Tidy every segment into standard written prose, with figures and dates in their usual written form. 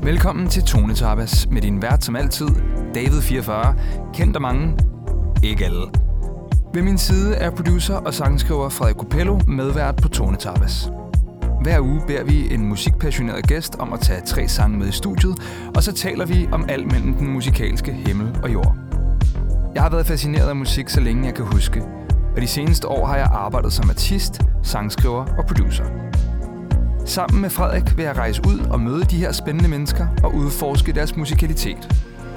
Velkommen til Tonetapas med din vært som altid, David 44, kendt af mange, ikke alle. Ved min side er producer og sangskriver Frederik Copello medvært på Tonetapas. Hver uge beder vi en musikpassioneret gæst om at tage 3 sange med i studiet, og så taler vi om alt mellem den musikalske himmel og jord. Jeg har været fascineret af musik, så længe jeg kan huske, og de seneste år har jeg arbejdet som artist, sangskriver og producer. Sammen med Frederik vil jeg rejse ud og møde de her spændende mennesker og udforske deres musikalitet.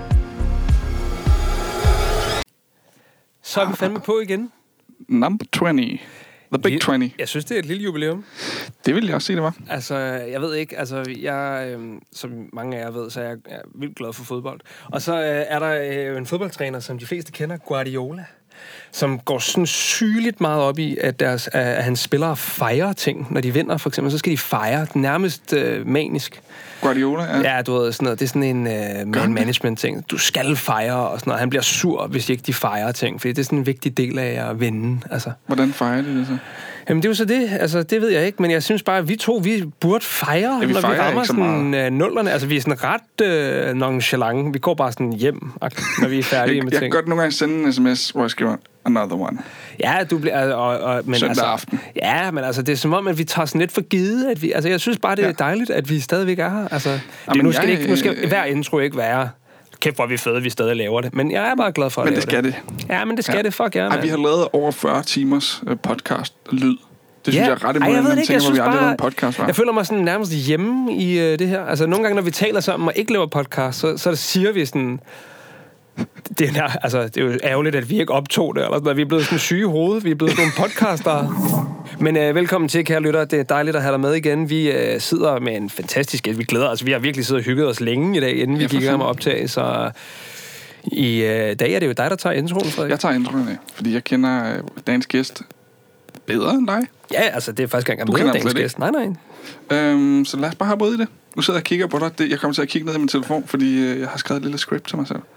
Så er vi fandme på igen. Number 20. The Big 20. Jeg synes, det er et lille jubilæum. Det vil jeg også sige, det var. Altså, jeg ved ikke, som mange af jer ved, så er jeg vildt glad for fodbold. Og så er der en fodboldtræner, som de fleste kender, Guardiola, som går sådan sygeligt meget op i, at hans spillere fejrer ting. Når de vinder, for eksempel, så skal de fejre nærmest manisk. Guardiola, ja. Ja, du ved, sådan noget. Det er sådan en man-management-ting. Du skal fejre og sådan noget. Han bliver sur, hvis ikke de fejrer ting, fordi det er sådan en vigtig del af at vinde. Altså. Hvordan fejrer de det så? Jamen, det er jo så det. Altså, det ved jeg ikke, men jeg synes bare, at vi burde fejre, vi når vi rammer sådan nullerne. Altså, vi er sådan ret nonchalant. Vi går bare sådan hjem, når vi er færdige med ting. Jeg kan godt nogle gange sende en sms, hvor jeg skriver another one. Ja, du bliver... men søndag altså, aften. Ja, men altså, det er som om, at vi tager sådan lidt for givet. At vi, altså, jeg synes bare, det er dejligt, at vi stadigvæk er her. Altså, nu skal hver intro ikke være... Kæft, hvor er vi fede, at vi stadig laver det. Men jeg er bare glad for men det skal det. Ja, men det skal det. Fuck ja, man. Vi har lavet over 40 timers podcast lyd. Det synes jeg er ret imod, jeg ved det ikke. Jeg synes bare, en podcast, jeg føler mig sådan nærmest hjemme i det her. Altså, nogle gange, når vi taler sammen og ikke laver podcast, så siger vi sådan... Det er jo ærgerligt, at vi ikke optog det. Eller, vi er blevet sådan syge i hovedet. Vi er blevet nogle podcaster. Men velkommen til, kære lytter. Det er dejligt at have dig med igen. Vi sidder med en fantastisk gæst. Vi glæder os. Vi har virkelig siddet og hygget os længe i dag, inden vi gik i gang med at optage. Så i dag er det jo dig, der tager introen, Frederik. Jeg tager introen af, fordi jeg kender dagens gæst bedre end dig. Ja, altså det er faktisk ikke engang dagens gæst. Nej. Så lad os bare hoppe ud i det. Nu sidder jeg og kigger på dig. Jeg kommer til at kigge ned i min telefon, fordi jeg har skrevet et lille script til mig selv.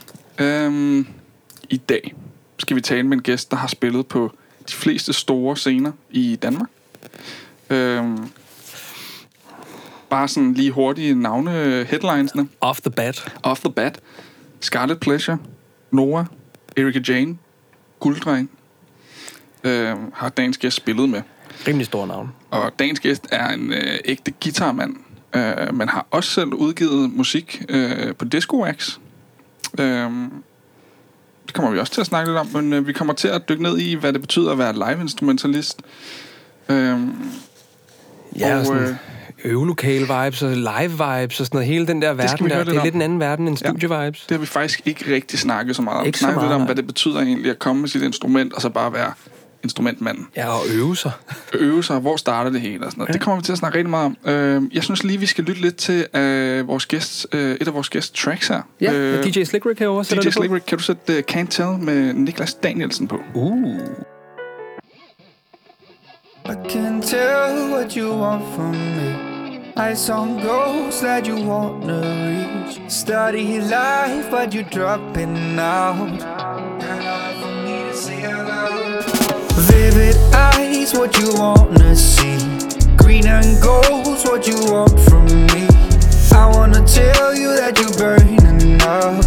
I dag skal vi tale med en gæst, der har spillet på de fleste store scener i Danmark. Bare sådan lige hurtige navne-headlinesene. Off the bat. Scarlet Pleasure, Noah, Erika Jane, Gulddreng har dagens gæst spillet med. Rimelig store navn. Og dagens gæst er en ægte guitarmand. Man har også selv udgivet musik på Disco Wax. Det kommer vi også til at snakke lidt om, men vi kommer til at dykke ned i, hvad det betyder at være live-instrumentalist. Ja, og sådan øvelokale-vibes og live-vibes og sådan noget. Hele den der verden der, det er lidt en anden verden end studie-vibes. Det har vi faktisk ikke rigtig snakket så meget om. Ikke snakket lidt om, hvad det betyder egentlig at komme med sit instrument, og så bare være instrumentmanden. Ja, og øve sig. Hvor starter det hele og sådan noget. Ja. Det kommer vi til at snakke rigtig meget om. Jeg synes lige, vi skal lytte lidt til vores gæst, et af vores gæst tracks her. Ja, DJ Slick Rick herovre. DJ Slick Rick, kan du sætte Can't Tell med Niklas Danielsen på? I can tell what you want from me. Eyes on goals that you wanna reach. Study life, but you're dropping out. Vivid eyes, what you wanna see. Green and gold's what you want from me. I wanna tell you that you're burning up.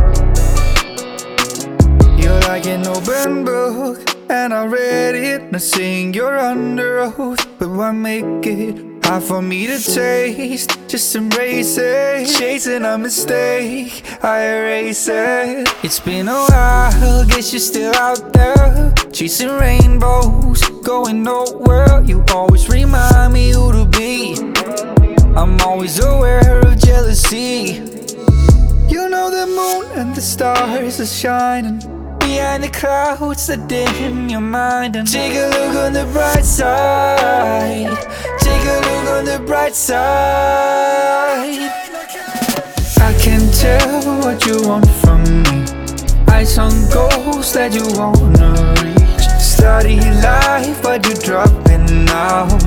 You're like an open book, and I read it. Not saying you're under oath, but why make it hard for me to taste? Just embrace it. Chasing a mistake, I erase it. It's been a while, guess you're still out there. Chasing rainbows, going nowhere. You always remind me who to be. I'm always aware of jealousy. You know the moon and the stars are shining behind the clouds that dim your mind. And take a look on the bright side. Take a look on the bright side. I can tell what you want from me. Eyes on goals that you wanna reach. Study life, but you're dropping out.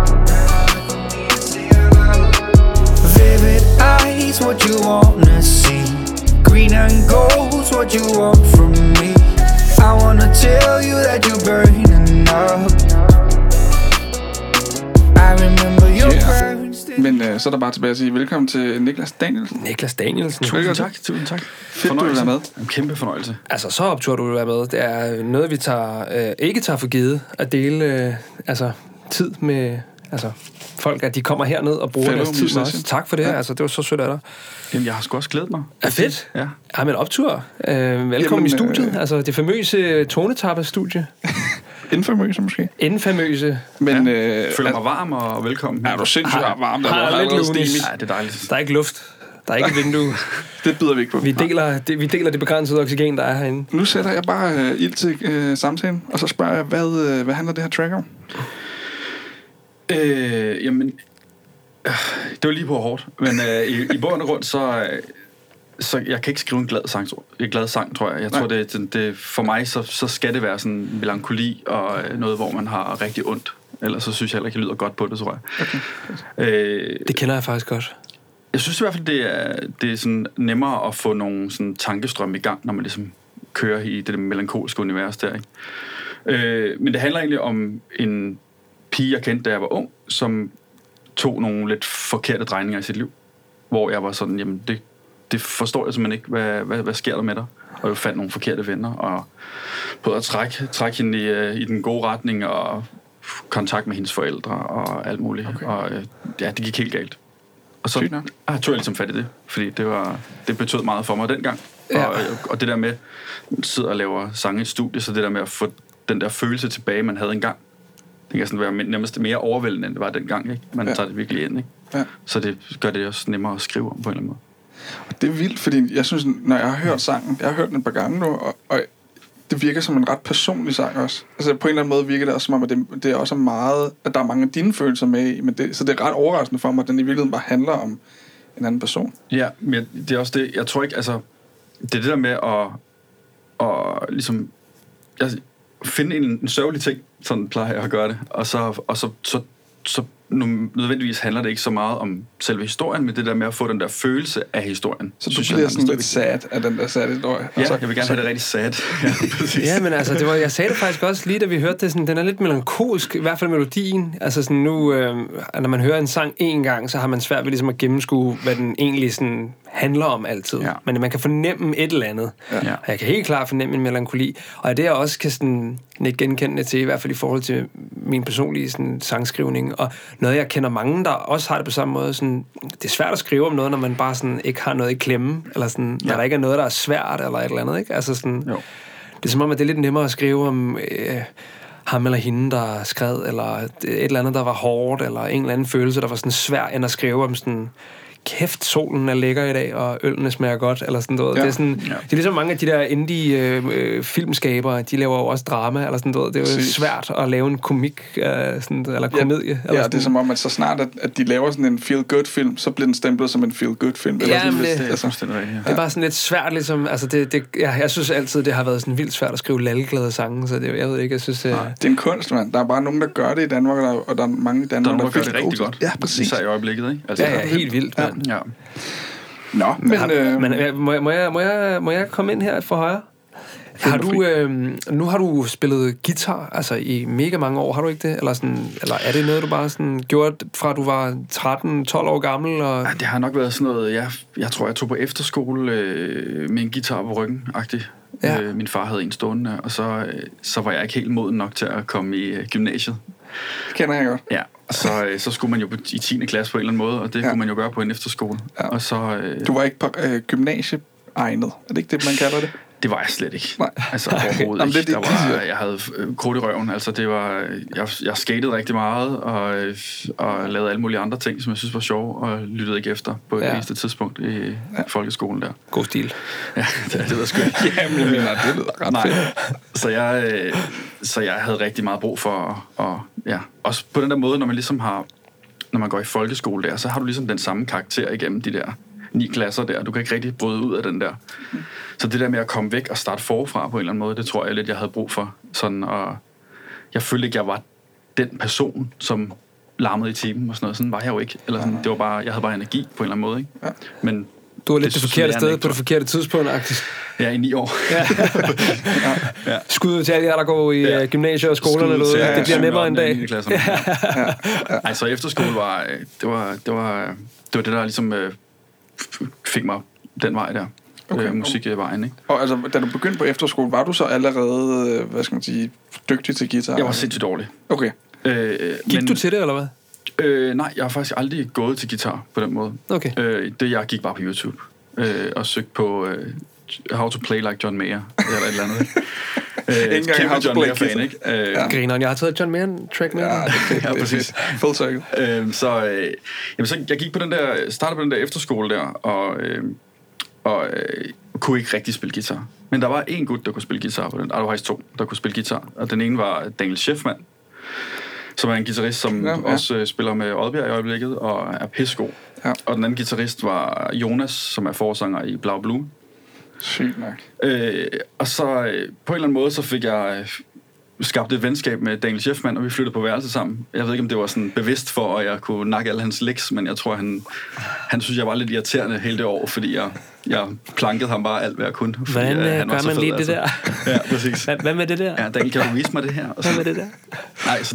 Vivid eyes, what you wanna see. Green and gold's what you want from me. I wanna tell you that you're burning up. I remember your burns. Men så er der bare tilbage at sige velkommen til Niklas Danielsen. Niklas Danielsen. Tusind tak. Fedt, du vil være med. En kæmpe fornøjelse. Altså, så optur, du vil være med. Det er noget, vi ikke tager for givet at dele tid med folk, at de kommer herned og bruger Fellow deres tid med os. musician. Tak for det. Ja. Det var så sødt af dig. Jamen, jeg har sgu også glædet mig. Er fedt. Ja. Ja, men optur. Velkommen i studiet. Det famøse Tonetappes-studie. Infamøse måske. Infamøse. Men Føler mig varm og velkommen. er du sindssygt varm? har lidt lunis. Ja, det er dejligt. Der er ikke luft. Der er ikke vindue. Det byder vi ikke på. Vi deler det begrænsede oxygen, der er herinde. Nu sætter jeg bare ild til samtalen, og så spørger jeg, hvad handler det her track om? Jamen, det var lige på hårdt. Men i bund og grund, så jeg kan ikke skrive en glad sang, tror jeg. Jeg tror, det for mig, så skal det være sådan melankoli og noget, hvor man har rigtig ondt. Ellers så synes jeg heller ikke, det lyder godt på det, tror jeg. Okay. Det kender jeg faktisk godt. Jeg synes i hvert fald, det er sådan nemmere at få nogle sådan tankestrømme i gang, når man ligesom kører i det melankolske univers der, ikke? Men det handler egentlig om en pige, jeg kendte, da jeg var ung, som tog nogle lidt forkerte drejninger i sit liv. Hvor jeg var sådan, jamen det forstår jeg simpelthen ikke, hvad sker der med dig? Og jeg fandt nogle forkerte venner, og prøvede at trække hende i den gode retning, og kontakt med hendes forældre, og alt muligt. Okay. Og det gik helt galt. Og så tog jeg ligesom fat i det, fordi det betød meget for mig dengang. Ja. Og det der med, at sidde og lave sange i et studie, så det der med at få den der følelse tilbage, man havde engang, det kan sådan være nærmest mere overvældende, end det var dengang, ikke? Man tager det virkelig ind, ikke? Ja. Så det gør det også nemmere at skrive om på en eller anden måde. Og det er vildt, fordi jeg synes, når jeg har hørt sangen, jeg har hørt den et par gange nu, og det virker som en ret personlig sang også. Altså på en eller anden måde virker det også som om, at det er også meget, at der er mange af dine følelser med i, men så det er ret overraskende for mig, at den i virkeligheden bare handler om en anden person. Ja, men det er også det, jeg tror ikke, altså, det er det der med at ligesom, finde en sørgelig ting, sådan plejer jeg at gøre det, og så nødvendigvis handler det ikke så meget om selve historien, men det der med at få den der følelse af historien. Så du bliver sådan lidt sad af den der sad historie? Ja, jeg vil gerne have det rigtig sad. Ja, men altså, jeg sagde det faktisk også lige, da vi hørte det, sådan, den er lidt melankolsk, i hvert fald melodien. Altså sådan nu, når man hører en sang en gang, så har man svært ved ligesom at gennemskue, hvad den egentlig sådan handler om altid. Ja. Men man kan fornemme et eller andet. Ja. Og jeg kan helt klart fornemme en melankoli. Og det jeg også kan sådan lidt genkendende til, i hvert fald i forhold til min personlige sådan, sangskrivning. Og noget, jeg kender mange, der også har det på samme måde. Sådan, det er svært at skrive om noget, når man bare sådan, ikke har noget i klemme. Eller sådan, når der ikke er noget, der er svært, eller et eller andet. Ikke? Altså sådan, det er som om, at det er lidt nemmere at skrive om ham eller hende, der skred, eller et eller andet, der var hårdt, eller en eller anden følelse, der var sådan svær, end at skrive om sådan, kæft, solen er lækker i dag, og ølene smager godt, eller sådan noget. Ja. Det er sådan, det er ligesom mange af de der indie filmskabere, de laver jo også drama, eller sådan noget. Det er jo svært at lave en komik, sådan, eller komedie. Eller sådan. Det er som om, at så snart, at de laver sådan en feel-good-film, så bliver den stemplet som en feel-good-film. Ja, sådan, det er bare sådan lidt svært, ligesom, altså jeg synes altid, det har været sådan vildt svært at skrive lalleglade sange, så jeg ved ikke, jeg synes... Det er en kunst, mand. Der er bare nogen, der gør det i Danmark, og der er mange i Danmark, der gør det rigtig godt. Ja, præcis. Især i øjeblikket, ikke? Altså, ja, helt vildt, mand. Ja. Nå, men må jeg komme ind her for højre? Nu har du spillet guitar, altså i mega mange år, har du ikke det? Eller er det noget, du bare sådan gjorde, fra du var 13-12 år gammel? Og... Ja, det har nok været sådan noget, jeg tror, jeg tog på efterskole med en guitar på ryggen-agtigt. Ja. Min far havde en stående, og så var jeg ikke helt moden nok til at komme i gymnasiet. Det kender jeg godt. Ja, så skulle man jo i 10. klasse på en eller anden måde, og det kunne man jo gøre på en efterskole. Ja. Og så, du var ikke på gymnasieegnet, er det ikke det, man kalder det? Det var jeg slet ikke. Nej. Altså overhovedet ikke. Jeg havde krudt i røven. Altså det var, jeg skatede rigtig meget, og lavede alle mulige andre ting, som jeg synes var sjov, og lyttede ikke efter på et eneste tidspunkt i folkeskolen der. God stil. Ja, det var sgu ikke. Jamen, det lyder ret fedt. Så jeg havde rigtig meget brug for, også på den der måde, når man ligesom når man går i folkeskole der, så har du ligesom den samme karakter igennem de der 9 klasser der. Du kan ikke rigtig bryde ud af den der. Så det der med at komme væk og starte forfra på en eller anden måde, det tror jeg lidt, jeg havde brug for. Sådan, og jeg følte ikke, jeg var den person, som larmede i timen og sådan noget. Sådan var jeg jo ikke. Eller sådan, det var bare, jeg havde bare energi på en eller anden måde. Ikke? Ja. Men Du er lidt det forkerte sted på det forkerte tidspunkt, faktisk. Ja, i 9 år. Ja. Skud til alle jer, der går i gymnasier og skolerne derude. Det bliver nemmere en dag. Ej, så efterskole var... Det var det, der ligesom fik mig den vej der. Okay. Musikvejen, ikke? Og altså, da du begyndte på efterskole, var du så allerede, hvad skal man sige, dygtig til guitar? Jeg var sindssygt dårlig. Okay. Gik du til det, eller hvad? Nej, jeg har faktisk aldrig gået til guitar på den måde. Okay. Jeg gik bare på YouTube og søgte på How to Play Like John Mayer, eller et eller andet. Kæmpe John Mayer-fan, ikke? Grineren, jeg har taget John Mayer-track med. Ja, præcis. Full circle. Så jeg gik på startede på den der efterskole der, og kunne ikke rigtig spille guitar. Men der var en gut, der kunne spille guitar på den. Der var faktisk 2, der kunne spille guitar. Og den ene var Daniel Scheffman, som er en guitarist, som også spiller med Oddbjerg i øjeblikket, og er pissegod. Ja. Og den anden guitarist var Jonas, som er forsanger i Blau Blue. Sygt nok. Og så på en eller anden måde, så fik jeg skabt et venskab med Daniel Scheffman, og vi flyttede på værelse sammen. Jeg ved ikke, om det var sådan bevidst for, at jeg kunne nakke alle hans licks, men jeg tror, han synes, jeg var lidt irriterende hele det år, fordi jeg plankede ham bare alt, hvad jeg kunne. Hvordan han gør man lige det der? Ja, præcis. Hvad med det der? Ja, Daniel, kan du vise mig det her? Hvad med det der? Nej,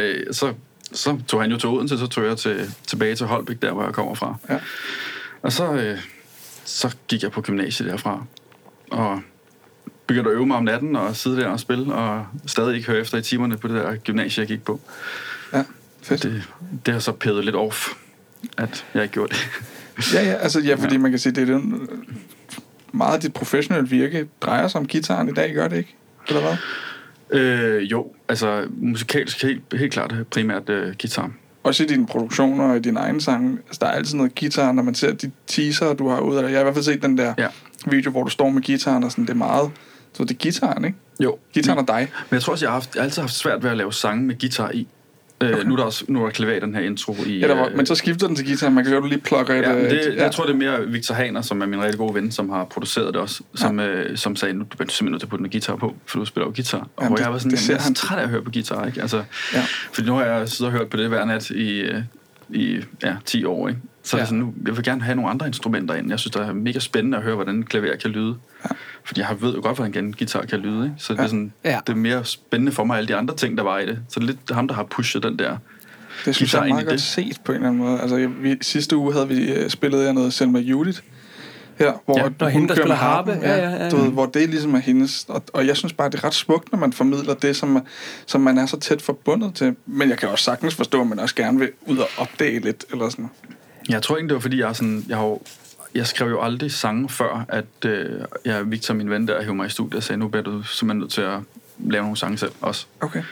så tog han jo til Odense, så tog jeg tilbage til Holbæk, der hvor jeg kommer fra. Ja. Og så gik jeg på gymnasiet derfra, og begyndte at øve mig om natten og sidde der og spille, og stadig ikke høre efter i timerne på det der gymnasie, jeg gik på. Ja, fedt. Det har så pædet lidt off, at jeg ikke gjorde det. Fordi man kan sige, det er meget af dit professionelle virke drejer sig om guitaren i dag, gør det ikke? Eller hvad? Jo, altså musikalsk helt klart primært guitar. Også i dine produktioner og i dine egne sange, altså der er altid noget guitar, når man ser de teaser, du har ude af det. Jeg har i hvert fald set den der video, hvor du står med guitaren, og sådan, det er meget... Så det er guitaren, ikke? Jo. Guitaren og dig. Men jeg tror også, jeg har altid haft svært ved at lave sange med guitar i. Okay. Nu er der klaver i den her intro i... Ja, men så skifter den til guitar, man kan jo lige plukke et... Jeg tror, det er mere Victor Haner, som er min rigtig gode ven, som har produceret det også, som sagde, nu er du simpelthen nødt til at putte en guitar på, for du spiller jo guitar. Og hvor jeg var sådan, jeg er træt af at høre på guitar, ikke? Altså, fordi nu har jeg siddet og hørt på det hver nat i 10 år, ikke? Så det er sådan, jeg vil gerne have nogle andre instrumenter ind. Jeg synes, det er mega spændende at høre, hvordan en klaver kan lyde. Ja. Fordi jeg ved jo godt, hvordan en guitar kan lyde, ikke? Så det er sådan, det er mere spændende for mig, alle de andre ting, der var i det. Så det er lidt ham, der har pushet den der. Det synes jeg er meget godt set på en eller anden måde. Altså, sidste uge havde vi spillet noget Selma Judith her, hvor hun der spiller harpe. Du ved, hvor det ligesom er hendes. Og jeg synes bare, det er ret smukt, når man formidler det, som man er så tæt forbundet til. Men jeg kan også sagtens forstå, at man også gerne vil ud og opdage lidt, eller sådan. Jeg tror ikke, det var fordi, jeg skrev jo aldrig sange før, at Victor, min ven, der hævde mig i studiet og sagde, nu bliver du simpelthen nødt til at lave nogle sange selv også. Okay.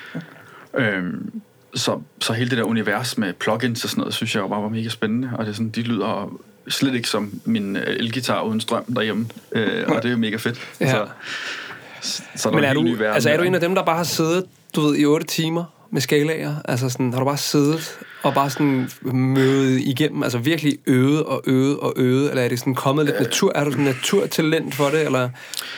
Så hele det der univers med plugins og sådan noget, synes jeg jo bare var mega spændende, og det er sådan, de lyder slet ikke som min elgitar uden strøm derhjemme, og det er jo mega fedt. Ja. Så men er du en af dem, der bare har siddet, du ved, i 8 timer med skalaer? Altså sådan, har du bare siddet og bare sådan mødet igennem, altså virkelig øvet, eller er det sådan kommet lidt natur? Er du sådan naturtalent for det, eller?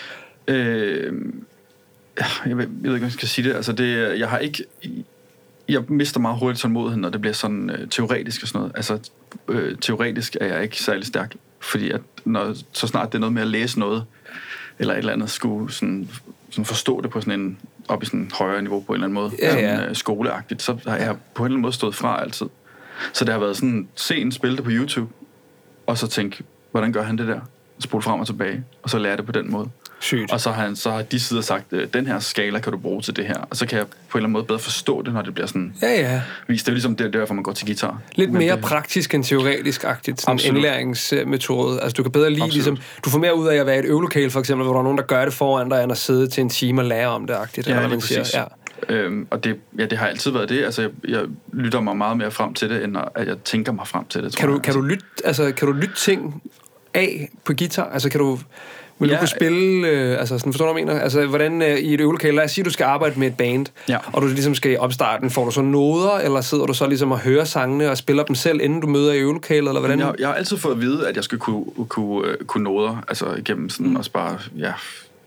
Jeg ved ikke, om jeg skal sige det. Altså jeg mister meget hurtigt tålmodigheden, når det bliver sådan teoretisk og sådan noget. Altså, teoretisk er jeg ikke særlig stærk, fordi at så snart det er noget med at læse noget, eller et eller andet, skulle sådan forstå det på sådan en, op i sådan en højere niveau på en eller anden måde, sådan skoleagtigt, så har jeg på en eller anden måde stået fra altid. Så det har været sådan, se en spil det på YouTube, og så tænke, hvordan gør han det der? Spole frem og tilbage, og så lære det på den måde. Sygt. Og så har de sider sagt, den her skala kan du bruge til det her, og så kan jeg på en eller anden måde bedre forstå det, når det bliver sådan vist. Det er ligesom det, derfor man går til guitar. Lidt mere praktisk end teoretisk-agtigt, sådan en indlæringsmetode. Altså du kan bedre lide, ligesom, du får mere ud af at være i et øvelokale, for eksempel, hvor der er nogen, der gør det foran dig, end at sidde til en time og lære om det-agtigt. Ja, lige præcis. Og det har altid været det. Altså, jeg lytter mig meget mere frem til det, end at jeg tænker mig frem til det, tror jeg. Kan du lytte ting af på guitar? Altså kan du... Vil du kunne spille, altså sådan, forstår du, hvad jeg mener? Altså, hvordan i et øvelokale, lad os sige, du skal arbejde med et band, og du ligesom skal opstarte den, får du så noder, eller sidder du så ligesom og hører sangene og spiller dem selv, inden du møder i øvelokalet, eller hvordan? Jeg har altid fået at vide, at jeg skulle kunne noder, altså igennem sådan også bare,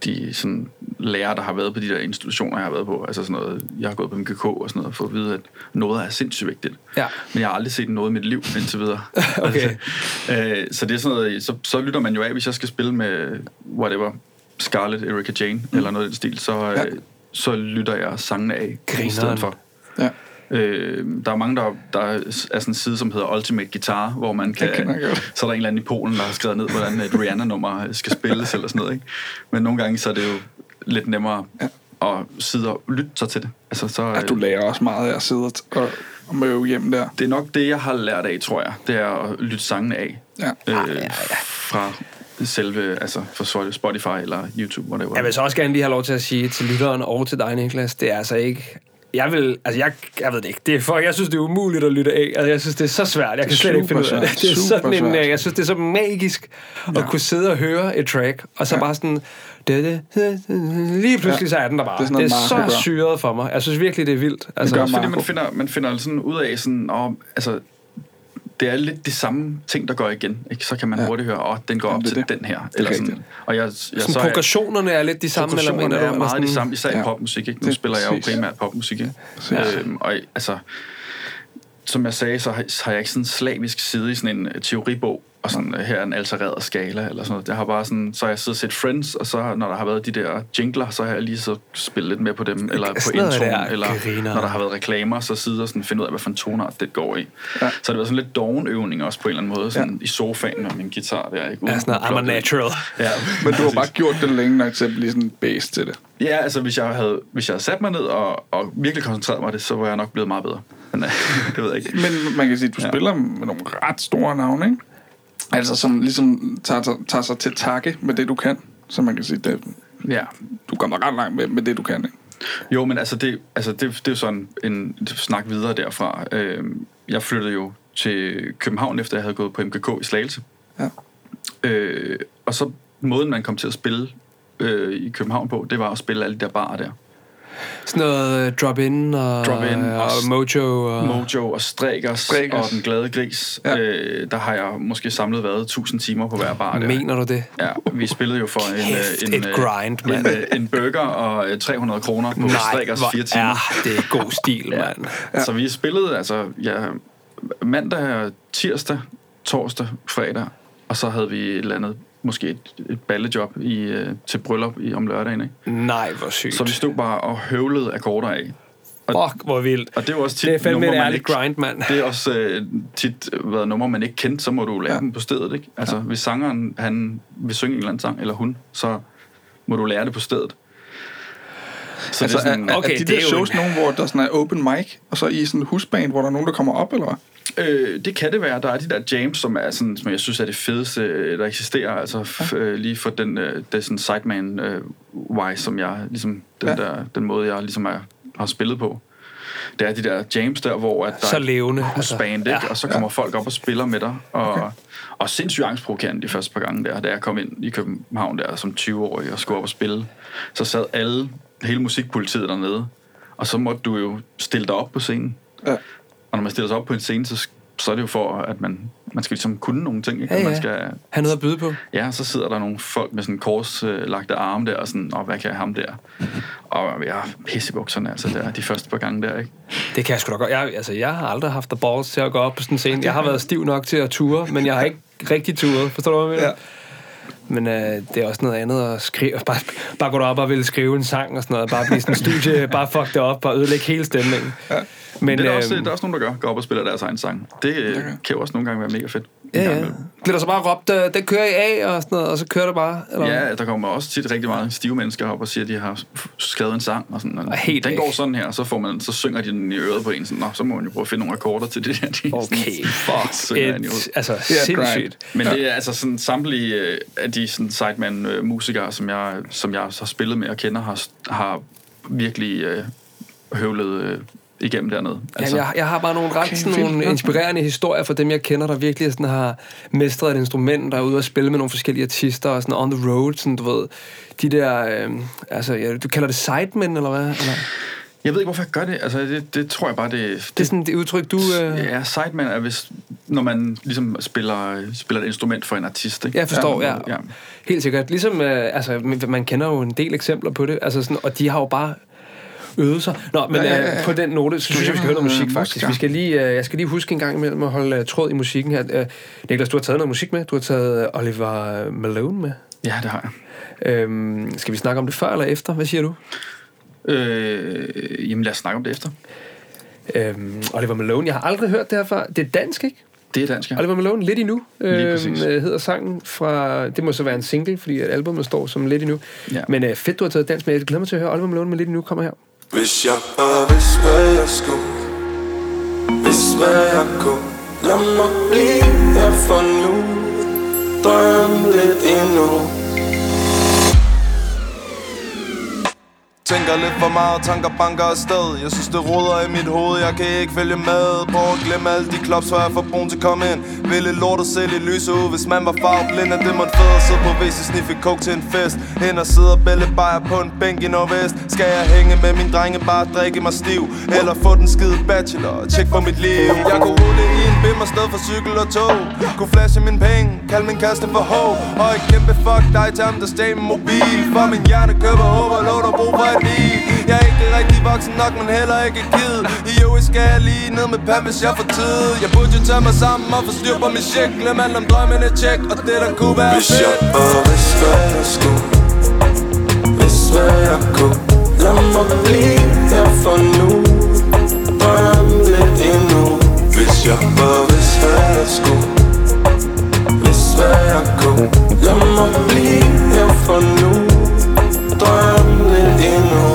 de sådan lærere, der har været på de der institutioner, jeg har været på. Altså sådan noget, jeg har gået på MGK og sådan noget, og fået at vide, at noget er sindssygt vigtigt. Ja. Men jeg har aldrig set noget i mit liv indtil videre. Okay. Så det er sådan noget, så lytter man jo af, hvis jeg skal spille med whatever, Scarlett, Erika Jane, eller noget i den stil, så lytter jeg sangene af i stedet for. Ja. Der er mange, der er sådan en side, som hedder Ultimate Guitar, hvor man kan... Så er der en eller anden i Polen, der har skrevet ned, hvordan et Rihanna-nummer skal spilles, eller sådan noget, ikke? Men nogle gange, så er det jo lidt nemmere at sidde og lytte sig til det. Altså, så, du lærer også meget af at sidde og møve hjem der. Det er nok det, jeg har lært af, tror jeg. Det er at lytte sangene af. Ja. Fra selve, altså fra Spotify eller YouTube, whatever. Jeg vil så også gerne lige have lov til at sige til lytteren og til dig, Niklas, det er altså ikke... Jeg ved det ikke. Det er for, jeg synes, det er umuligt at lytte af. Altså, jeg synes, det er så svært. Jeg kan slet ikke finde ud af det. Det er sådan en, jeg synes, det er så magisk at kunne sidde og høre et track, og så bare sådan... Lige pludselig så er den der bare. Det er så syret for mig. Jeg synes virkelig, det er vildt. Altså, det fordi man finder sådan ud af sådan... altså, det er lidt de samme ting, der går igen. Ikke? Så kan man hurtigt høre, den går op til den her. Eller sådan. Og så progressionerne er lidt de samme, eller mener du? Er meget de samme, især i popmusik. Ikke? Nu spiller jeg jo primært popmusik. Ikke? Og altså, som jeg sagde, så har jeg ikke sådan en slavisk side i sådan en teoribog, og sådan, her er en altereret skala, eller sådan noget. Det har bare sådan, så har jeg siddet og set Friends, og så når der har været de der jingler, så har jeg lige så spillet lidt med på dem, eller på introen, eller når der har været reklamer, så sidder og sådan finde ud af, hvad for en tonart det går i. Ja. Så har det været sådan lidt dovenøvning også på en eller anden måde, sådan i sofaen med min guitar der. Ikke? Ja, sådan noget, I'm a natural. Ja. Men du har bare gjort det længe nok til at blive sådan en base til det. Ja, altså hvis jeg havde sat mig ned og virkelig koncentreret mig det, så var jeg nok blevet meget bedre. Men det ved jeg ikke. Men man kan sige, at du spiller med nogle ret store navne, ikke? Altså som ligesom tager sig til takke med det, du kan. Så man kan sige, det, du kommer ret langt med det, du kan, ikke? Jo, men altså det er jo sådan en snak videre derfra. Jeg flyttede jo til København, efter jeg havde gået på MGK i Slagelse. Ja. Og så måden, man kom til at spille i København på, det var at spille alle de der barer der. Sådan noget Drop-In og Mojo og Strækkers og Den Glade Gris. Ja. Der har jeg måske samlet været 1000 timer på hver bar der. Mener du det? Ja, vi spillede jo for en burger og 300 kroner på Strækkers 4 timer. Nej, det er god stil, mand. Ja. Så vi spillede mandag, tirsdag, torsdag, fredag, og så havde vi et eller andet, måske et ballejob til bryllup om lørdagen, ikke? Nej, hvor sygt. Så vi stod bare og høvlede akkorder af. Hvor vildt. Og det er også tit det er fandme en ærlig grind, mand. Det er også tit været nummer, man ikke kendte, så må du lære dem på stedet, ikke? Altså, hvis sangeren, han vil synge en eller anden sang, eller hun, så må du lære det på stedet. Så altså, det er sådan, er de der shows nogen, hvor der sådan er open mic, og så i sådan en husband, hvor der er nogen, der kommer op, eller hvad? Det kan det være. Der er de der jams, som er sådan, som jeg synes er det fedeste, der eksisterer. Altså lige for den det sådan sideman wise, som jeg ligesom den måde jeg ligesom har spillet på. Det er de der jams der, hvor at der så levende, er husband, ikke? Og så kommer folk op og spiller med dig. Og sindssygt angstprovokerende de første par gange der, da jeg kom ind i København der som 20-årig og skulle op og spille. Så sad hele musikpolitiet dernede, og så måtte du jo stille dig op på scenen. Ja. Og når man stiller sig op på en scene, så er det jo for, at man skal ligesom kunne nogle ting, ikke? Ja, man skal have noget at byde på. Ja, så sidder der nogle folk med sådan korslagte arme der, og sådan, hvad kan jeg ham der? Og jeg er pisse i bukserne, altså der, de første par gange der, ikke? Det kan jeg sgu da godt. Jeg har aldrig haft the balls til at gå op på sådan en scene. Jeg har været stiv nok til at ture, men jeg har ikke rigtig turet. Forstår du, hvad jeg mener? Ja. Men det er også noget andet at skrive. Bare gå derop og ville skrive en sang og sådan noget. Bare blive sådan en studie, bare fuck det op og ødelægge hele stemningen. Ja. Men det er der er også nogen, der går op og spiller deres egen sang. Det kan jo også nogle gange være mega fedt. Ja. Bliver der så bare råbt, den kører I af og sådan noget, og så kører det bare? Eller? Ja, der kommer også tit rigtig meget stive mennesker op og siger, at de har skrevet en sang og sådan. Og den går sådan her, så synger de den i øret på en sådan. Så må man jo prøve at finde nogle akkorder til det der. Okay, fuck. Altså, sindssygt. Men det er altså sådan samtlige af de sådan sideman-musikere, som jeg har spillet med og kender, har virkelig høvlet igennem dernede. Altså. Ja, jeg har bare nogle nogle inspirerende historier fra dem, jeg kender, der virkelig sådan har mestret et instrument, der er ude og spille med nogle forskellige artister, og sådan on the road, sådan, du ved, de der, du kalder det sidemen, eller hvad? Eller? Jeg ved ikke, hvorfor jeg gør det. Altså, det tror jeg bare, det Det er sådan det udtryk, du... Ja, sideman er når man ligesom spiller et instrument for en artist, ikke? Jeg forstår, ja. Helt sikkert. Ligesom, altså, man kender jo en del eksempler på det, altså sådan, og de har jo bare øvet sig. Nå, men på den note, så synes jeg, vi skal høre noget musik, faktisk. Jeg skal lige huske en gang imellem at holde tråd i musikken her. Niklas, du har taget noget musik med. Du har taget Oliver Malone med. Ja, det har jeg. Skal vi snakke om det før eller efter? Hvad siger du? Jamen, lad os snakke om det efter. Oliver Malone, jeg har aldrig hørt det her før. Det er dansk, ikke? Det er dansk, ja. Oliver Malone, Lidt Endnu, hedder sangen fra... Det må så være en single, fordi at albumet står som Lidt Endnu. Ja. Men fedt, du har taget dansk med. Jeg glæder mig til at høre Oliver Malone med Lidt Endnu. Kommer her. Hvis jeg bare vidste, hvad jeg skulle, vidste, hvad jeg kunne, lad mig blive her for nu, drøm lidt endnu. Tænker lidt for meget, tanker banker afsted. Jeg synes det roder i mit hoved, jeg kan ikke følge med. Prøv at glemme alle de klops, så jeg får brun til at komme ind. Ville lortet se lidt lyse ud, hvis man var farveblind. Er det man fed at sidde på WC, sniffe coke til en fest. Hen og sidde og bælle bajer på en bænk i Nordvest. Skal jeg hænge med min drenge, bare drikke mig stiv, eller få den skide bachelor og tjek på mit liv. Jeg kunne rulle i en bimmer sted for cykel og tog. Kunne flashe min penge, kalde min kaste for hov. Og et kæmpe fuck dig til ham, der steg min mobil. For min hjerne køber overload og brug for et liv. Jeg er ikke rigtig voksen nok, men heller ikke kid. I øvrigt skal jeg lige ned med pam, hvis jeg får tid. Jeg burde jo tage mig sammen og få styr på min check. Glem alt om drømmene, tjek, og det der kunne være fedt. Hvis jeg bare vidste, hvad jeg skulle, vidste, hvad jeg kunne, lad mig blive her for nu, drøm lidt endnu. Hvis jeg bare vidste, hvad jeg skulle, vidste, hvad jeg kunne, lad mig blive her for nu, drøm lidt endnu.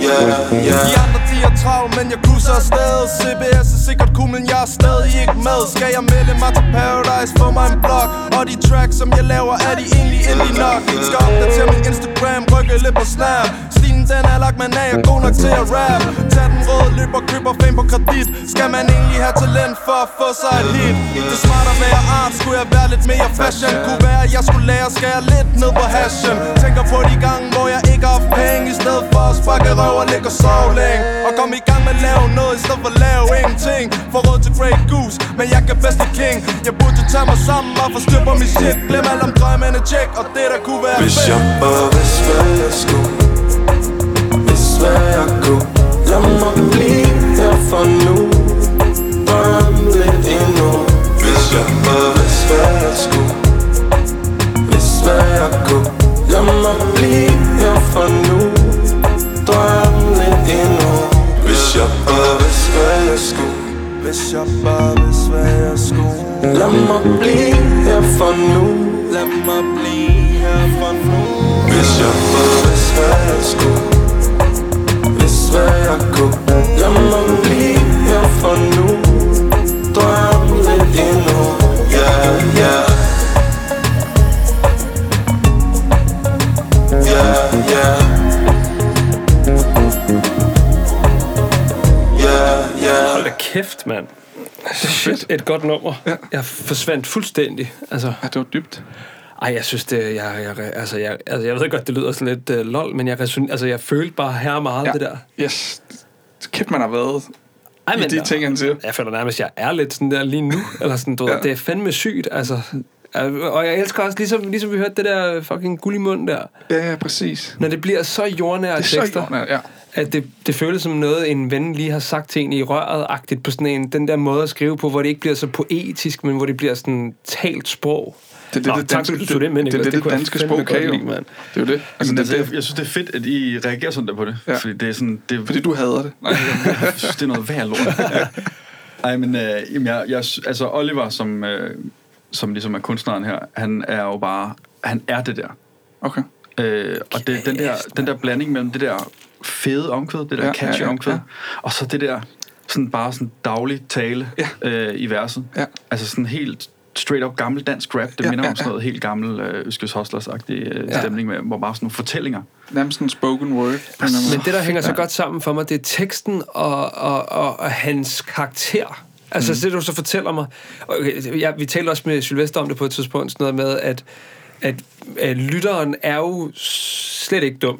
De andre de er travlt, men jeg cruiser afsted. CBS er sikkert cool, men jeg er stadig ikke med. Skal jeg melde mig til Paradise, få mig en blog. Og de tracks, som jeg laver, er de egentlig indie nok. Skal opdatere min Instagram, rykke lidt på Snap. Stilen den er lagt man af, jeg er god nok til at rap. Tag den røde, løb og køber fame på kredit. Skal man egentlig have talent for at få sig et hit? Det er smart at være art, skulle jeg være lidt mere fashion. Kunne være, at jeg skulle lære, skal jeg lidt ned på hashen. Tænker på de gange, hvor jeg ikke har haft penge. I stedet for at sparke røv og ligge og sove længe. Og kom i gang med at lave noget, i stedet for at lave ingenting. Få råd til Grey Goose, men jeg kan bedst i King. Jeg burde tage mig sammen og få styr på min shit. Glem alt om drømmene, tjek, og det der kunne være fedt. Hvis jeg bare vidste, hvad jeg skulle, vidste, hvad jeg kunne, lad mig blive her for nu, drøm lidt endnu. Hvis jeg bare vidste, hvad jeg skulle, vidste, hvad jeg kunne, lad mig blive her for nu, drøm lidt endnu. Hvis jeg bare vidste, hvad jeg skulle, hvis jeg bare vidste, hvad jeg skulle, lad mig blive her for nu, lad mig blive her for nu. Hvis jeg bare vidste, hvad jeg skulle, vidste, hvad jeg kunne, lad mig blive her for nu, drøm lidt endnu. Yeah, yeah. Yeah, yeah. Hold da kæft, mand. Shit, et godt nummer. Ja. Jeg forsvandt fuldstændig. Altså. Ja, det var dybt. Ej, jeg synes det... Jeg ved godt, det lyder sådan lidt lol, men jeg følte bare her meget det der. Yes. Kæft, man har været i de ting, han siger. Jeg føler nærmest, jeg er lidt sådan der lige nu. Eller sådan, du ved, det er fandme sygt, altså. Og jeg elsker også, ligesom vi hørte det der fucking guld i munden der. Ja, præcis. Når det bliver så jordnære tekster, at det føles som noget, en ven lige har sagt til en i røret-agtigt på sådan en, den der måde at skrive på, hvor det ikke bliver så poetisk, men hvor det bliver sådan talt sprog. Det er det danske sprog kan jo. Det er jo det. Jeg synes, det er fedt, at I reagerer sådan der på det. Ja. Fordi det er sådan... Fordi du hader det. Nej, jeg synes, det er noget værd lort. Ej, men altså Oliver, som ligesom er kunstneren her, han er jo bare... Han er det der. Okay. Og det, den der blanding mellem det der fede omkvæd, det der catchy omkvæd, og så det der sådan bare sådan daglig tale i verset. Ja. Altså sådan helt straight up gammel dansk rap. Det minder om sådan noget helt gammel Øskes Hustlers-agtig stemning med, hvor bare sådan nogle fortællinger. Nærmest sådan spoken word. Men det, der hænger så godt sammen for mig, det er teksten og hans karakter. Altså det, du så fortæller mig. Vi talte også med Sylvester om det på et tidspunkt, sådan noget med, at lytteren er jo slet ikke dum jo.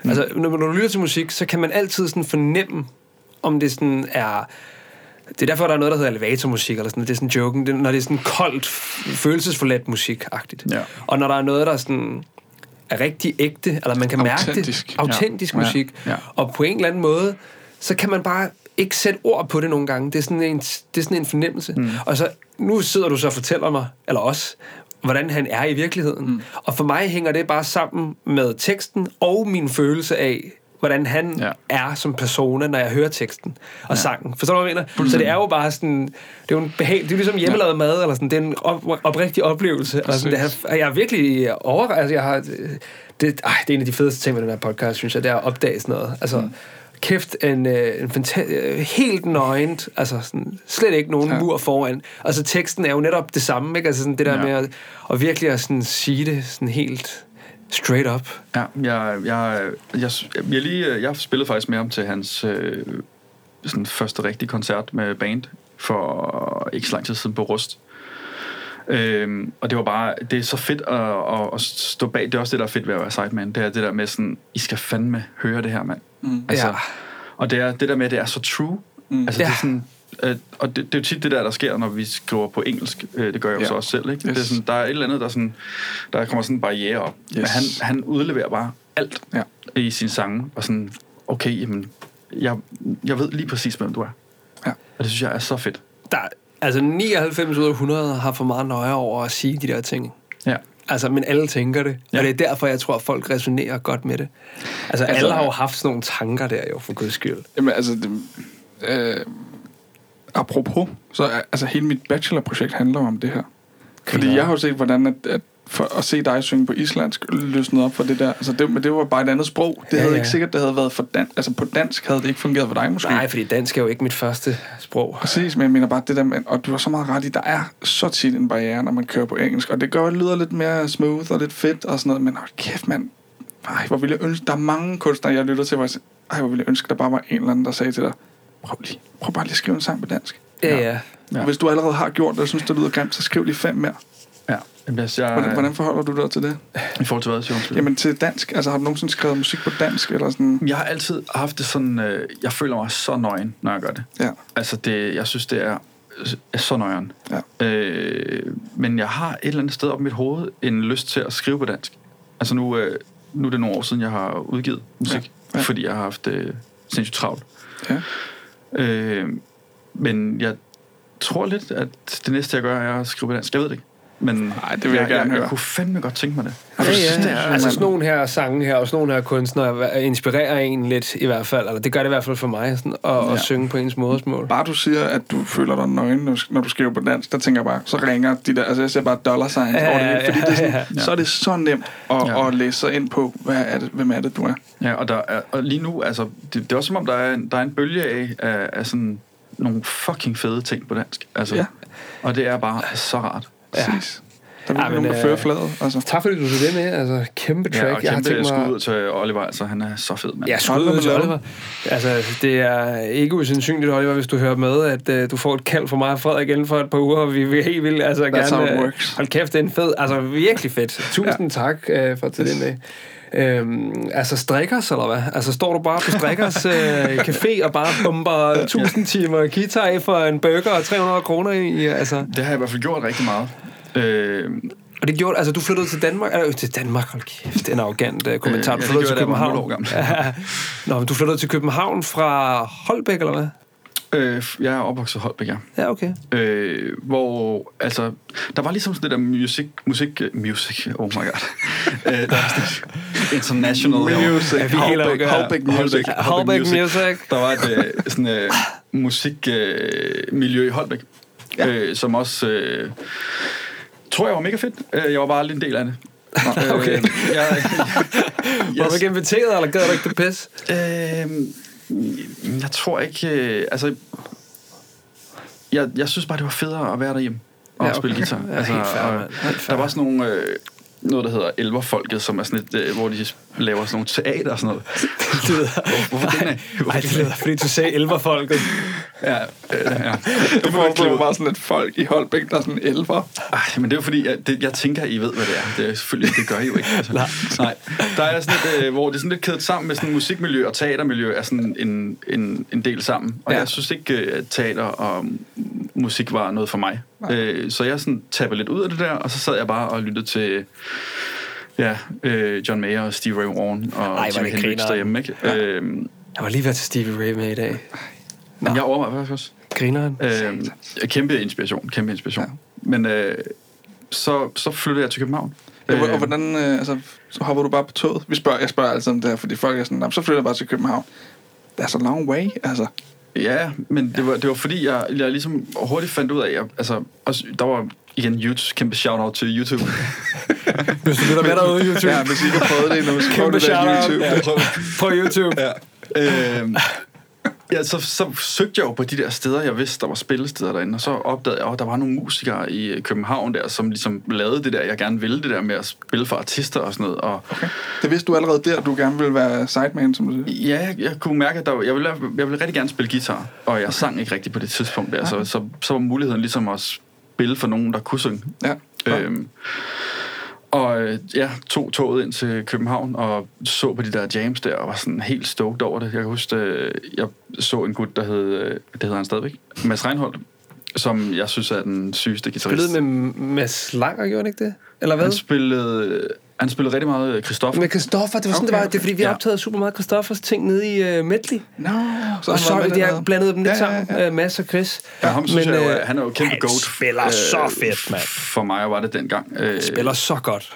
Altså, når du lytter til musik, så kan man altid sådan fornemme, om det sådan er... Det er derfor, der er noget, der hedder elevatormusik, eller sådan, det er sådan joken, når det er sådan koldt, følelsesforladt musik-agtigt. Ja. Og når der er noget, der sådan er rigtig ægte, eller man kan mærke det, autentisk musik, og på en eller anden måde, så kan man bare ikke sætte ord på det nogle gange. Det er sådan en fornemmelse. Og så, nu sidder du så og fortæller mig, eller os, hvordan han er i virkeligheden. Og for mig hænger det bare sammen med teksten og min følelse af, hvordan han er som persona, når jeg hører teksten og sangen. Forstår du, hvad jeg mener? Så det er jo bare sådan... Det er jo en behag... Det er ligesom hjemmelavet mad, eller sådan. Det er en oprigtig oplevelse. Eller sådan, jeg er virkelig overrasket. Altså, jeg har... Det er en af de fedeste ting med den her podcast, synes jeg, det er at opdage sådan noget. Altså, kæft, en helt nøgent, altså sådan, slet ikke nogen mur foran. Altså, teksten er jo netop det samme, ikke? Altså, sådan det der med at virkelig at sådan sige det sådan helt... straight up. Ja, jeg spillede faktisk med ham til hans sådan første rigtige koncert med band for ikke så lang tid siden på Rust. Og det var bare, det er så fedt at stå bag. Det er også det, der er fedt ved at være sideman. Det er det der med sådan, I skal fandme høre det her, mand. Altså, og det er det der med, det er så true. Altså det er sådan, og det er jo tit det der sker, når vi skriver på engelsk. Det gør jeg jo så også selv, ikke? Det er sådan, der er et eller andet, der kommer sådan en barriere op. Men han udleverer bare alt i sin sange, og sådan, okay, jamen, jeg ved lige præcis, hvem du er. Ja. Og det synes jeg er så fedt. Altså 99 ud af 100 har for meget nøje over at sige de der ting. Ja. Altså, men alle tænker det. Og det er derfor, jeg tror, at folk resonerer godt med det. Altså alle har jo haft sådan nogle tanker der, jo, for guds skyld. Jamen, altså... apropos, så altså hele mit bachelorprojekt handler om det her. Fordi jeg har jo set, hvordan at for at se dig synge på islandsk løsnet op for det der. Altså det var bare et andet sprog. Det havde ikke sikkert, det havde været for dansk. Altså på dansk havde det ikke fungeret for dig måske. Nej, fordi dansk er jo ikke mit første sprog. Præcis, men jeg mener bare det der med, og du har så meget ret i, der er så tit en barriere, når man kører på engelsk, og det gør, det lyder lidt mere smooth og lidt fedt og sådan noget, men kæft mand, hvor ville jeg ønske, der er mange kunstnere, jeg lytter til, hvor jeg siger, hvor ville jeg ønske, der bare var en eller anden, der sagde til dig, prøv bare lige at skrive en sang på dansk. Ja. Og hvis du allerede har gjort det, og synes, det lyder grimt, så skriv lige 5 mere. Ja. Hvordan forholder du dig til det? I forhold til hvad, Sjøen? Jamen til dansk. Altså har du nogensinde skrevet musik på dansk? Eller sådan? Jeg har altid haft det sådan... jeg føler mig så nøgen, når jeg gør det. Ja. Altså jeg synes, det er så nøjeren. Ja. Men jeg har et eller andet sted op i mit hoved en lyst til at skrive på dansk. Altså nu er det nogle år siden, jeg har udgivet musik. Ja. Fordi jeg har haft sindssygt travlt. Ja. Men jeg tror lidt, at det næste, jeg gør, er at skrive på dansk. Jeg ved det ikke. Men nej, det vil jeg gerne høre. Jeg kunne fandme godt tænke mig det. Altså sådan nogle her sange her, og sådan nogle her kunstnere inspirerer en lidt i hvert fald, eller det gør det i hvert fald for mig, sådan, at synge på ens modersmål. Bare du siger, at du føler dig nøgen, når du skriver på dansk, der tænker jeg bare, så ringer de der, altså jeg ser bare dollar signs over det hele, fordi det er sådan, så er det så nemt at læse sig ind på, hvem er det, du er. Ja, og lige nu, altså, det er også som om, der er en bølge af sådan nogle fucking fede ting på dansk. Altså, og det er bare så rart. Præcis. Der er nogen, der fører fladet. Altså. Tak fordi du tog det med. Altså, kæmpe track. Ja, og kæmpe skud til Oliver. Altså, han er så fed, mand. Ja, skud til Oliver. Altså, det er ikke usandsynligt, Oliver, hvis du hører med, at du får et kald fra mig og Frederik inden for et par uger, og vi vil helt vildt gerne... Hold kæft, det er en fed. Altså, virkelig fedt. Tusind tak for at tage det med. Altså strikkers, eller hvad? Altså står du bare på strikkers café og bare bomber 1000 timer guitar af for en burger og 300 kroner i, altså... Det har jeg i hvert fald gjort rigtig meget. Og det gjorde, altså du flyttede til Danmark, til Danmark, hold kæft, en arrogant kommentar. Du flyttede til København. Nå, men du flyttede til København fra Holbæk, eller hvad? Jeg er opvokset i Holbæk, ja. Ja, okay. Hvor, altså, der var ligesom sådan det der music, oh my god. Der var sådan international music, Holbæk music. Der var et sådan musikmiljø i Holbæk, som også... tror jeg var mega fedt. Jeg var bare aldrig en del af det. Okay. Var du ikke inviteret, eller gad du ikke det pis? Jeg tror ikke... altså... Jeg synes bare, det var federe at være derhjemme og spille guitar. Altså, der var sådan nogle... noget, der hedder Elverfolket, som er sådan et, hvor de laver sådan nogle teater og sådan noget. Hvorfor det? Nej, det lyder, fordi du sagde Elverfolket. Ja. Det foreslår bare sådan et folk i Holbæk, der er sådan elver. Men det er jo fordi, jeg tænker, I ved, hvad det er. Det er selvfølgelig, det gør I jo ikke. Altså. Nej. Der er sådan et, hvor det er sådan lidt kædet sammen med sådan musikmiljø og teatermiljø er sådan en del sammen. Og jeg synes ikke, at teater og musik var noget for mig. Så jeg sådan tappede lidt ud af det der, og så sad jeg bare og lyttede til John Mayer og Stevie Ray Vaughan og Jimi Hendrix derhjemme. Ikke? Ja. Jeg var lige ved til Stevie Ray med i dag. Men jeg overvejer faktisk også. Grineren. Kæmpe inspiration. Ja. Men så flyttede jeg til København. Og hvordan, så hopper du bare på toget? Jeg spørger altid om det her, fordi folk er sådan, så flytter jeg bare til København. Det er så long way, altså. Ja, men det var fordi, jeg ligesom hurtigt fandt ud af, der var igen kæmpe shout-out til YouTube. Hvis du lytter med derude YouTube. Ja, hvis I ikke har prøvet det, når vi skal prøve det der YouTube. Ja. På YouTube. Ja. Så søgte jeg jo på de der steder, jeg vidste, der var spillesteder derinde, og så opdagede jeg, at der var nogle musikere i København der, som ligesom lavede det der, jeg gerne ville, det der med at spille for artister og sådan noget. Og det vidste du allerede der, at du gerne ville være sideman, som du siger? Ja, jeg kunne mærke, at jeg ville rigtig gerne spille guitar, og jeg sang ikke rigtigt på det tidspunkt der, så var muligheden ligesom at spille for nogen, der kunne synge. Ja. Tog toget ind til København og så på de der jams der og var sådan helt stoked over det. Jeg kan huske, jeg så en gut, der det hedder han stadigvæk, Mads Reinholdt, som jeg synes er den sygeste guitarist. Spillede med Mads Langer, gjorde han ikke det? Eller hvad? Han spillede rigtig meget Christoffer. Med Christoffer, det var sådan, det var. Det er fordi, vi har optaget super meget Christoffers ting nede i Medley. Så jeg blandede dem lidt sammen, Mads og Chris. Ja, ham synes han er jo kæmpe goat. Spiller så fedt, mand. For mig var det dengang. Spiller så godt.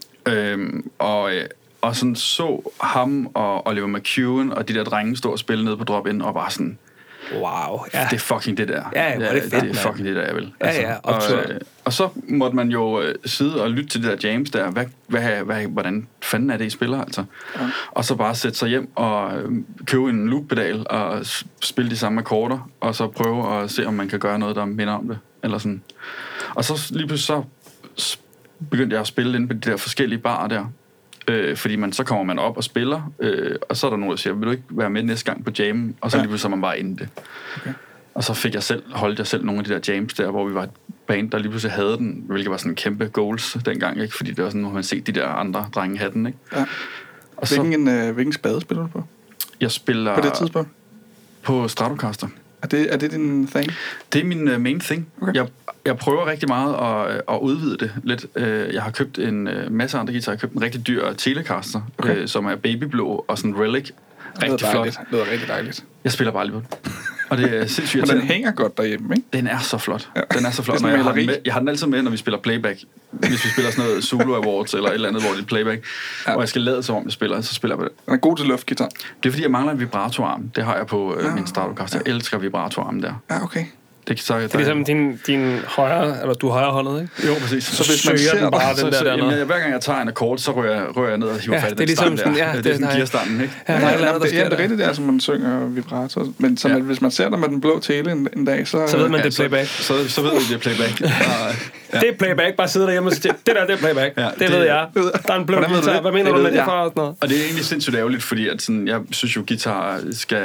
Og sådan så ham og Oliver McEwen og de der drenge stå og spille nede på drop-in og bare sådan, wow, ja. Det er fucking det der. Ja, det er fedt, det er fucking det der, jeg vil. Og så måtte man jo sidde og lytte til det der jams der. Hvordan fanden er det, I spiller, altså? Ja. Og så bare sætte sig hjem og købe en loop-pedal og spille de samme akkorder, og så prøve at se, om man kan gøre noget, der minder om det. Eller sådan. Og så lige pludselig så begyndte jeg at spille inde på de der forskellige barer der. Fordi så kommer man op og spiller, og så er der nogen, der siger, vil du ikke være med næste gang på jammen? Og så lige pludselig er man bare inde det. Okay. Og så holdt jeg selv nogle af de der jams der, hvor vi var et band, der lige pludselig havde den, hvilket var sådan en kæmpe goals dengang, ikke? Fordi det var sådan, nu har man set de der andre drenge have den, ikke? Ja. Og hvilken spade spiller du på? Jeg spiller på det tidspunkt? På Stratocaster. Er det din thing? Det er min main thing. Okay. Jeg prøver rigtig meget at udvide det lidt. Jeg har købt en masse andre guitarer. Jeg har købt en rigtig dyr Telecaster, som er babyblå og sådan relic. Rigtig flot. Det lyder rigtig dejligt. Jeg spiller bare lige på den. Og det er sindssygt. Og den hænger godt derhjemme, ikke? Den er så flot. Ja. Den er så flot. Jeg har den altid med, når vi spiller playback. Hvis vi spiller sådan noget Zulu Awards eller et eller andet, hvor det er playback. Ja. Og jeg skal lade som om jeg spiller, så spiller jeg på det. Den er god til luftgitar. Det er fordi, jeg mangler en vibratorarm. Det har jeg på min Stratocaster. Jeg elsker vibratorarmen der. Ja, okay. Det er ligesom din højre, eller du er højrehåndet, ikke? Jo, præcis. Så hvis man ser bare den der hver gang jeg tager en akkord, så rører jeg ned og hiver fat i den ligesom stang der. Ja, det er sådan gearstangen, ikke? Ja, det er rigtigt der, som man synger vibrator. Men hvis man ser dig med den blå tele en dag, så ved man, det er playback. Så ved man, det er playback. Det er playback. Bare sidde derhjemme og sige, det der, det er playback. Det ved jeg. Der er en blå guitar. Hvad mener du med det for? Og det er egentlig sindssygt ærgerligt, fordi at sådan, jeg synes jo, guitar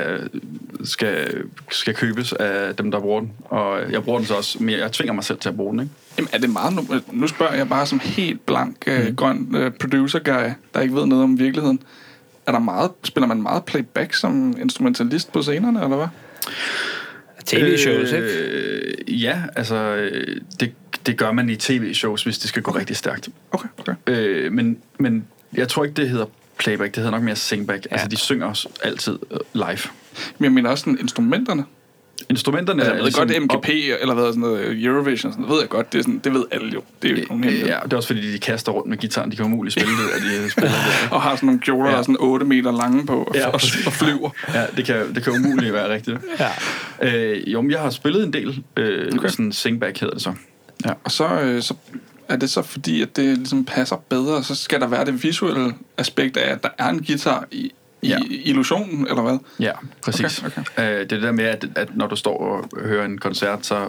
skal købes af dem, der bruger den. Og jeg bruger den så også mere. Jeg tvinger mig selv til at bruge den, ikke? Jamen, er det meget... Nu spørger jeg bare som helt blank, grøn producer-guy, der ikke ved noget om virkeligheden. Spiller man meget playback som instrumentalist på scenerne, eller hvad? TV-shows, ikke? Ja, altså... Det gør man i tv-shows, hvis det skal gå rigtig stærkt. Okay. Men jeg tror ikke, det hedder playback. Det hedder nok mere singback. Ja. Altså, de synger også altid live. Men jeg mener også sådan instrumenterne. Instrumenterne jeg ved ligesom godt MGP eller hvad sådan noget Eurovision, sådan, ved jeg godt, det ved alle jo. Det er jo nogen hemmelighed. Ja, det er også fordi de kaster rundt med gitaren, de kan umuligt spille det, at de spiller det. Og har sådan nogle kjoler, der er sådan 8 meter lange på og flyver. Ja, det kan umuligt være rigtigt. Ja. Men jeg har spillet en del sådan singback hedder det så. Ja. Og så er det så fordi at det ligesom passer bedre, så skal der være det visuelle aspekt af at der er en guitar i illusionen, eller hvad? Ja, præcis. Okay. Det er det der med, at når du står og hører en koncert, så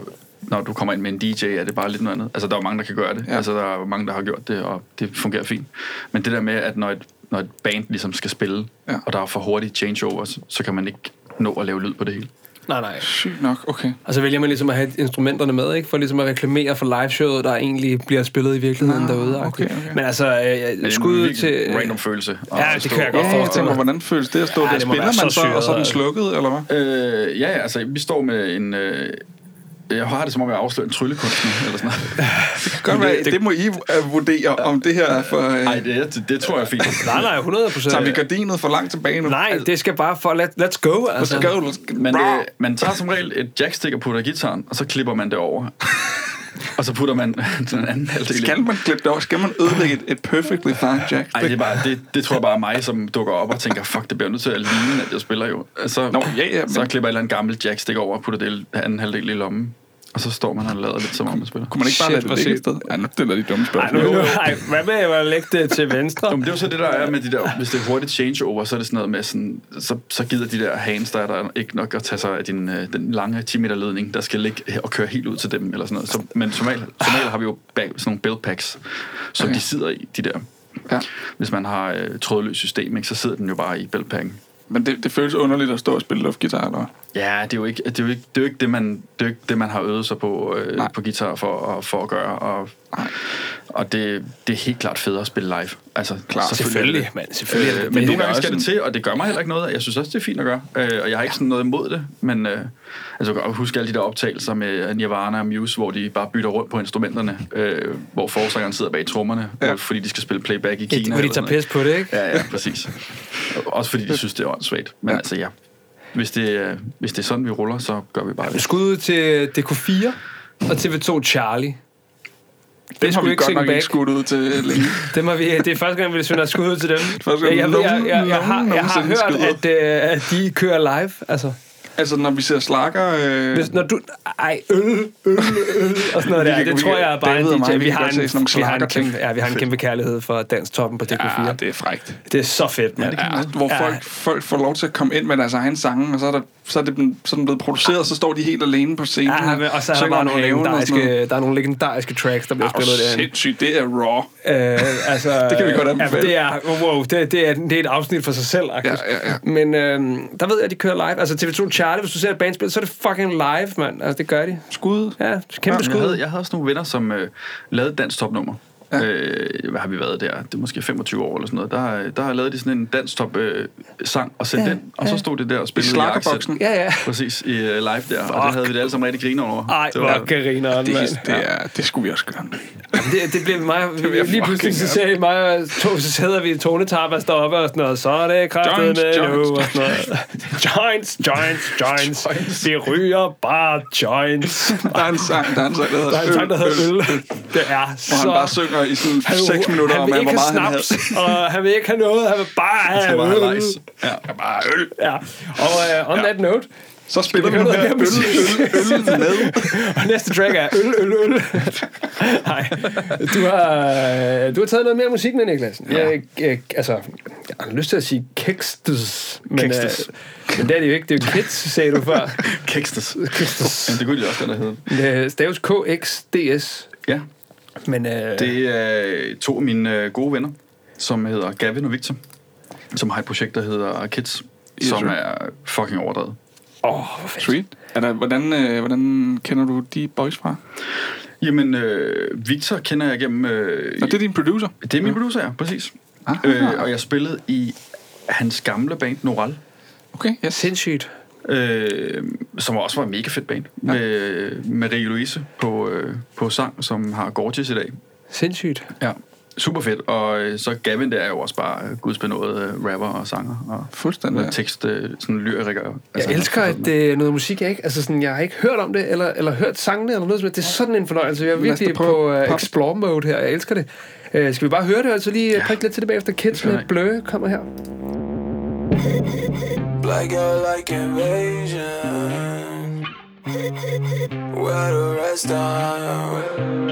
når du kommer ind med en DJ, er det bare lidt noget andet. Altså, der er mange, der kan gøre det. Ja. Altså, der er mange, der har gjort det, og det fungerer fint. Men det der med, at når et band ligesom skal spille, og der er for hurtige changeovers, så kan man ikke nå at lave lyd på det hele. Nej. Sygt nok, okay. Og så vælger man ligesom at have instrumenterne med, ikke? For ligesom at reklamere for liveshowet, der egentlig bliver spillet i virkeligheden derude. Okay. Men altså, skud til... random følelse. Ja, det kan jeg godt forestille mig. Hvordan føles det at stå der? Spiller man så, og så er den slukket, eller hvad? Ja, altså, vi står med en... Jeg har det som om, jeg afslører en tryllekunstner, eller sådan noget. Det kan godt være, det må I vurdere, om det her er for... Nej, det tror jeg er fint. Nej, 100%. Tager vi gardinet for langt tilbage nu? Nej, det skal bare for... Let's go, altså. Let's go. Men man tager som regel et jackstick og putter i gitaren, og så klipper man det over. Og så putter man sådan en anden halvdel. Skal man klippe det over? Skal man ødelægge et perfectly fine jack? Nej, det tror jeg bare er mig, som dukker op og tænker, fuck, det bliver nødt til at ligne, at jeg spiller jo. Så klipper jeg et eller andet gammelt jackstick over og putter det anden halvdel i lommen. Og så står man og lader lidt, som om man spiller. Kunne man ikke bare lade det ligge et sted? Ja, nu stiller de dumme spørgsmål. Nej, hvad med at lægge det til venstre? Det er jo så det, der er med de der... Hvis det er hurtigt changeover, så er det sådan noget med sådan... Så gider de der hands, der ikke nok at tage sig af den lange 10 meter ledning, der skal ligge og køre helt ud til dem, eller sådan noget. Men som regel har vi jo sådan nogle build packs, som de sidder i, de der. Ja. Hvis man har trådløst system, ikke, så sidder den jo bare i build packen. Men det føles underligt at stå og spille luftgitar, eller? Ja, det er jo ikke det man har øvet sig på på guitar for at gøre, og det er helt klart federe at spille live. Altså klar, selvfølgelig. Men nogle gange skal det til, og det gør mig heller ikke noget. Jeg synes også det er fint at gøre, og jeg har ikke sådan noget imod det. Men altså jeg kan huske alle de der optagelser med Nirvana og Muse, hvor de bare bytter rundt på instrumenterne, hvor forsangeren sidder bag trommerne, fordi de skal spille playback i Kina. Hvor de tager pis på det, ikke? Ja, præcis. Også fordi de synes det er åndssvagt. Men altså ja. Hvis det er sådan, vi ruller, så gør vi bare det. Skud til DK4 og TV2 Charlie. Det har vi godt nok ikke skudt ud til længe. Det er første gang, vi har skudt ud til dem. Jeg har hørt, at de kører live. Altså, når vi ser slakker... Når du... øl og sådan noget der. Det tror jeg er bare en DJ. Vi har en kæmpe kærlighed for danstoppen på DK4. Ja, det er frækt. Det er så fedt, man. Hvor folk får lov til at komme ind med deres egen sange, og så er den blevet produceret, og så står de helt alene på scenen. Ja, og så er der bare der er nogle legendariske tracks, der bliver spillet derinde. Sindssygt, det er raw. Det kan vi godt anbefale. Det er et afsnit for sig selv. Ja. Men der ved jeg, at de kører live. Altså TV2 Charlie, hvis du ser et bandspil, så er det fucking live, mand. Altså, det gør de. Skud. Ja, kæmpe skud. Jeg havde også nogle venner, som lavede dansk topnummer. Ja. Hvad har vi været der? Det er måske 25 år eller sådan noget. Der har lavet de sådan en danstop sang og sendt den, og så stod det der og spillede i slakkerboksen. Ja. Præcis, i live der. Og det havde vi det alle sammen rigtig griner over. Ej, hvor grineren, det skulle vi også gøre. Det blev mig... Lige pludselig så ser I mig, så sidder vi i Tonetapas deroppe og sådan noget, så er det kraftet med nu, og sådan noget. Joints. Vi ryger bare joints. Der er en sang, der hedder øl. Det er så... Hvor han bare synger i sådan 6 minutter om, hvor meget han havde. Og han vil ikke have noget, han vil bare have øl. Ja, bare øl. Ja, og on that note, så spiller vi noget her øl med. Og næste track er øl. Nej, du har taget noget mere musik med, Niklas. Jeg har lyst til at sige kekstes, men det er det jo ikke. Det er jo kids, sagde du før. Kekstes. Men det kunne de også godt have heddet. Staves KXDS. Ja. Men, det er to af mine gode venner, som hedder Gavin og Victor, som har et projekt, der hedder Kids, som er fucking overdrevet. Hvor fedt. Sweet. Hvordan kender du de boys fra? Jamen, Victor kender jeg gennem... Og det er din producer? Det er min producer, ja, præcis. Og jeg spillede i hans gamle band, Noral. Okay, ja. Sindssygt. Som også var en mega fedt band. Med Marie Louise på sang, som har Gorgeous i dag. Sindssygt. Ja. Super fedt, og så Gavin, der er jo også bare gudsbenået rapper og sanger og fuldstændig tekst, sådan lyriker. Altså, jeg elsker, at det er noget musik, jeg ikke, altså sådan, jeg har ikke hørt om det, eller hørt sangene, eller noget som det er sådan en fornøjelse. Jeg er virkelig på explore mode her, jeg elsker det. Skal vi bare høre det, altså lige prikke lidt til det bagefter. Kids med Blø kommer her. Black girl like invasion. Where the rest are.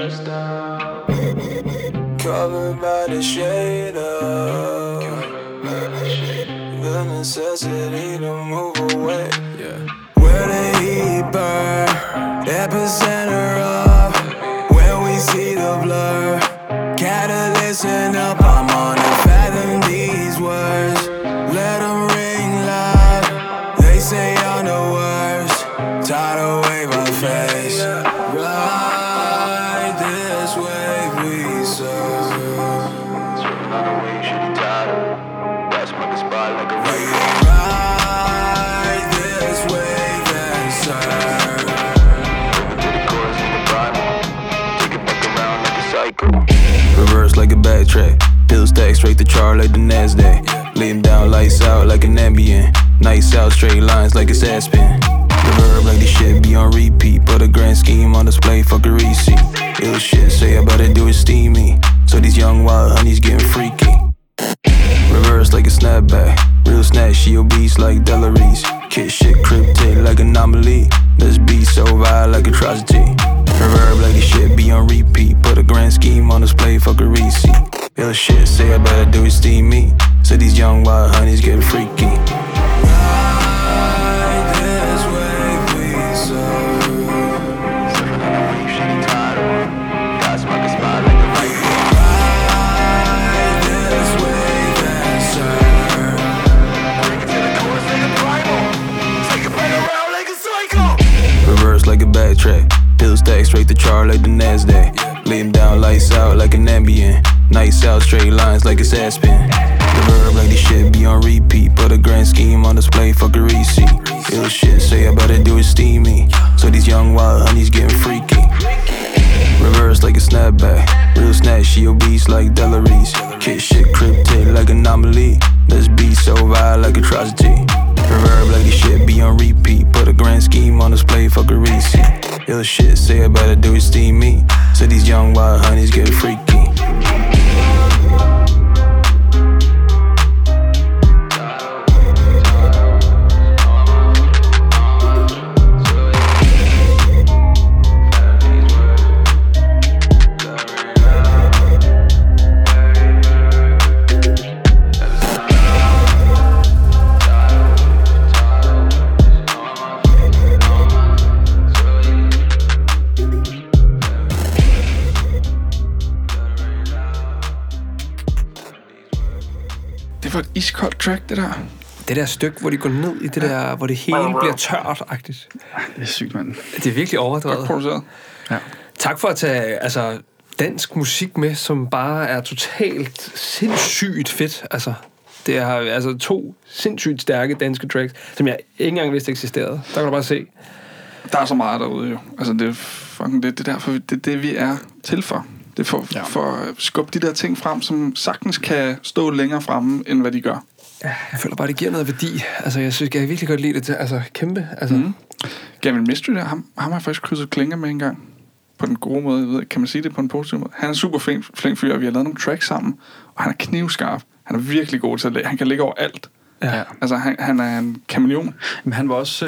Covered by the shade of the necessity to move away. Where the heat burn, epicenter of when we see the blur. Gotta listen up, I'm on to fathom these words. Let them ring loud. They say I'm the worst. Tidal wave my face. Ride this wave we serve. Another way you should be tired. That's my spot like a wave. Ride this wave and serve. To the chorus of the Bible. Take it back around like a cycle. Reverse like a backtrack. Pills stack straight to char like the NASDAQ. Lay him down, lights out like an ambient. Nights out, straight lines like it's Aspen. Reverb like this shit be on repeat. Put a grand scheme on display, fuck a receipt. Ill shit, say I better do it steamy. So these young wild honeys getting freaky. Reverse like a snapback. Real snatch, she obese like Delarice. Kid shit cryptic like anomaly. This beat so vile like atrocity. Reverb like this shit be on repeat. Put a grand scheme on display, fuck a receipt. Ill shit, say I better do it steamy. So these young wild honeys getting freaky. Reverse like a backtrack. Pills stack straight to char like the NASDAQ. Lay him down, lights out like an ambient. Nights out, straight lines like it's Aspen. Reverb like this shit be on repeat. Put a grand scheme on display, fuck a receipt. Ill shit, say I better do it steamy. So these young wild honeys getting freaky. Reverse like a snapback. Real snatch, she obese like Delarice. Kid shit cryptic like anomaly. This beat so vile like atrocity. Reverb like this shit be on repeat. Put a grand scheme on display, fuck a receipt. Ill shit, say I better do it steamy. So these young wild honeys get freaky. Det var et iskoldt track, det der. Det der stykke, hvor de går ned i det der, hvor det hele bliver tørt-agtigt. Det er sygt, mand. Det er virkelig overdrevet. Godt produceret. Ja. Tak for at tage dansk musik med, som bare er totalt sindssygt fedt. Det er altså 2 sindssygt stærke danske tracks, som jeg ikke engang vidste eksisterede. Der kan du bare se. Der er så meget derude jo. Det er fucking det er derfor, det er det, vi er til for. Det er for at skubbe de der ting frem, som sagtens kan stå længere fremme, end hvad de gør. Ja, jeg føler bare, det giver noget værdi. Jeg synes, jeg kan virkelig godt lide det til. Kæmpe. Gavin Mystery der, ham har jeg faktisk krydset klinger med engang. På den gode måde, kan man sige det på en positiv måde. Han er super flink fyr, og vi har lavet nogle tracks sammen. Og han er knivskarp. Han er virkelig god til at lægge. Han kan ligge over alt. Ja. Han er en kameleon. Men han var også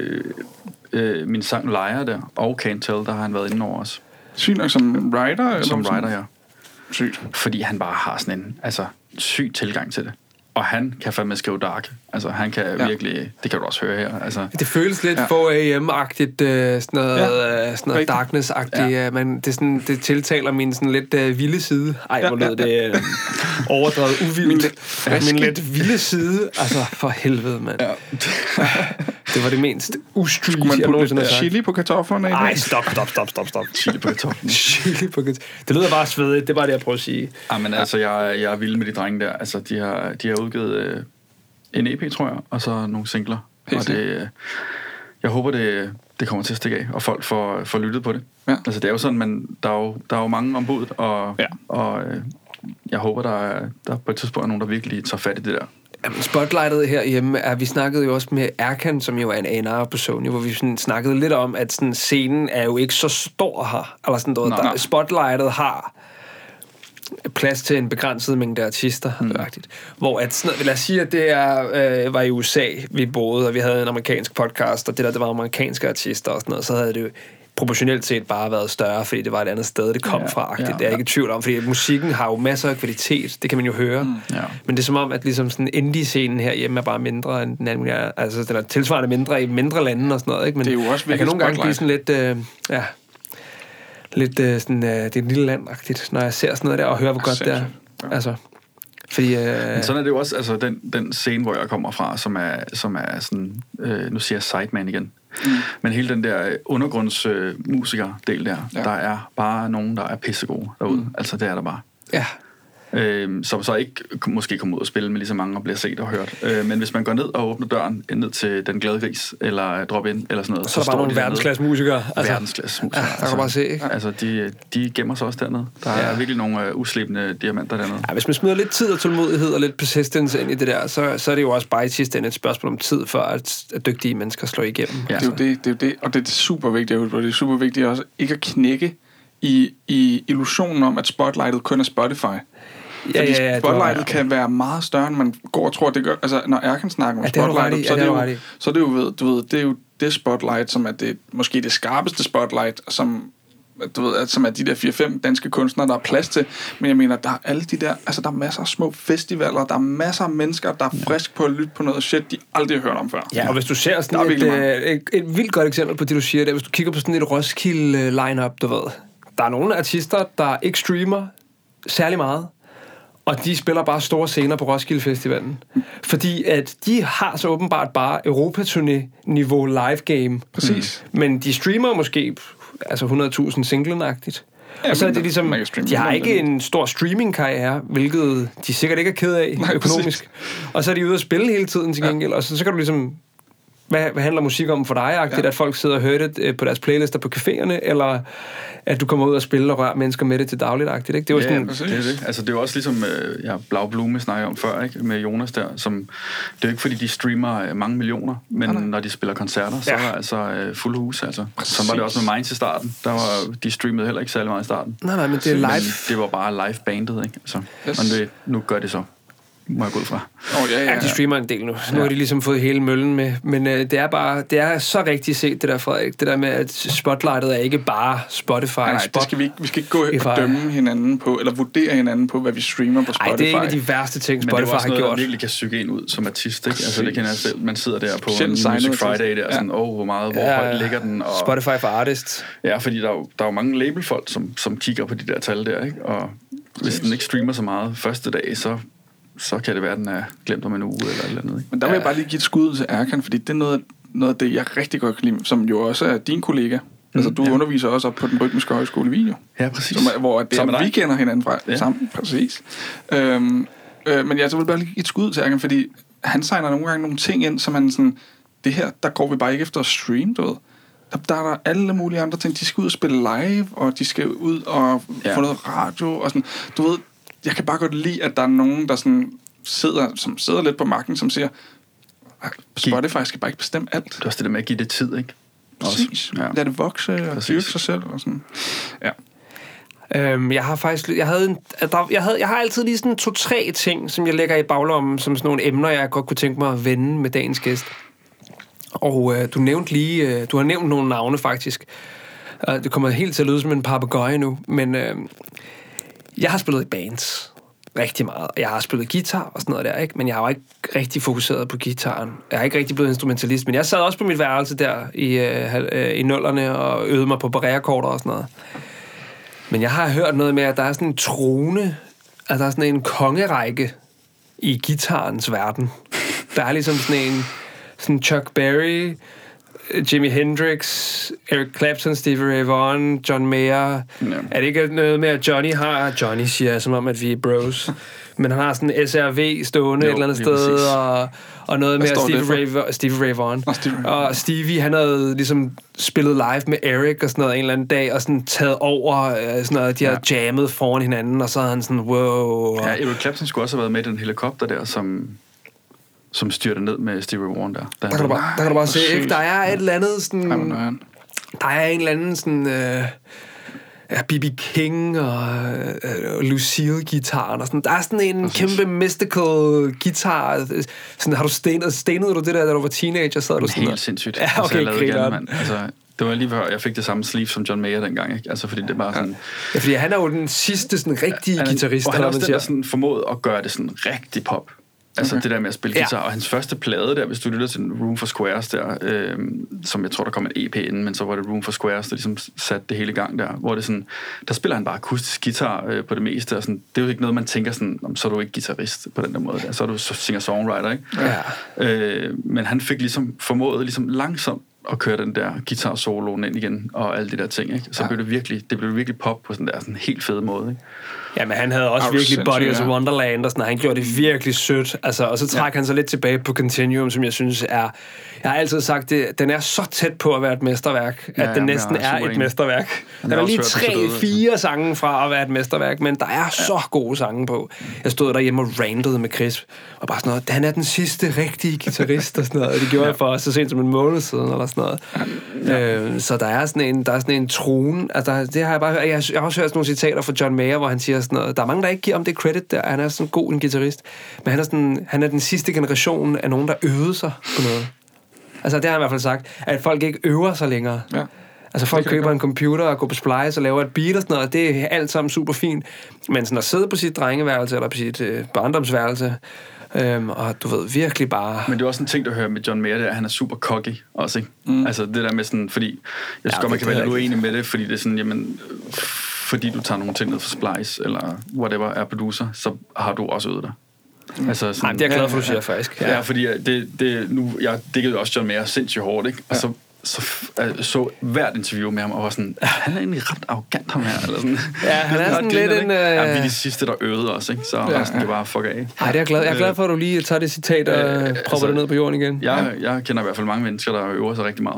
min sang Liar der, og Can't Tell, der har han været inde over os. Sygt nok som writer? Som writer, ja. Sygt. Fordi han bare har sådan en syg tilgang til det. Og han kan fandme skrive dark. Han kan virkelig... Det kan du også høre her. Det føles lidt 4AM-agtigt, sådan noget darkness-agtigt. Ja. Men det tiltaler min sådan lidt vilde side. Ej, hvor lød det overdrevet uvildt. Min lidt vilde side. For helvede, mand. Ja. Det var det mindst ustreet, jeg nogensinde har sagt. Chili på kartoflerne? Nej, stop. Chili på kartoflerne. Chili på kartoflerne. Det lyder bare svedigt. Det er bare det, jeg prøver at sige. Men jeg er vild med de drenge der. De har udgivet en EP, tror jeg, og så nogle singler. Og jeg håber, det kommer til at stikke af, og folk får lyttet på det. Ja. Det er jo sådan, men der er jo mange ombud, og jeg håber, der på et tidspunkt er nogen, der virkelig tager fat i det der. Spotlightet herhjemme er, vi snakkede jo også med Erkan, som jo er en A&R på Sony, hvor vi sådan snakkede lidt om, at sådan, scenen er jo ikke så stor her. Eller sådan noget. Der, spotlightet har plads til en begrænset mængde artister. Hvor at sådan noget, lad os sige, at det var i USA, vi boede, og vi havde en amerikansk podcast, og det var amerikanske artister og sådan noget, så havde det jo proportionelt set bare været større, fordi det var et andet sted, det kom fra. Det er jeg ikke i tvivl om, fordi musikken har jo masser af kvalitet, det kan man jo høre. Men det er som om, at ligesom sådan indie-scenen herhjemme er bare mindre end den anden. Altså, den er tilsvarende mindre i mindre lande og sådan noget, ikke? Men det er jo også jeg kan nogle gange blive sådan lidt, sådan, det er et lille land-agtigt, når jeg ser sådan noget der, og hører, hvor godt det er. Altså, fordi, men sådan er det jo også, altså den scene, hvor jeg kommer fra, som er sådan, nu siger jeg sideman igen, men hele den der undergrundsmusiker-del der, der er bare nogen, der er pissegode derude. Altså, det er der bare. Ja. Som så ikke måske kommer ud og spille med lige så mange og bliver set og hørt. Men hvis man går ned og åbner døren ned til Den Glade Gris, eller Drop In, eller sådan noget, så er der bare nogle verdensklasse musikere. Altså, verdensklasse musikere. Der kan bare se, ikke? Altså, de gemmer sig også dernede. Der er virkelig nogle uslebne diamanter dernede. Ja, hvis man smider lidt tid og tålmodighed og lidt persistence ind i det der, så er det jo også bare i sidste ende et spørgsmål om tid, for at dygtige mennesker slår igennem. Ja. Det er jo det, og det er super vigtigt. Det er super vigtigt også ikke at knække i illusionen om, at spotlightet kun er Spotify. Fordi spotlightet kan være meget større, end man går og tror, det gør. Altså, når Erkan snakker om spotlightet, så er det jo, du ved, det er jo det spotlight, som er måske det skarpeste spotlight, som er de der 4-5 danske kunstnere, der er plads til. Men jeg mener, der er alle de der, altså der er masser af små festivaler, der er masser af mennesker, der er frisk på at lytte på noget shit, de aldrig har hørt om før. Ja, og hvis du ser sådan et vildt godt eksempel på det, du siger der, hvis du kigger på sådan et Roskilde line-up, du ved, der er nogle artister, der ikke streamer særlig meget, og de spiller bare store scener på Roskilde Festivalen. Fordi at de har så åbenbart bare Europaturné-niveau live game. Præcis. Men de streamer måske altså 100.000 singlen-agtigt. Ja, og så er det ligesom, de har ikke en stor streaming-karriere, hvilket de sikkert ikke er ked af økonomisk. Præcis. Og så er de ude at spille hele tiden til gengæld. Og så kan du ligesom, hvad handler musik om for dig-agtigt? At folk sidder og hører det på deres playlister på caféerne, eller at du kommer ud og spiller og rører mennesker med det til dagligt-agtigt, ikke? Det er jo sådan, det er det. Altså, det er jo også ligesom, Blau Blume snakker om før, ikke? Med Jonas der, som, det er jo ikke fordi, de streamer mange millioner, men når de spiller koncerter, så er der altså fuld hus, altså. Sådan var det også med Mainz i starten. De streamede heller ikke særlig meget i starten. Nej, men det er live. Men det var bare live-bandet, ikke? Altså, men nu gør det så. Må jeg gå ud fra. Ja, de streamer en del nu. Nu har de ligesom fået hele møllen med. Men det er så rigtigt set, det der, Frederik. Det der med, at spotlightet er ikke bare Spotify. Nej, det skal vi ikke gå og dømme hinanden på, eller vurdere hinanden på, hvad vi streamer på Spotify. Nej, det er en af de værste ting, Spotify har gjort. Men det er også noget, der virkelig kan psyke en ud som artist, ikke? Altså, det kan jeg selv. Man sidder der på en Music Friday der, sådan, hvor højt ligger den? Og Spotify for artists. Ja, fordi der er jo mange labelfolk, som kigger på de der tal der, ikke? Og hvis den ikke streamer så meget første dag, så kan det være, den er glemt om en uge eller et eller andet. Ikke? Men der vil jeg bare lige give et skud til Erkan, fordi det er noget af det, jeg rigtig godt kan lide, som jo også er din kollega. Altså, du underviser også op på den rytmiske højskole i Video. Ja, præcis. Hvor vi kender hinanden fra sammen. Præcis. Men jeg så vil bare lige give et skud til Erkan, fordi han signer nogle gange nogle ting ind, som han sådan, det her, der går vi bare ikke efter at streame, du ved. Der er alle mulige andre ting. De skal ud og spille live, og de skal ud og få noget radio, og sådan. Du ved, jeg kan bare godt lide, at der er nogen, der sådan sidder lidt på magten, som siger, Spotify skal bare ikke bestemme alt. Det er også det der med at give det tid, ikke? Præcis. Ja. Lad det vokse og dyrke sig selv og sådan. Ja. Jeg har altid lige sådan 2-3 ting, som jeg lægger i baglommen, som sådan nogle emner, jeg godt kunne tænke mig at vende med dagens gæst. Og du har nævnt nogle navne faktisk. Det kommer helt til at lyde som en papegøje nu, men jeg har spillet i bands rigtig meget. Jeg har spillet guitar og sådan noget der, ikke? Men jeg har jo ikke rigtig fokuseret på guitaren. Jeg har ikke rigtig blevet instrumentalist, men jeg sad også på mit værelse der i nullerne og øvede mig på barrierekorder og sådan noget. Men jeg har hørt noget med, at der er sådan en trone, at der er sådan en kongerække i guitarens verden. Der er ligesom sådan Chuck Berry, Jimi Hendrix, Eric Clapton, Stevie Ray Vaughan, John Mayer. Ja. Er det ikke noget med, at Johnny siger, som om, at vi er bros, men han har sådan en SRV stående et eller andet sted, og noget med Stevie Ray Vaughan. Og Stevie, han havde ligesom spillet live med Eric og sådan noget en eller anden dag, og sådan taget over sådan noget, de har jammet foran hinanden, og så havde han sådan, wow. Ja, Eric Clapton skulle også have været med i den helikopter der, som styrte ned med Stevie Ray Vaughan der. Der kan du bare se, ikke? Der er et eller andet sådan... Der er en eller anden sådan... B.B. King og Lucille-gitaren og sådan. Der er sådan en kæmpe mystical guitar. Sådan, har du stenede du det der, da du var teenager? Så du sådan helt sindssygt. Ja, okay, altså, jeg lavede gerne, altså, Det var lige før, jeg fik det samme sleeve som John Mayer dengang, ikke? Altså, fordi det var sådan... Ja, fordi han er jo den sidste sådan rigtige guitarist. Og han er også den, der sådan formåede at gøre det sådan rigtig pop. Altså det der med at spille guitar. Og hans første plade der, hvis du lytter til Room for Squares der, som jeg tror, der kom en EP inden, men så var det Room for Squares, der ligesom satte det hele i gang der, hvor det sådan, der spiller han bare akustisk guitar på det meste, og sådan, det er jo ikke noget, man tænker sådan, så er du ikke guitarist på den der måde der, så er du singer-songwriter, ikke? Ja. Men han fik ligesom formået ligesom langsomt at køre den der guitar-soloen ind igen, og alle de der ting, ikke? Så blev det virkelig pop på sådan der sådan helt fed måde, ikke? Ja, men han havde også virkelig Body of Wonderland, og sådan, han gjorde det virkelig sødt. Altså, og så trak han sig lidt tilbage på Continuum, som jeg synes er... Jeg har altid sagt, den er så tæt på at være et mesterværk, at den næsten er et mesterværk. Der er lige 3-4 sange fra at være et mesterværk, men der er så gode sange på. Jeg stod derhjemme og rantede med Chris, og bare sådan noget, han er den sidste rigtige guitarist, og sådan noget. Og det gjorde jeg for os så sent som en måned siden, eller sådan noget. Så der er sådan en trone. Altså, det har jeg bare hørt. Jeg har også hørt sådan nogle citater fra John Mayer, hvor han siger sådan noget. Der er mange, der ikke giver om det credit der. Han er sådan god en guitarist. Men han er den sidste generation af nogen, der øvede sig på noget. Altså, det har han i hvert fald sagt, at folk ikke øver sig længere. Ja. Altså, folk køber en computer og går på Splice og laver et beat og sådan noget, og det er alt sammen super fint. Men sådan at sidde på sit drengeværelse eller på sit barndomsværelse, og du ved, virkelig bare... Men det er også en ting, du hører med John Mayer, det er, at han er super cocky også, ikke? Altså, det der med sådan, fordi... Jeg synes godt, man kan være lidt uenig med det, fordi det er sådan, jamen... Fordi du tager nogle ting ned fra Splice, eller whatever, er producer, så har du også øvet dig. Altså sådan, nej, det er jeg glad for, du siger faktisk. Ja, fordi jeg dækkede jo også John Mayer sindssygt hårdt, ikke? Og så hvert interview med ham, og var sådan, han er egentlig ret arrogant, ham her, eller sådan. Ja, han er sådan lidt en... Ja, vi er de sidste, der øvede os, ikke? Så resten kan bare fuck af. Ej, det er jeg er glad for, at du lige tager det citat og propper det ned på jorden igen. Jeg kender i hvert fald mange mennesker, der øver sig rigtig meget.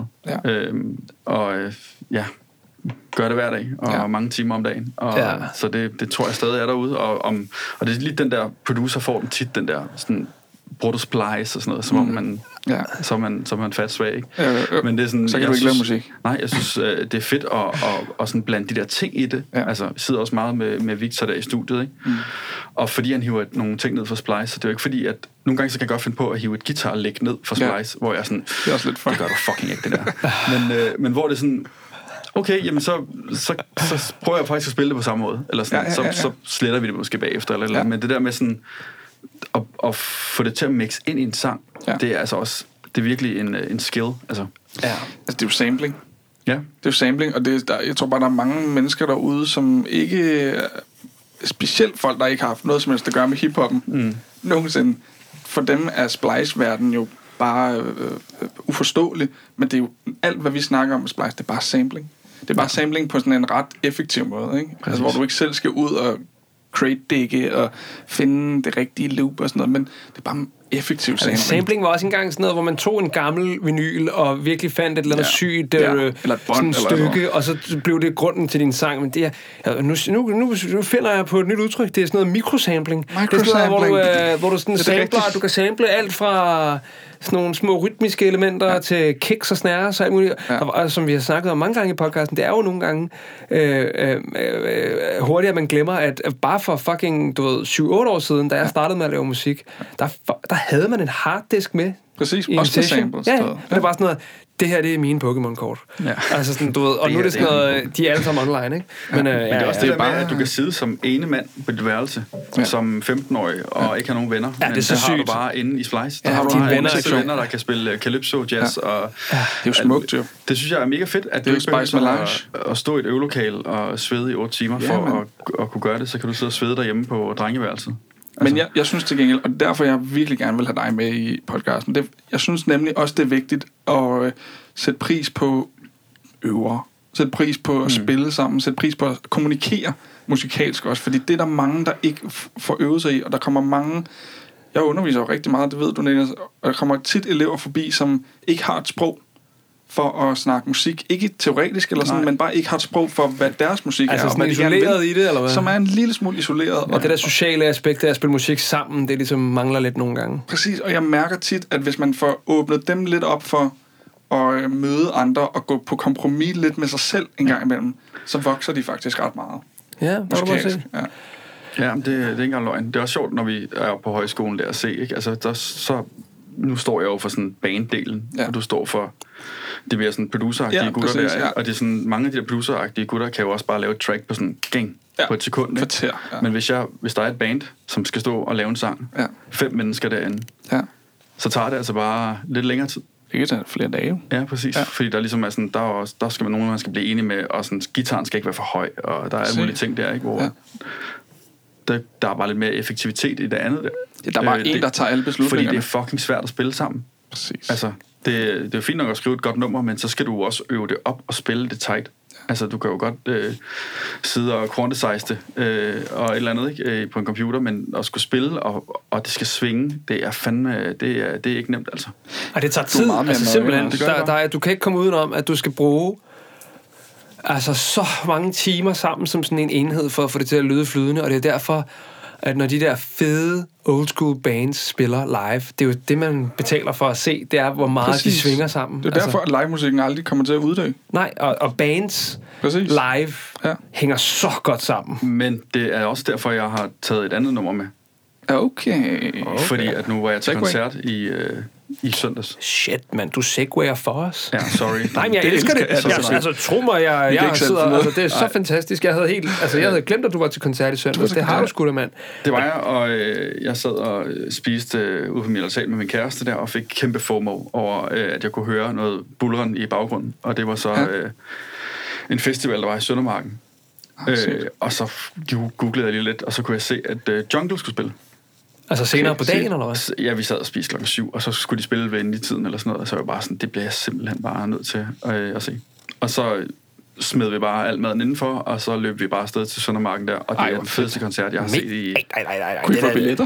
Gør det hver dag, og mange timer om dagen. Så det tror jeg stadig er derude. Og det er lige den der producer får den tit, den der sådan, bruger du splice og sådan noget, som om man... Ja. Så er man fat svag, ikke? Men det er sådan, så kan du ikke lave musik. Nej, jeg synes, det er fedt at sådan blande de der ting i det. Ja. Altså, jeg sidder også meget med Victor der i studiet, ikke? Og fordi han hiver nogle ting ned fra Splice, så det er jo ikke fordi, at nogle gange så kan jeg godt finde på at hive et guitar-læg ned fra Splice, hvor jeg er sådan, det er også lidt det gør du fucking ikke, det der. men hvor det er sådan, okay, jamen så prøver jeg faktisk at spille det på samme måde, eller sådan, så sletter vi det måske bagefter, eller men det der med sådan, at få det til at mixe ind i en sang, det er altså også, det er virkelig en skill, altså. Ja, altså det er jo sampling. Ja. Det er jo sampling, og jeg tror bare, der er mange mennesker derude, som ikke, specielt folk, der ikke har haft noget som helst at gøre med hiphoppen, nogensinde, for dem er Splice-verden jo bare uforståelig, men det er jo alt, hvad vi snakker om med Splice, det er bare sampling. Det er bare sampling på sådan en ret effektiv måde, ikke? Altså, hvor du ikke selv skal ud og crate-digge og finde det rigtige loop og sådan noget, men det er bare effektiv sampling. Sampling var også engang sådan noget, hvor man tog en gammel vinyl og virkelig fandt et eller andet sygt eller et bånd, stykke, og så blev det grunden til din sang. Men det er, nu finder jeg på et nyt udtryk, det er sådan noget mikrosampling. Det er sådan noget, hvor du sådan sampler, du kan sample alt fra sådan nogle små rytmiske elementer til kicks og snare og så alt muligt. Og som vi har snakket om mange gange i podcasten, det er jo nogle gange hurtigt, at man glemmer, at bare for fucking, 7-8 år siden, da jeg startede med at lave musik, der havde man en harddisk med. Præcis, også med samples. Ja, det er bare sådan noget, det her, det er mine Pokémon-kort. Ja. Altså sådan, du ved, og nu er det sådan noget, de er alle sammen online, ikke? Men det er også det der med, at du kan sidde som ene mand på dit værelse, som 15-årig, og ikke har nogen venner. Ja, det er så sygt. Har du bare inde i Splice. Der har har du dine venner, der kan spille Calypso, jazz og... det er jo smukt, jo. Det synes jeg er mega fedt, at du ikke behøver at stå i et øvelokal og svede i 8 timer for at kunne gøre det. Så kan du sidde og svede derhjemme på drengeværelset. Altså. Men jeg synes til gengæld, og derfor jeg virkelig gerne vil have dig med i podcasten, jeg synes nemlig også, det er vigtigt at sætte pris på øvere. Sætte pris på at spille sammen. Sætte pris på at kommunikere musikalsk også. Fordi det er der mange, der ikke får øvet sig i. Og der kommer mange... Jeg underviser jo rigtig meget, det ved du, Niklas. Og der kommer tit elever forbi, som ikke har et sprog for at snakke musik. Ikke teoretisk eller sådan, men bare ikke har et sprog for, hvad deres musik altså er. Altså sådan isoleret i det, eller hvad? Som er en lille smule isoleret. Og det der sociale aspekt af at spille musik sammen, det ligesom mangler lidt nogle gange. Præcis, og jeg mærker tit, at hvis man får åbnet dem lidt op for at møde andre og gå på kompromis lidt med sig selv en gang imellem, så vokser de faktisk ret meget. Ja, hvad du bare se. Ja, det er ikke engang løgn. Det er også sjovt, når vi er på højskolen der at se, ikke? Altså, så nu står jeg jo for sådan banddelen, og du står for det mere sådan produceragtige gutter præcis, der, og det er sådan, mange af de der produceragtige gutter kan jo også bare lave et track på sådan på et sekund, kvarter, men hvis der er et band, som skal stå og lave en sang, 5 mennesker derinde, så tager det altså bare lidt længere tid. Det kan tage flere dage. Ja, præcis. Fordi der ligesom er sådan, der skal man nogen, man skal blive enige med, og sådan, gitaren skal ikke være for høj, og der er alle mulige ting der, ikke, hvor der er bare lidt mere effektivitet i det andet der. Ja, der er bare en, der tager alle beslutningerne. Fordi det er fucking svært at spille sammen. Præcis. Altså, det er fint nok at skrive et godt nummer, men så skal du også øve det op og spille det tight. Altså, du kan jo godt sidde og quantisize det og et eller andet ikke, på en computer, men at skulle spille, og det skal svinge, det er fandme, det er ikke nemt, altså. Og det tager tid, altså simpelthen. Du kan ikke komme udenom, at du skal bruge altså så mange timer sammen som sådan en enhed for at få det til at lyde flydende, og det er derfor, at når de der fede old school bands spiller live, det er jo det, man betaler for at se, det er, hvor meget de svinger sammen. Det er derfor, at livemusikken aldrig kommer til at uddø. Nej, og bands live hænger så godt sammen. Men det er også derfor, jeg har taget et andet nummer med. Okay. Fordi at nu var jeg til koncert i søndags. Shit, man, du segwayer for os. Ja, sorry. Nej, men jeg elsker det. Altså, tro mig, jeg sidder, altså, det er så fantastisk. Jeg havde glemt, at du var til koncert i søndags. Det har du sgu da, mand. Det var jeg, og jeg sad og spiste ude på min altan med min kæreste der, og fik kæmpe FOMO over, at jeg kunne høre noget bulderen i baggrunden. Og det var så en festival, der var i Søndermarken. Og så googlede jeg lige lidt, og så kunne jeg se, at Jungle skulle spille. Altså senere på dagen, eller hvad? Ja, vi sad og spiste klokken 7, og så skulle de spille ved endelig tiden, eller sådan noget, og så var jeg bare sådan, det bliver jeg simpelthen bare nødt til at se. Og så smed vi bare alt maden indenfor, og så løb vi bare afsted til Søndermarken der, og det var den fedeste koncert, jeg har set i... Nej. Kunne I få billetter?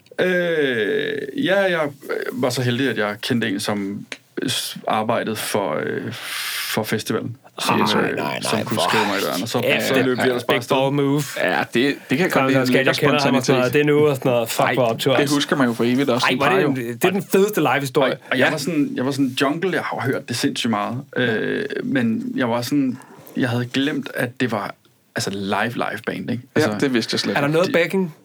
Ja, jeg var så heldig, at jeg kendte en, som arbejdede for festivalen. Som kunne skrive mig i døren. Og så løb vi ellers bare afsted. Big ball move. Ja, det kan godt blive en lækker spontanitet. Det er nu og sådan noget. Fuck, hvor op til os. Det husker man jo for evigt også. Det er den fedeste live-historie. Og jeg var sådan Jungle, jeg har hørt det sindssygt meget. Men jeg var sådan, jeg havde glemt, at det var altså live band, ikke? Altså, ja, det vidste jeg slet. Er der noget backing?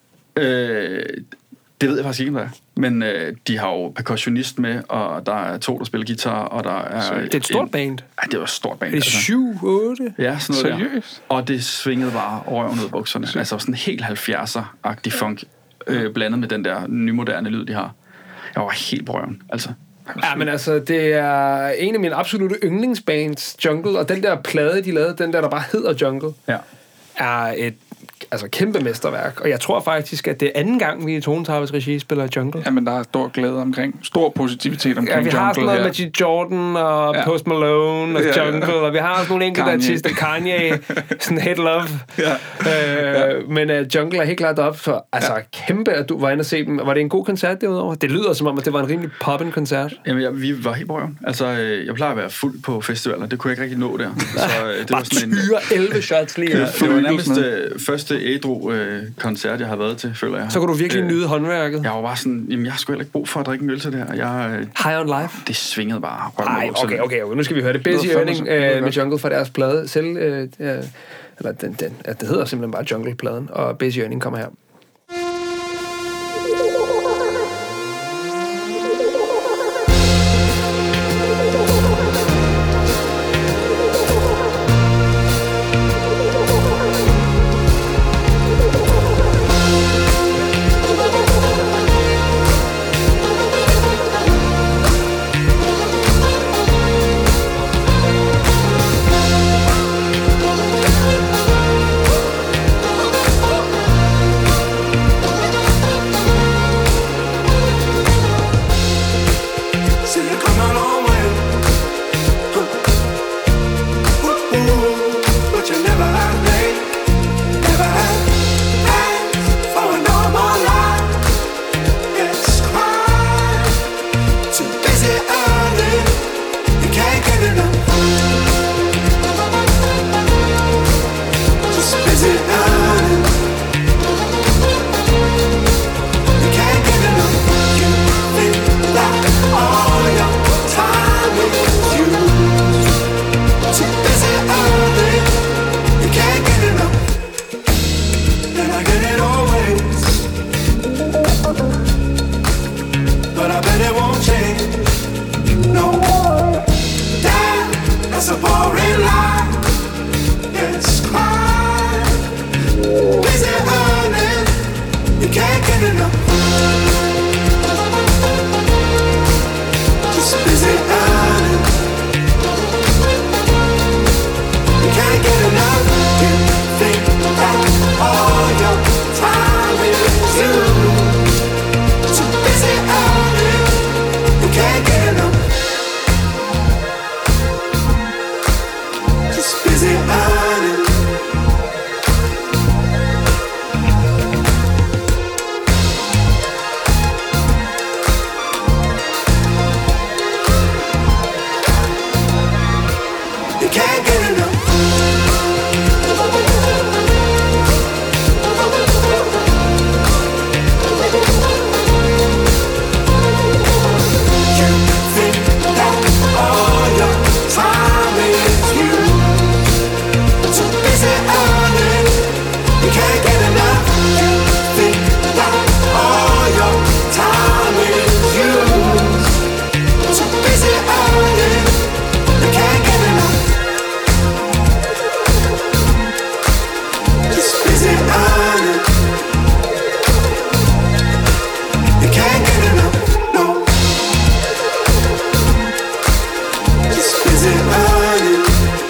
Det ved jeg faktisk ikke, hvad. Men de har jo percussionist med, og der er 2, der spiller guitar, og der er... Det er et stort band. Ja, det var et stort band. Er det 7, 8? Ja, sådan noget. Seriøst? Og det svingede bare røven ud af bukserne. Altså sådan helt 70'er-agtig funk, blandet med den der nymoderne lyd, de har. Jeg var helt på røven, altså. Ja, men altså, det er en af mine absolutte yndlingsbands, Jungle, og den der plade, de lavede, den der bare hedder Jungle, er et kæmpe mesterværk. Og jeg tror faktisk, at det er anden gang, vi i Tonetavles regi spiller Jungle. Jamen, der er stor glæde omkring, stor positivitet omkring Jungle. Ja, vi har sådan noget med G. Jordan og Post Malone og Jungle, og vi har også nogle enkelte artister, Kanye, sådan Head Love. Men Jungle er helt klart op for, kæmpe, at du var inde og se dem. Var det en god koncert derudover? Det lyder som om, at det var en rimelig poppen koncert. Jamen, vi var helt på røven. Altså, jeg plejer at være fuld på festivaler. Det kunne jeg ikke rigtig nå der. Så, det bare var sådan tyre 11 shots lige. Det var nærmest første ædru-koncert, jeg har været til, føler jeg. Så kunne du virkelig nyde håndværket? Jeg var bare sådan, jamen jeg skulle heller ikke brug for at drikke en øl til det her. High on Life? Det svingede bare. Okay, nu skal vi høre det. Busy Earning med Jungle fra deres plade. Det hedder simpelthen bare Jungle-pladen, og Busy Earning kommer her. But I bet it won't a boring life. It's crime. Busy earning, you can't get enough. Just busy earning, you can't get enough. You think that all your time is you. Too busy earning, you can't get enough. Just busy earning. You can't get enough. You think that all your time is you. Too busy earning, you can't get enough. You think that all your time is you. Too busy earning, you can't get enough. Just busy earning, you can't get enough. No. Just busy earning,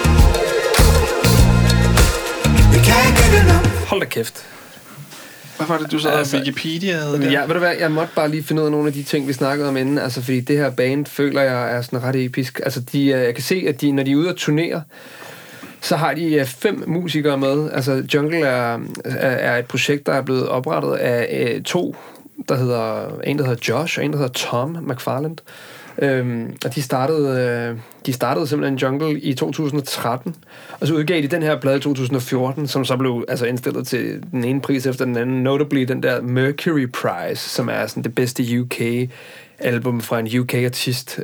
you can't get enough. Hold da kæft. Hvad var det, du sagde? Altså, Wikipedia havde det? Ja, ved du hvad, jeg måtte bare lige finde ud af nogle af de ting, vi snakkede om inden, altså fordi det her band, føler jeg, er sådan ret episk. Altså, jeg kan se, at når de er ude at turnere, så har de 5 musikere med. Altså, Jungle er et projekt, der er blevet oprettet af 2, en, der hedder Josh, og en, der hedder Tom McFarland. Og de startede simpelthen Jungle i 2013, og så udgav de den her plade i 2014, som så blev altså indstillet til den ene pris efter den anden, notably den der Mercury Prize, som er sådan det bedste UK-album fra en UK-artist.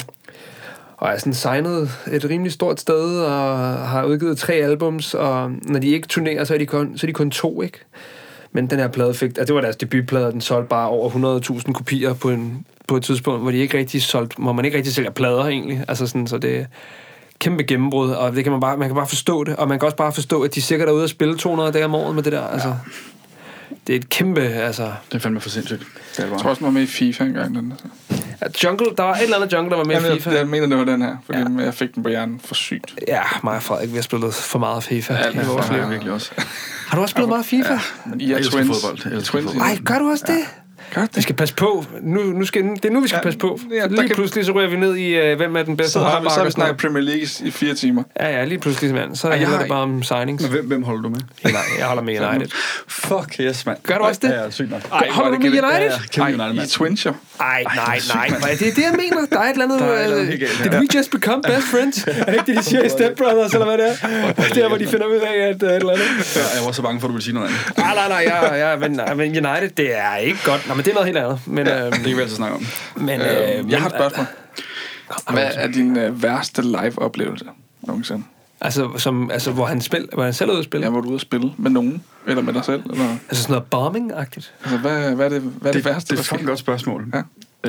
Og er sådan signet et rimelig stort sted, og har udgivet 3 albums, og når de ikke turnerer, så er de kun 2, ikke? Men den her plade fik, altså det var deres debutplade, den solgte bare over 100.000 kopier på et tidspunkt, hvor de ikke rigtig solgte, hvor man ikke rigtig sælger plader egentlig, altså sådan, så det er kæmpe gennembrud, og det kan man kan bare forstå det, og man kan også bare forstå, at de sikkert er ude at spille 200 dage om året med det der, altså. Det er et kæmpe, altså. Det er fandme for sindssygt. Jeg tror også, den var med i FIFA engang, den. Jungle, der var et eller andet Jungle, der var med i FIFA. Jeg mener, det var den her, fordi jeg fik den på hjernen for sygt. Ja, mig og Frederik, vi har spillet for meget FIFA. Ja, det har jeg virkelig også. Har du også spillet meget FIFA? Jeg elsker fodbold. Ej, gør du også det? Vi skal passe på. Det er nu, vi skal passe på. Lige pludselig så ryger vi ned i, hvem er den bedste højreback. Så har vi snakket Premier League i 4 timer. Ja, lige pludselig, mand. Så handler det bare om signings. Men hvem holder du med? Jeg holder med United. Fuck yes, mand. Gør du også det? Ja, sygt nok. Holder du med United? Nej, i Twins, jo. Nej. Det er det, jeg mener. Der er et eller andet... Did we just become best friends? Er det ikke det, de siger i Step Brothers, eller hvad det er? Der, hvor de finder ud af, at et eller andet. Jeg var så bange for, at du ville sige noget andet. Nej, men United, det er ikke godt. Nej, men det er noget helt andet. Men, det kan vi altså snakke om. Men, jeg har et spørgsmål. Hvad er din værste live-oplevelse nogensinde? Altså, hvor han selv er ude at spille? Ja, hvor du er ude at spille med nogen, eller med dig selv? Eller? Altså sådan noget bombing-agtigt? Altså, hvad er det værste? Det er et godt spørgsmål. Ja.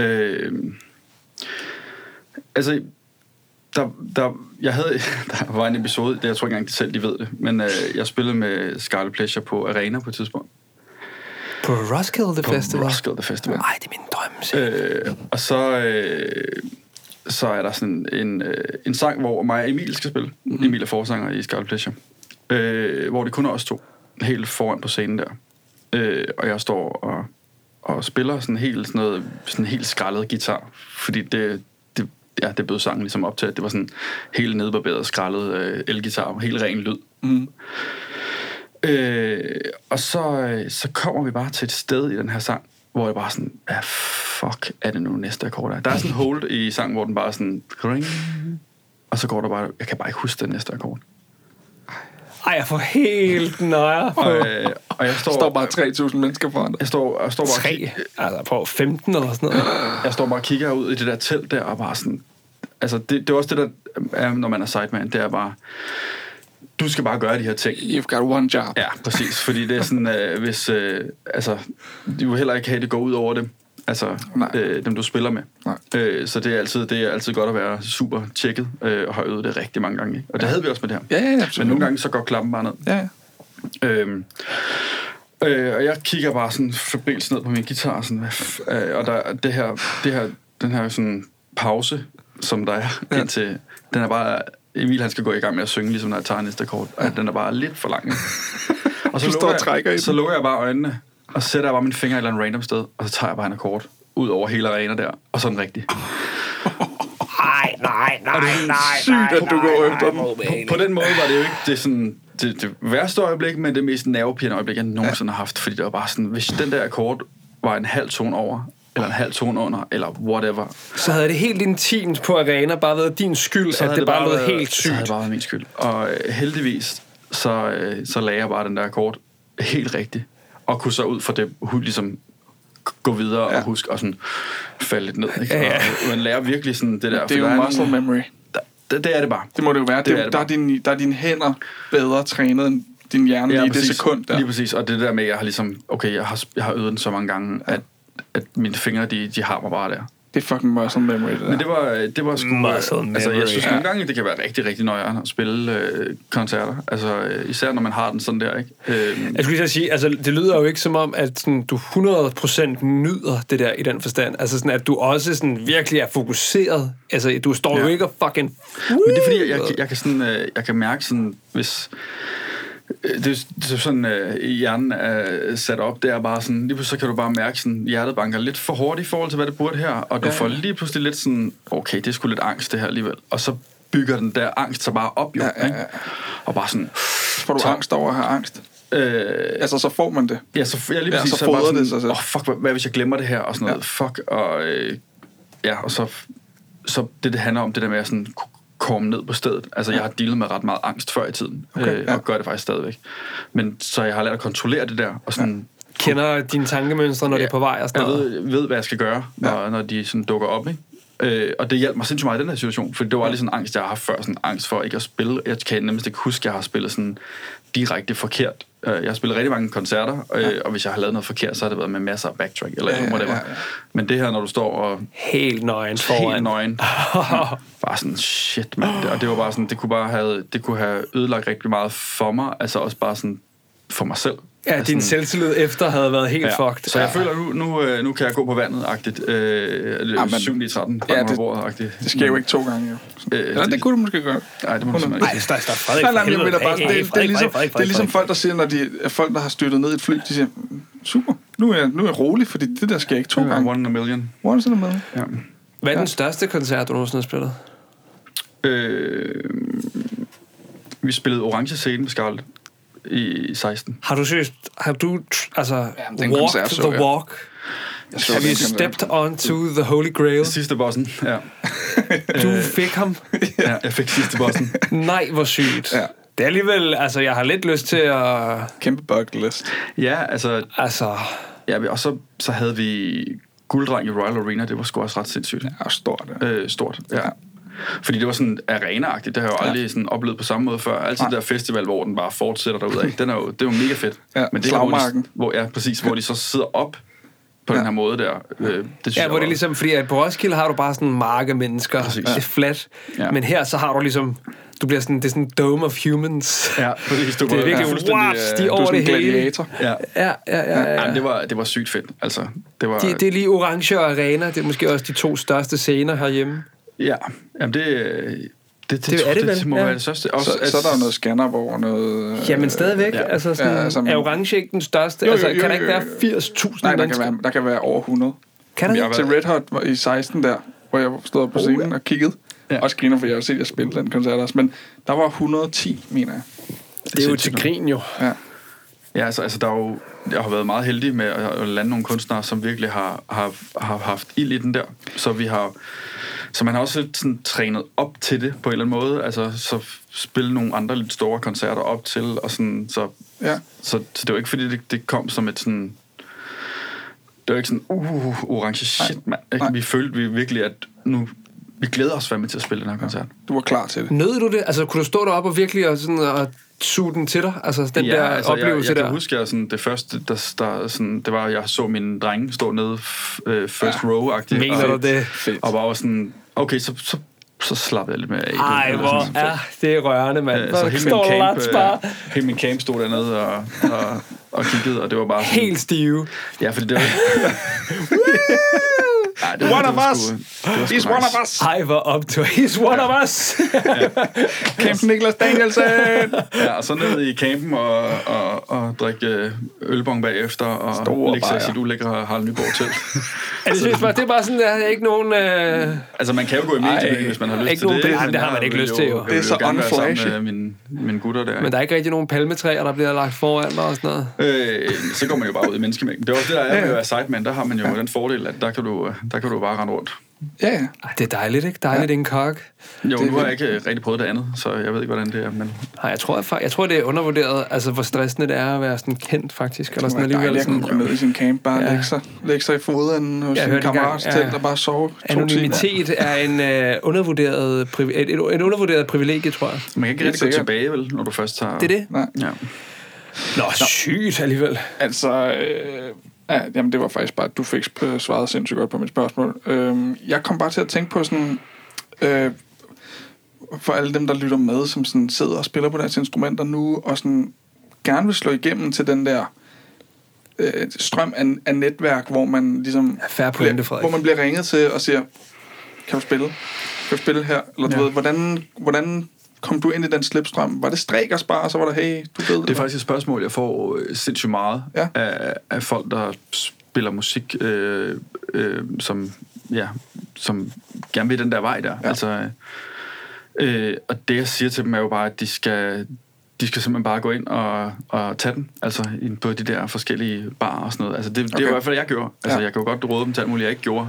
Altså, der var en episode, jeg tror ikke engang de selv de ved det, men jeg spillede med Scarlet Pleasure på Arena på et tidspunkt. På Roskilde Festival? På Roskilde Festival. Nej, det er min drøm. Og så er der sådan en sang, hvor mig og Emil skal spille. Mm-hmm. Emil er forsanger i Scarlet Pleasure. Hvor det kun er os 2. Helt foran på scenen der. Og jeg står og spiller sådan helt skrællet guitar. Fordi det bød sangen ligesom op til, at det var sådan helt nedbarberet, skrællet elgitar. Helt ren lyd. Mm. Og så kommer vi bare til et sted i den her sang, hvor jeg bare sådan, fuck er det nu næste akkord der? Der er sådan en hold i sangen, hvor den bare sådan, ring, og så går der bare, jeg kan bare ikke huske den næste akkord. Ej, jeg får helt nøjer. Og jeg står bare 3.000 mennesker foran dig. Jeg står bare 3? Altså på 15 eller sådan noget. Jeg står bare og kigger ud i det der telt der, og bare sådan, altså det er også det, der er, når man er sideman, det er bare, du skal bare gøre de her ting. You've got one job. Ja, præcis. Fordi det er sådan, hvis... altså, de vil heller ikke have, det går ud over det. dem du spiller med. Nej. Så det er altid godt at være super tjekket, og har øvet det rigtig mange gange. Ikke? Og det havde vi også med det her. Ja, absolut. Men nogle gange så går klappen bare ned. Ja. Og jeg kigger bare sådan febrilsk ned på min guitar, sådan, og der den her sådan pause, som der er indtil, den er bare, Emil han skal gå i gang med at synge, ligesom når jeg tager næste akkord, og den er bare lidt for lang. Og så lukker jeg bare øjnene, og så sætter jeg bare mine fingre et eller andet random sted, og så tager jeg bare en akkord ud over hele arenaen der, og så den rigtig. Nej. Sygt, at du går efter den. På den måde var det jo ikke det værste øjeblik, men det mest nervepirrende øjeblik, jeg nogensinde har haft, fordi det var bare sådan, hvis den der akkord var en halv tone over, eller en halv tone under, eller whatever. Så havde det helt intimt på arena bare været din skyld, at det bare lød helt sygt. Så havde det bare været min skyld. Og heldigvis, så lagde jeg bare den der akkord helt rigtigt, og kunne så ud fra det ligesom gå videre og huske og sådan falde lidt ned. Ikke? Og man lærer virkelig sådan det der. Det er jo muscle memory. Det er det bare. Det må det jo være. Der er dine hænder bedre trænet end din hjerne lige det sekund der. Lige præcis. Og det der med, at jeg har ligesom, jeg har øvet den så mange gange, at mine fingre, de har mig bare der. Det er fucking muscle memory, det der. Men det var sgu... Muscle memory. Altså, jeg synes nogle gange, det kan være rigtig, rigtig nøjere at spille koncerter. Altså, især når man har den sådan der, ikke? Jeg skulle lige sige, altså, det lyder jo ikke som om, at sådan, du 100% nyder det der i den forstand. Altså sådan, at du også sådan virkelig er fokuseret. Altså, du står jo ikke og fucking... Men det er fordi, jeg kan sådan... jeg kan mærke sådan, hvis... Det er sådan, hjernen er sat op, det er bare sådan, lige pludselig så kan du bare mærke sådan, hjertet banker lidt for hårdt i forhold til, hvad det burde her, og du får lige pludselig lidt sådan, okay, det er sgu lidt angst det her alligevel, og så bygger den der angst så bare op, jo, ikke? Og bare sådan... Får du angst over at have angst? Altså, så får man det. Ja, så lige præcis, så fodrer det sig selv. Fuck, hvad hvis jeg glemmer det her, og sådan noget, fuck, og og så det handler om det der med at sådan komme ned på stedet. Altså, jeg har dealet med ret meget angst før i tiden, og gør det faktisk stadigvæk. Men så jeg har lært at kontrollere det der, og sådan... Kender dine tankemønstre, når det er på vej og sådan noget? Jeg ved, hvad jeg skal gøre, når de sådan dukker op, ikke? Og det hjalp mig sindssygt meget i den her situation, for det var lige sådan en angst, jeg har haft før, sådan en angst for ikke at spille. Jeg kan nemlig ikke huske, at jeg har spillet sådan direkte forkert. Jeg har spillet rigtig mange koncerter, og hvis jeg har lavet noget forkert, så har det været med masser af backtrack, eller whatever. Men det her, når du står og... Helt nøgen foran. Helt nøgen. Bare sådan, shit, mand. Og det var bare sådan, det kunne have ødelagt rigtig meget for mig, altså også bare sådan for mig selv. Ja, din selvtillid efter havde været helt fucked. Så jeg føler, nu kan jeg gå på vandet-agtigt. 7-13, frem på bordet-agtigt. Det sker jo ikke 2 gange, jo. Ja, det kunne du måske gøre. Nej, det må du simpelthen ikke. Det er ligesom folk, der siger, når folk, der har styrtet ned i et fly, de siger, super, nu er jeg rolig, fordi det der sker ikke 2 gange. One in a million. Once in a million. Ja. Hvad er den største koncert, du nogensinde har spillet? Vi spillede Orange Scene med Scarlett i 16. Har du koncert, walked the walk? Have you stepped onto the holy grail? Sidste bossen, ja. Du fik ham? Ja, jeg fik sidste bossen. Nej, hvor sygt. Ja. Det er alligevel, altså jeg har lidt lyst til at... Kæmpe bucket list. Ja, altså... Ja, og så havde vi Gulddreng i Royal Arena, det var sgu også ret sindssygt. Ja, stort. Stort, ja. Fordi det var sådan arena-agtigt, det har jeg jo aldrig sådan oplevet på samme måde før. Altid der festival, hvor den bare fortsætter derudad. Det er jo mega fedt. Ja, men det slagmarken. Hvor de så sidder op på den her måde der. Det hvor det er ligesom, fordi at på Roskilde har du bare sådan en marke mennesker. Det er flat. Ja. Men her så har du ligesom, du bliver sådan, det er sådan en dome of humans. Ja, præcis. Det er virkelig, de over det hele. Gladiator. Ja. Det var sygt fedt. Altså, det er lige Orange og Arena, det er måske også de 2 største scener herhjemme. Ja, jamen det må være det største. Også, så er der jo noget Skanderborg og noget... Jamen stadigvæk, altså sådan, er Orange ikke den største? Altså, kan der ikke være 80.000 Nej, der kan være over 100. Kan der ikke? Til Red Hot i 16 der, hvor jeg stod på scenen og kiggede. Også griner, for jeg har set, at jeg spillede den koncert også. Men der var 110, mener jeg. Det er jo til grin, jo. Ja, altså der er jo... Jeg har været meget heldig med at lande nogle kunstnere, som virkelig har haft ild i den der. Så man har også sådan trænet op til det på en eller anden måde. Altså, så spille nogle andre lidt store koncerter op til, og sådan, så det var ikke fordi, det kom som et sådan... Det var ikke sådan, orange shit, mand. Vi følte virkelig, at nu Vi glæder os fandme til at spille den her koncert. Du var klar til det. Nød du det? Altså, kunne du stå deroppe og virkelig og suge den til dig? Altså, den der oplevelse jeg der? kan huske, at sådan, det første, der sådan, det var, at jeg så mine drenge stå nede first row-agtigt. Mener du det? Og bare var sådan, okay, så slap jeg lidt mere af. Ej, hvor det er rørende, mand. Så hele min camp stod dernede og kiggede, og det var bare sådan... Helt stive. Ja, fordi det var... One of us! He's one of us! Hej, hvor optur. He's one of us! Camp Niklas Danielsen! Ja, og så ned i campen og drikke ølbong bagefter, og lægge sig i sit ulækre Harald Nyborg telt. Det er bare sådan, der er ikke nogen... Altså, man kan jo gå i medierne, hvis man har lyst til det. Nej, det har man ikke lyst til, jo. Det er så unflashy. Mine gutter der. Men der er ikke rigtig nogen palmetræer, der bliver lagt foran dig og sådan noget. Så går man jo bare ud i menneskemængden. Det er også det, der er med at være sideman. Der har man jo den fordel, at der kan du bare rende rundt. Ja. Det er dejligt, ikke? Dejligt en kok. Jo, nu har jeg ikke rigtig prøvet det andet, så jeg ved ikke, hvordan det er. Men... Nej, jeg tror, det er undervurderet, altså hvor stressende det er at være sådan kendt, faktisk. Eller sådan alligevel. Jeg kunne gå ned i sin camp, bare lægge sig i fodenden hos sin kammerats telt og bare sove 2 timer. Anonymitet er et undervurderet privilegie, tror jeg. Man kan ikke rigtig gå tilbage, vel, når du først tager... Det er det? Nej. Ja. Nå, sygt alligevel. Altså... jamen det var faktisk bare, at du fik svaret sindssygt godt på mit spørgsmål. Jeg kom bare til at tænke på sådan, for alle dem, der lytter med, som sådan sidder og spiller på deres instrumenter nu, og sådan gerne vil slå igennem til den der strøm af netværk, hvor man ligesom Fair pointe, Frederik. hvor man bliver ringet til og siger, kan du spille her? Eller du ved, hvordan kom du ind i den slipstrøm? Var det Strækkers bare, så var der, hey, du ved det? Det er faktisk et spørgsmål, jeg får sindssygt meget af folk, der spiller musik, som gerne vil den der vej der. Ja. Altså, og det, jeg siger til dem, er jo bare, at de skal simpelthen bare gå ind og tage den, altså på de der forskellige barer og sådan noget. Altså, det er jo i hvert fald, jeg gjorde. Altså, jeg kan jo godt råde dem til alt muligt, jeg ikke gjorde.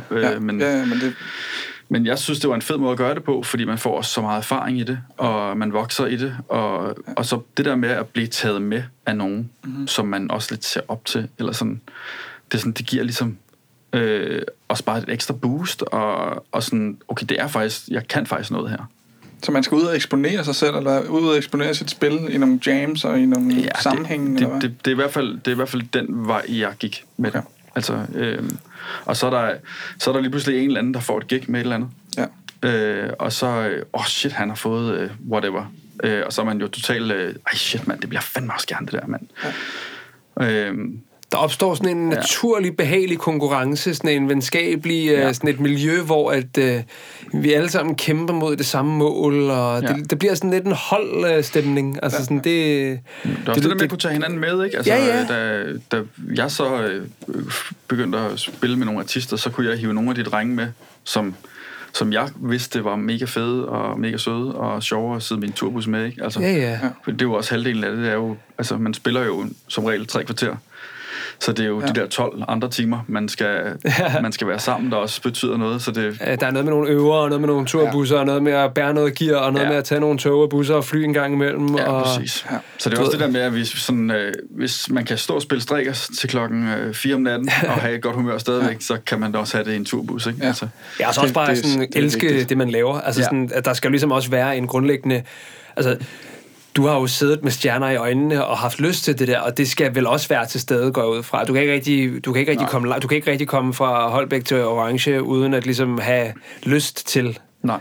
Men jeg synes, det var en fed måde at gøre det på, fordi man får også så meget erfaring i det, og man vokser i det, og så det der med at blive taget med af nogen, som man også lidt ser op til, eller sådan, det giver ligesom også bare et ekstra boost, og sådan, okay, det er faktisk, jeg kan faktisk noget her. Så man skal ud og eksponere sig selv, eller ud og eksponere sit spil i nogle jams og i nogle sammenhænge? Det er i hvert fald den vej, jeg gik med det. Altså, og så er der lige pludselig en eller anden, der får et gig med et eller andet. Ja. Og så, shit, han har fået whatever. Og så er man jo totalt, shit mand, det bliver fandme også gerne det der, mand. Ja. Der opstår sådan en naturlig, behagelig konkurrence, sådan en venskabelig, sådan et miljø, hvor at, vi alle sammen kæmper mod det samme mål, og det bliver sådan lidt en holdstemning. Altså sådan det... Det er også det der med at kunne tage hinanden med, ikke? Altså, da jeg så begyndte at spille med nogle artister, så kunne jeg hive nogle af de drenge med, som jeg vidste var mega fede og mega søde og sjove at sidde min turbus med, ikke? Altså, det er jo også halvdelen af det. Det er jo, altså, man spiller jo som regel 3 kvarter. Så det er jo de der 12 andre timer, man skal være sammen, der også betyder noget. Så det... Der er noget med nogle øver, og noget med nogle turbusser, og noget med at bære noget gear, og noget med at tage nogle tog og busser og fly en gang imellem. Ja, præcis. Ja. Så det er også det der med, at hvis man kan stå og spille Strækkers til klokken 4 om natten, og have et godt humør stadigvæk, så kan man da også have det i en turbus, ikke? Ja, altså. Jeg har så også bare sådan, elske det, man laver. Altså sådan, at der skal ligesom også være en grundlæggende... Altså, du har jo siddet med stjerner i øjnene og haft lyst til det der, og det skal vel også være til stede, går jeg ud fra. Du kan ikke rigtig komme fra Holbæk til Orange uden at ligesom have lyst til. Nej.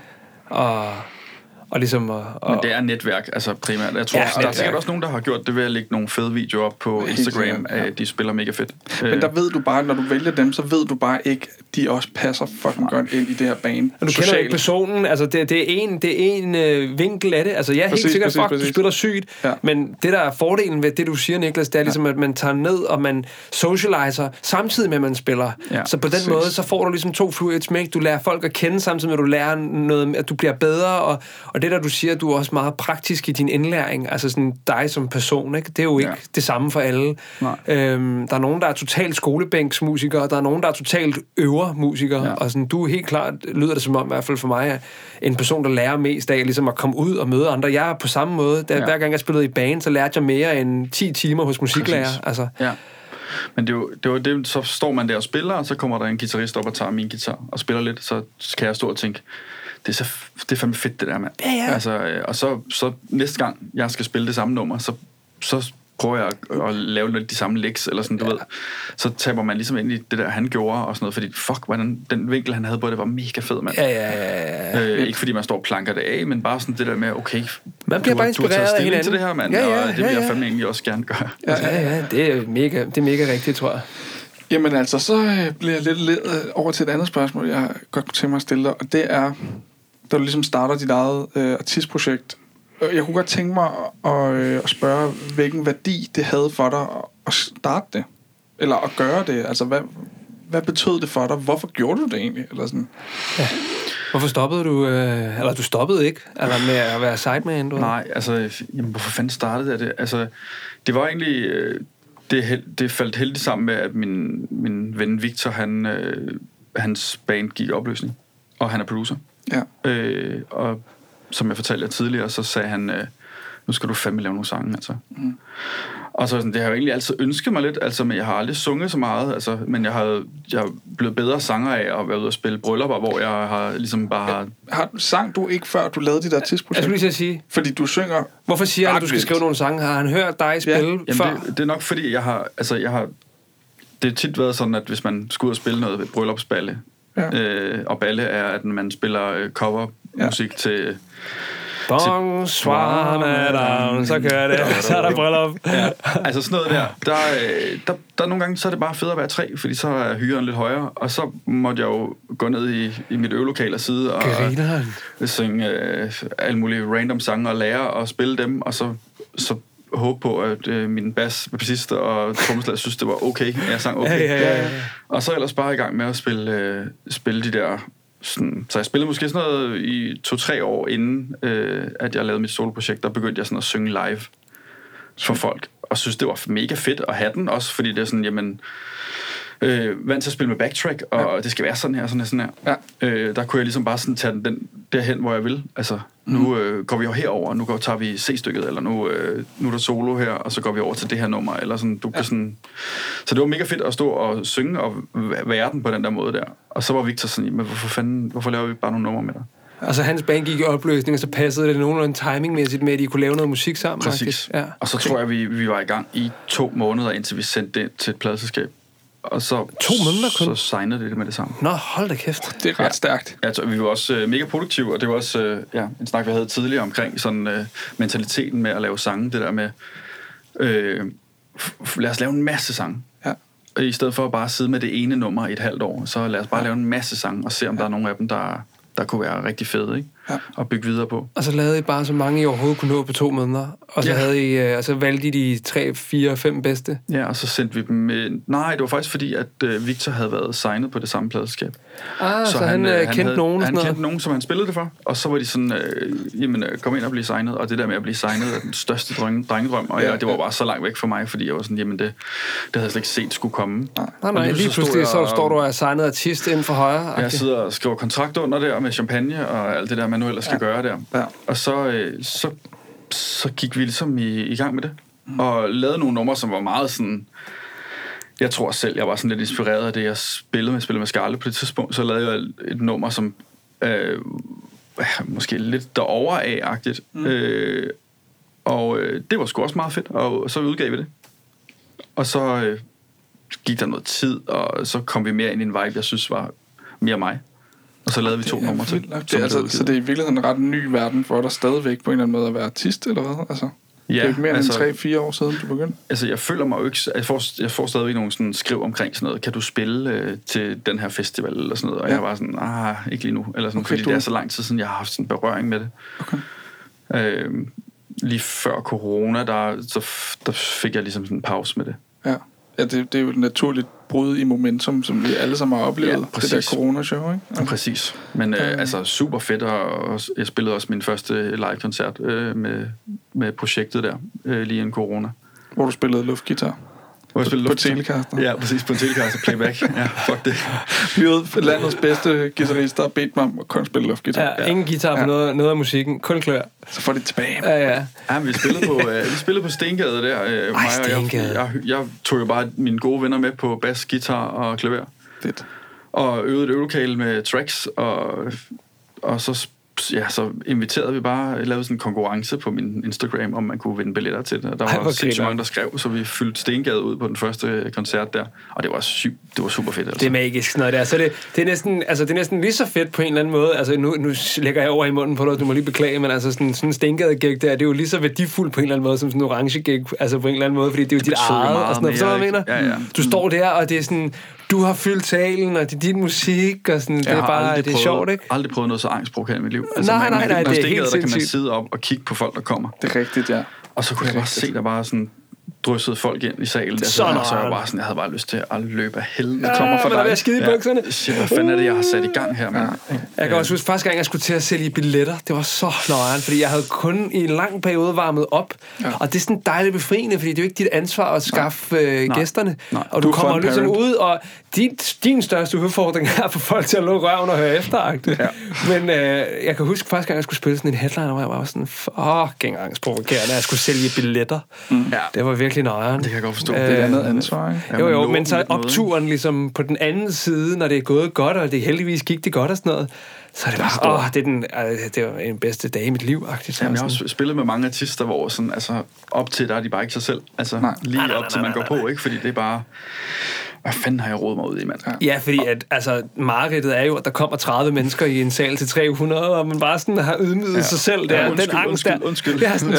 Og ligesom men det er netværk, altså primært. Jeg tror, der er sikkert også nogen, der har gjort det ved at lægge nogle fede videoer op på Instagram, at de spiller mega fedt. Men der ved du bare, når du vælger dem, så ved du bare ikke, de også passer fucking godt ind i det her bane. Og du kender ikke personen, altså det er en vinkel af det. Altså helt sikkert, du spiller sygt, men det der er fordelen ved det, du siger, Niklas, det er ligesom, at man tager ned, og man socialiser samtidig med, at man spiller. Ja, så på den måde, så får du ligesom 2 fluer i et smæk. Du lærer folk at kende, samtidig med, at du lærer noget, at du bliver bedre, og det der, du siger, du er også meget praktisk i din indlæring, altså sådan dig som person, ikke? Det er jo ikke det samme for alle. Der er nogen, der er totalt skolebænksmusikere, og der er nogen, der er totalt øvermusikere, og sådan, du er helt klart, lyder det som om, i hvert fald for mig, en person, der lærer mest af ligesom at komme ud og møde andre. Jeg er på samme måde. Hver gang jeg spillede i band, så lærte jeg mere end 10 timer hos musiklærer. Altså. Ja. Men det var det, så står man der og spiller, og så kommer der en guitarist op og tager min guitar og spiller lidt, så kan jeg stå og tænke, det er fandme fedt, det der, mand. Ja. Altså, og så næste gang, jeg skal spille det samme nummer, så prøver jeg at lave lidt de samme licks, eller sådan, du ved. Så taber man ligesom ind i det der, han gjorde, og sådan noget, fordi fuck, hvordan den vinkel, han havde på det, var mega fed, mand. Ja. Ikke fordi man står og planker det af, men bare sådan det der med, okay, man bliver bare inspireret af hinanden til det her, mand, og det vil jeg fandme egentlig også gerne gøre. Ja, det er mega rigtigt, tror jeg. Jamen altså, så bliver jeg lidt led over til et andet spørgsmål, jeg godt kunne tænke mig at stille dig, og det er, da du ligesom starter dit eget artistprojekt. Jeg kunne godt tænke mig at spørge, hvilken værdi det havde for dig at starte det, eller at gøre det. Altså, hvad betød det for dig? Hvorfor gjorde du det egentlig? Eller sådan? Ja. Hvorfor stoppede du? Eller du stoppede ikke? Eller med at være sideman? Nej, altså, hvorfor fanden startede det? Altså, det var egentlig... Det faldt heldigt sammen med, at min ven Victor, hans band gik i opløsning, og han er producer. Ja. Og som jeg fortalte jer tidligere, så sagde han, nu skal du fandme lave nogle sange, altså. Mm. Og så sådan, det har jeg egentlig altid ønsket mig lidt, altså, men jeg har aldrig sunget så meget, altså, men jeg er blevet bedre sanger af at være ude og spille bryllupper, hvor jeg har ligesom bare... Sang du ikke før du lavede dit artistprojekt? Jeg skulle lige sige. Fordi du synger... Hvorfor siger han, at du skal skrive nogle sange? Har han hørt dig spille før? Det er nok fordi, jeg har... Det har tit været sådan, at hvis man skal ud og spille noget bryllupsballe, og balle er, at man spiller covermusik til... Bonsoir, madame, så kører det, så er der bryllup. Ja, altså sådan noget der nogle gange, så er det bare fedt at være 3, fordi så er hyren lidt højere, og så måtte jeg jo gå ned i mit øvelokale og sidde og synge alle mulige random sange og lære at spille dem, og så håbe på, at min bassist og trommeslager synes, det var okay, jeg sang okay. Ja. Og så ellers bare i gang med at spille de der... Sådan, så jeg spillede måske sådan noget i 2-3 år inden, at jeg lavede mit soloprojekt, der begyndte jeg sådan at synge live for folk, og synes det var mega fedt at have den, også fordi det er sådan, jamen, vant til at spille med backtrack, og det skal være sådan her. Ja. Der kunne jeg ligesom bare sådan tage den derhen, hvor jeg vil. Altså, nu går vi jo herover, nu tager vi C-stykket, eller nu er der solo her, og så går vi over til det her nummer, eller sådan, du kan sådan... Så det var mega fedt at stå og synge og være den på den der måde der. Og så var Victor sådan, men hvorfor laver vi ikke bare nogle numre med dig? Altså hans band gik i opløsning, og så passede det nogenlunde timingmæssigt med, at I kunne lave noget musik sammen. Præcis. Ja. Og så tror jeg, vi var i gang i 2 måneder, indtil vi sendte det til et pladeselskab. Og så 2 måneder kun? Så signede det med det samme. Nå, hold da kæft. Det er ret stærkt. Ja, vi var også mega produktive, og det var også en snak, vi havde tidligere omkring sådan mentaliteten med at lave sange. Det der med, lad os lave en masse sange. Ja. I stedet for at bare sidde med det ene nummer i et halvt år, så lad os bare lave en masse sange, og se om der er nogle af dem, der kunne være rigtig fede, ikke? Ja. Og bygge videre på. Og så lavede I bare så mange, I overhovedet kunne nå på 2 måneder. Og så havde I, så valgte I de 3, 4, 5 bedste. Ja, og så sendte vi dem med... Nej, det var faktisk fordi, at Victor havde været signet på det samme pladeskab. Så han kendte nogen? Han kendte nogen, som han spillede det for. Og så var de sådan, kom ind og blive signet. Og det der med at blive signet er den største drengedrøm. Og det var bare så langt væk for mig, fordi jeg var sådan, jamen det havde jeg slet ikke set skulle komme. Nej, lige pludselig så står du og er signet artist inden for højre. Jeg sidder og skriver kontrakt under der med champagne og alt det der, man nu ellers skal gøre der. Ja. Og så gik vi ligesom i gang med det. Og lavede nogle numre, som var meget sådan... Jeg tror selv, jeg var sådan lidt inspireret af det, jeg spillede med Scarlett på det tidspunkt. Så lavede jeg et nummer, som måske lidt derovre af-agtigt. Og det var sgu også meget fedt, og så udgav vi det. Og så gik der noget tid, og så kom vi mere ind i en vibe, jeg synes var mere mig. Og så lavede vi 2 numre til. Så det er i virkeligheden en ret ny verden for dig stadigvæk på en eller anden måde at være artist, eller hvad? Altså, det er ikke mere end 3-4 år siden, du begyndte. Altså, jeg føler mig jo ikke... Jeg får stadigvæk nogle sådan skriv omkring sådan noget. Kan du spille til den her festival, eller sådan noget? Og jeg var sådan, ikke lige nu. Eller sådan, fordi det er så lang tid siden, jeg har haft sådan en berøring med det. Okay. Lige før corona, der fik jeg ligesom sådan en pause med det. Ja, det er jo et naturligt brud i momentum, som vi alle sammen har oplevet. Ja, det der corona-show, ikke? Ja. Præcis. Men altså super fedt, og jeg spillede også min første live-koncert med projektet der, lige inden corona. Hvor du spillede luftgitar? På Telecaster. Ja, præcis, på en Telecaster playback. Ja, fuck det. Hyrede landets bedste guitarister og bedt mig om at kunne spille luftgitar. Ja, ingen guitar på noget af musikken, kun klør. Så får det tilbage. Ja, men vi spillede på Stengade der. Stengade. Jeg tog jo bare mine gode venner med på bas, guitar og klaver. Fedt. Og øvede et øvelokale med tracks, så inviterede vi bare, lavede sådan en konkurrence på min Instagram, om man kunne vinde billetter til det. Og der var sindssygt mange, der skrev, så vi fyldte Stengade ud på den første koncert der. Og det var super fedt. Altså. Det er magisk sådan noget der. Så det er næsten lige så fedt på en eller anden måde. Altså nu lægger jeg over i munden på dig, du må lige beklage, men altså sådan en Stengade-gig der, det er jo lige så værdifuldt på en eller anden måde, som sådan en orange-gig, altså på en eller anden måde, fordi det er jo dit eget, og sådan noget. Så hvad jeg mener? Ja. Du står der, og det er sådan, du har fyldt talen, og det er din musik, og sådan, det er bare, det er sjovt, ikke? Aldrig prøvet noget så angstprovokerende i mit liv. Altså, Nej, det er helt sindssygt. Der kan man sindssygt. sidde op og kigge på folk, der kommer. Det er rigtigt, ja. Og så kunne jeg bare se, der bare sådan dryssede folk ind i salen. Der, så jeg bare sådan, jeg havde bare lyst til at løbe af helvede. Det kommer fra dig. Der er skide i bukserne. Shit, hvad fanden er det, jeg har sat i gang her, mand? Jeg kan også huske, første gang jeg skulle til at sælge billetter, det var så nøjeren, fordi jeg havde kun i en lang periode varmet op, og det er sådan dejligt befriende, fordi det er jo ikke dit ansvar at skaffe gæsterne, og du kommer ligesom ud, og din største udfordring er at få folk til at lukke røven og høre efter. Men jeg kan huske, første gang jeg skulle spille sådan en headliner, hvor jeg var sådan fucking angstprovokerende, at jeg skulle sælge billetter. Det var virkelig nøjeren. Det kan jeg godt forstå. Det er andet ansvar, ikke? Jo, men så opturen ligesom på den anden side, når det er gået godt, og det heldigvis gik det godt og sådan noget, så er det bare, det var en bedste dag i mit liv, agtigt. Jamen, jeg har også spillet med mange artister, hvor sådan, altså, op til der er de bare ikke sig selv. Altså, lige op til man går på, ikke? Fordi det er bare, hvad fanden har jeg rodet mig ud i, mand? Ja, fordi at, altså, mareridtet er jo, at der kommer 30 mennesker i en sal til 300, og man bare sådan har ydmyget sig selv der. Undskyld, den angst undskyld. der, sådan,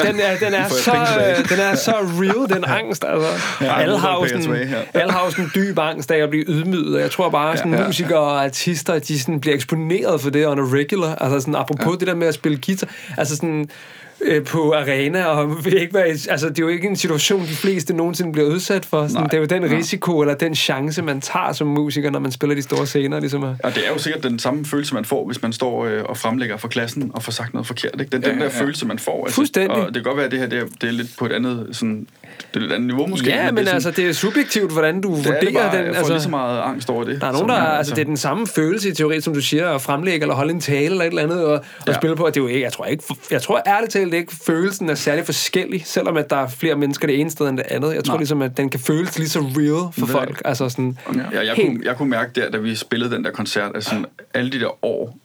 den er så real, den angst, altså. Alle har jo sådan en dyb angst af at blive ydmyget, og jeg tror bare, sådan musikere og artister, de sådan bliver eksponeret for det on a regular, altså sådan apropos det der med at spille guitar, altså sådan på arena, og vil ikke være, altså det er jo ikke en situation, de fleste nogensinde bliver udsat for. Sådan, det er jo den risiko, eller den chance, man tager som musiker, når man spiller de store scener. Ligesom. Og det er jo sikkert den samme følelse, man får, hvis man står og fremlægger for klassen, og får sagt noget forkert. Ikke? Den der følelse, man får. Altså, fuldstændig. Og det kan godt være, at det her det er lidt på et andet, sådan, det er lidt andet niveau måske. Ja, men det altså, det er subjektivt, hvordan du vurderer den. Jeg får lige så meget angst over det. Der er nogen, der altså, det er den samme følelse i teori, som du siger, at fremlægge eller holde en tale eller et eller andet, og spille på. Det er jo ikke, jeg tror ærligt talt, det er ikke følelsen er særlig forskellig, selvom at der er flere mennesker det ene sted end det andet. Jeg tror ligesom, at den kan føles lige så real for folk. Altså sådan, jeg kunne mærke der, da vi spillede den der koncert, altså alle de der år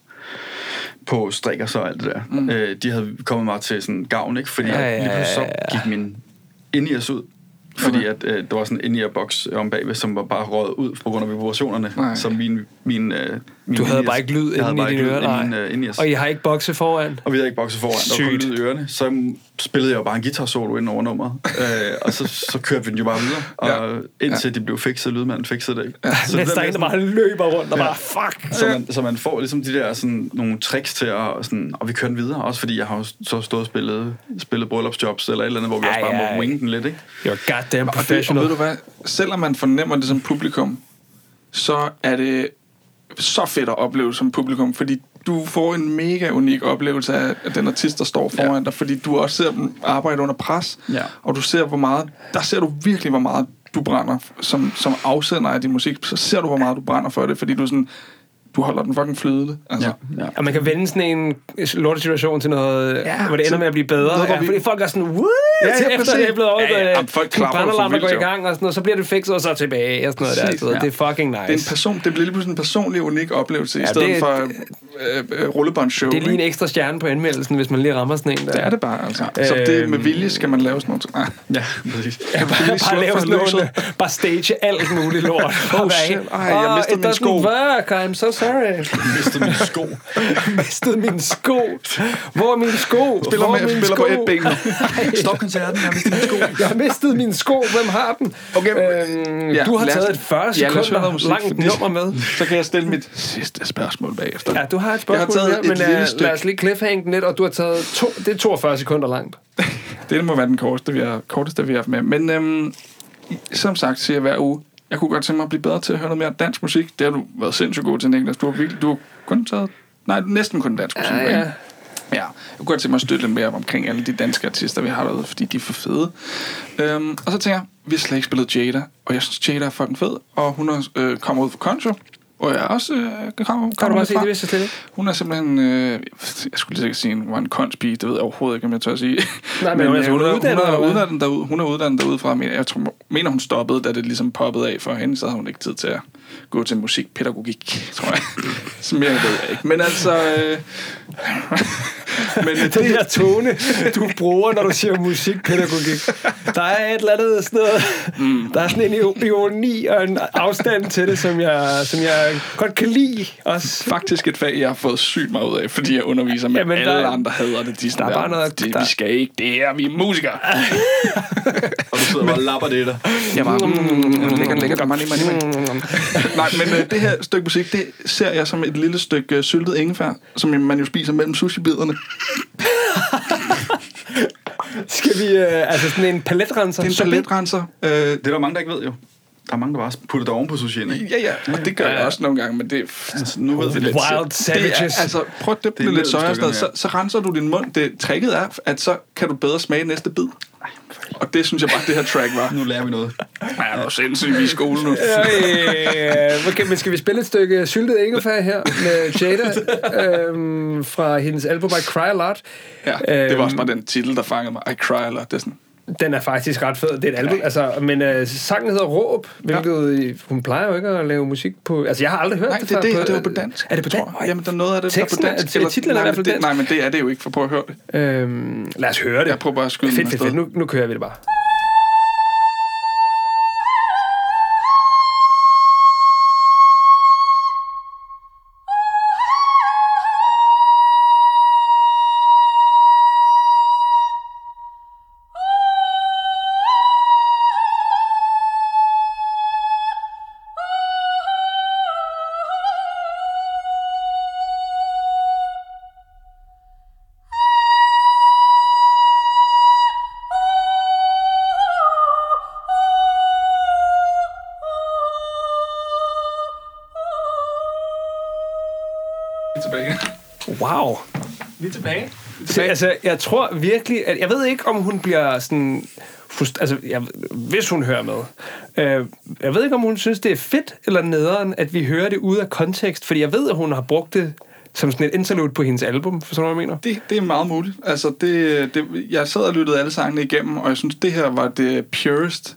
på strikker så alt det der, de havde kommet mig til sådan gavn, ikke? Fordi lige pludselig så gik min in-ears ud. Fordi at der var sådan en in-ear-box om bagved, som var bare røget ud på grund af vibrationerne. Så min du havde bare ikke lyd inde i dine ører, og I har ikke bokse foran? Og vi havde ikke bokse foran, der var kun lyd i ørerne. Så spillede jeg jo bare en guitar-solo ind over nummeret, og så kørte vi den jo bare videre. Og indtil det blev fikset, lydmanden fikset det ikke. Så mens der er en, der bare løber rundt og bare, fuck! Så man får ligesom de der sådan, nogle tricks til at, sådan, og vi kører den videre. Også fordi jeg har jo så stået og spillet bryllupsjobs eller et eller andet, hvor vi også bare må winge den lidt, ikke? You're goddamn professional. Og ved du hvad? Selvom man fornemmer det som publikum, så er det så fedt at opleve som publikum, fordi du får en mega unik oplevelse af den artist, der står foran dig, fordi du også ser dem arbejde under pres, og du ser, der ser du virkelig, hvor meget du brænder som afsender af din musik, så ser du, hvor meget du brænder for det, fordi du sådan, du holder den fucking flydende. Altså. Og man kan vende sådan en lortesituation til noget, hvor det ender med at blive bedre. Fordi folk er sådan, efter det er blevet over, folk klapper for vildt, går i gang, og sådan noget, så bliver det fikset, og så tilbage, og sådan noget der. Det er fucking nice. Det bliver lige pludselig en personlig, unik oplevelse, i stedet for rullebåndsshow. Det er lige en ekstra stjerne på anmeldelsen, hvis man lige rammer sådan en der. Det er det bare, altså. Så det med vilje skal man lave sådan noget. Ja, præcis. Bare lave sådan noget. Bare stage alt muligt lort. Jeg mistede min sko. I'm so sorry. Mistede min sko. Hvor er min sko? Spiller på et ben. Stop koncerten, jeg har mistet min sko. Jeg har mistet min sko. Hvem har den? Okay. Du har taget et 40 sekunder langt nummer med. Så kan jeg stille mit sidste spørgsmål bagefter. Ja, du har et spørgsmål mere, men lad os lige cliffhange den lidt, og du har taget det er 42 sekunder langt. Det må være den korteste, vi har haft med. Men som sagt, siger jeg hver uge, jeg kunne godt tænke mig at blive bedre til at høre noget mere dansk musik. Det har du været sindssygt god til, Niklas. Du har kun taget... Nej, næsten kun dansk musik. Ja. Jeg kunne godt tænke mig at støtte lidt mere omkring alle de danske artister, vi har derude, fordi de er for fede. Og så tænker jeg, vi har slet ikke spillet Jada, og jeg synes, Jada er fucking fed, og hun er kommet ud fra Concho. Og jeg også Kan du bare se det, hvis jeg slet ikke? Hun er simpelthen... jeg skulle lige sige, hun var en konspige. Det ved jeg overhovedet ikke, om jeg tør at sige. Nej, men hun er uddannet derude. Hun er uddannet derudefra. Jeg mener, hun stoppede, da det ligesom poppede af for hende. Så havde hun ikke tid til at gå til musikpædagogik, tror jeg. Så mere ved jeg ikke. Men altså... men det der tone, du bruger, når du siger musikpædagogik. Der er et eller andet sådan noget... Der er sådan en ironi og en afstand til det, som jeg godt kan lide også. Faktisk et fag, jeg har fået sygt mig ud af, fordi jeg underviser med alle andre hader det. De der er bare noget... Vi skal ikke, det er vi er musikere. Og du sidder bare og lapper det der. Jeg bare... lækker. Nej, men det her stykke musik, det ser jeg som et lille stykke syltet ingefær, som man jo spiser mellem sushi-biderne. Skal vi... altså sådan en paletrenser? Det er en paletrenser. Det er der mange, der ikke ved jo. Der er mange, der bare putter det oven på sushien, ikke? Ja. Og det gør jeg også nogle gange, men det altså, nu ved vi lidt. Wild savages. Altså, prøv at dyppe det lidt sojasted, så renser du din mund. Det tricket er, at så kan du bedre smage næste bid. Og det synes jeg bare, det her track var. Nu lærer vi noget. Ja, det er sindssygt, vi er i skole nu. Okay, men skal vi spille et stykke syltet ingefær her med Jada fra hendes album I Cry A Lot? Ja, det var også bare den titel, der fangede mig. I Cry A Lot, det er sådan... Den er faktisk ret fed. Det er et album, altså, men sangen hedder Råb, hvilket hun plejer jo ikke at lave musik på. Altså, jeg har aldrig hørt det før. Nej, det var på dansk. Er det på dansk? Jamen, der er noget af det, der er på dansk. Titlen er i hvert fald dansk. Nej, men det er det jo ikke, for prøv at høre det. Lad os høre det. Jeg prøver bare at skyde den afsted. Fedt. Nu kører vi det bare. Wow. Vi er tilbage. Så, altså, jeg tror virkelig, at jeg ved ikke, om hun bliver sådan... Altså, hvis hun hører med. Jeg ved ikke, om hun synes, det er fedt eller nederen, at vi hører det ude af kontekst, fordi jeg ved, at hun har brugt det som sådan et interlude på hendes album, for sådan noget, jeg mener. Det er meget muligt. Altså, jeg sad og lyttede alle sangene igennem, og jeg synes, det her var det purest.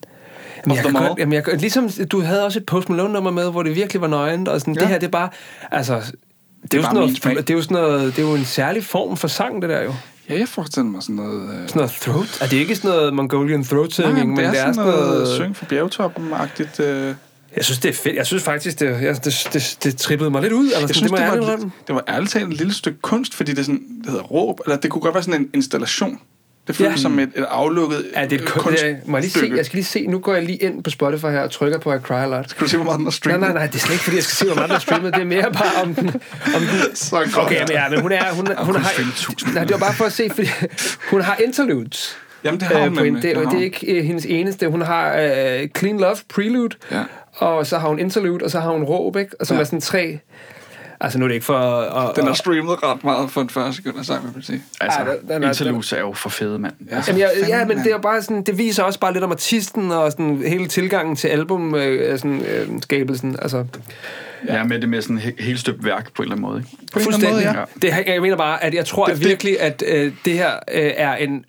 Ligesom du havde også et Post Malone-nummer med, hvor det virkelig var nøgent, og sådan, det her, det er bare... Altså, det er jo en særlig form for sang, det der jo. Ja, jeg forestiller mig sådan noget... Sådan noget throat? Er det ikke sådan noget Mongolian throat singing? Nej, men det er sådan noget synge for bjergtoppen-agtigt... Jeg synes, det er fedt. Jeg synes faktisk, det trippede mig lidt ud. Eller jeg synes, det var ærligt talt et lille stykke kunst, fordi det hedder råb, eller det kunne godt være sådan en installation. Det føles som et aflukket kunststykke. Jeg skal lige se. Nu går jeg lige ind på Spotify her og trykker på I Cry A Lot. Skal du se, hvor meget den har streamet? Nej, det er slet ikke, fordi jeg skal se, hvor meget den har streamet. Det er mere bare om den... Så godt. Okay, men hun har... Nej, det var bare for at se, fordi hun har interludes. Jamen, det har hun det er ikke hendes eneste. Hun har Clean Love, Prelude, og så har hun interlude, og så har hun råb, ikke? Og så er sådan 3... Altså nu er det ikke for... Den har streamet ret meget for en 40 sekunder sang, vil jeg sige. Altså, interludes er jo for fede, mand. Ja, men det er jo bare sådan... Det viser også bare lidt om artisten og sådan hele tilgangen til album, skabelsen, altså... Ja, med det med sådan helt støbt værk på en eller anden måde, ikke? Fuldstændig. Ja. Jeg mener bare, at jeg tror virkelig, at det her er en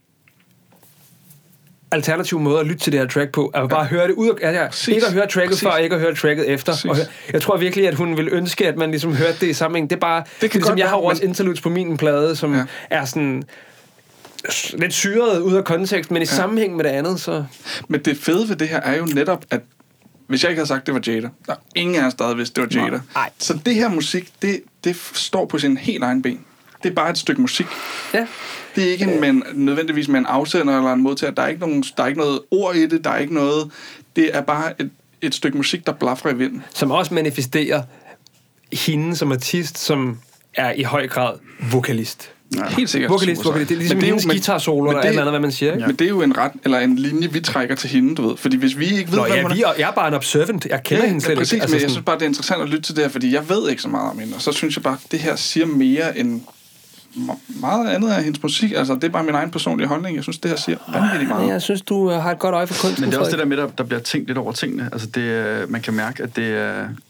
alternativ måde at lytte til det her track på. At bare høre det ud af... ikke at høre tracket før, ikke at høre tracket efter. Og jeg tror virkelig, at hun vil ønske, at man ligesom hørte det i sammenhæng. Det er bare... Ligesom jeg har jo også interludes på min plade, som er sådan... lidt syret ud af kontekst, men i sammenhæng med det andet, så... Men det fede ved det her er jo netop, at hvis jeg ikke havde sagt, det var Jada, der er ingen af os, der havde vidst, det var Jada. Nej. Så det her musik, det står på sin helt egen ben. Det er bare et stykke musik. Ja. Det er ikke nødvendigvis med en afsender eller en modtager. Der er ikke noget ord i det. Der er ikke noget... Det er bare et stykke musik, der blafrer i vinden. Som også manifesterer hende som artist, som er i høj grad vokalist. Ja, helt sikkert. Vokalist. Det er ligesom hendes guitar-solo eller andet, hvad man siger. Ikke? Men det er jo en linje, vi trækker til hende, du ved. Fordi hvis vi ikke ved, jeg er bare en observant. Jeg kender hende slet præcis, ikke. Altså, men jeg synes bare, det er interessant at lytte til det her, fordi jeg ved ikke så meget om hende. Og så synes jeg bare, det her siger mere end meget andet af hendes musik. Altså, det er bare min egen personlige holdning. Jeg synes, det her siger vanvittigt meget. Jeg synes, du har et godt øje for kunsten. Men det er også det der med, der bliver tænkt lidt over tingene. Altså, man kan mærke, at det er...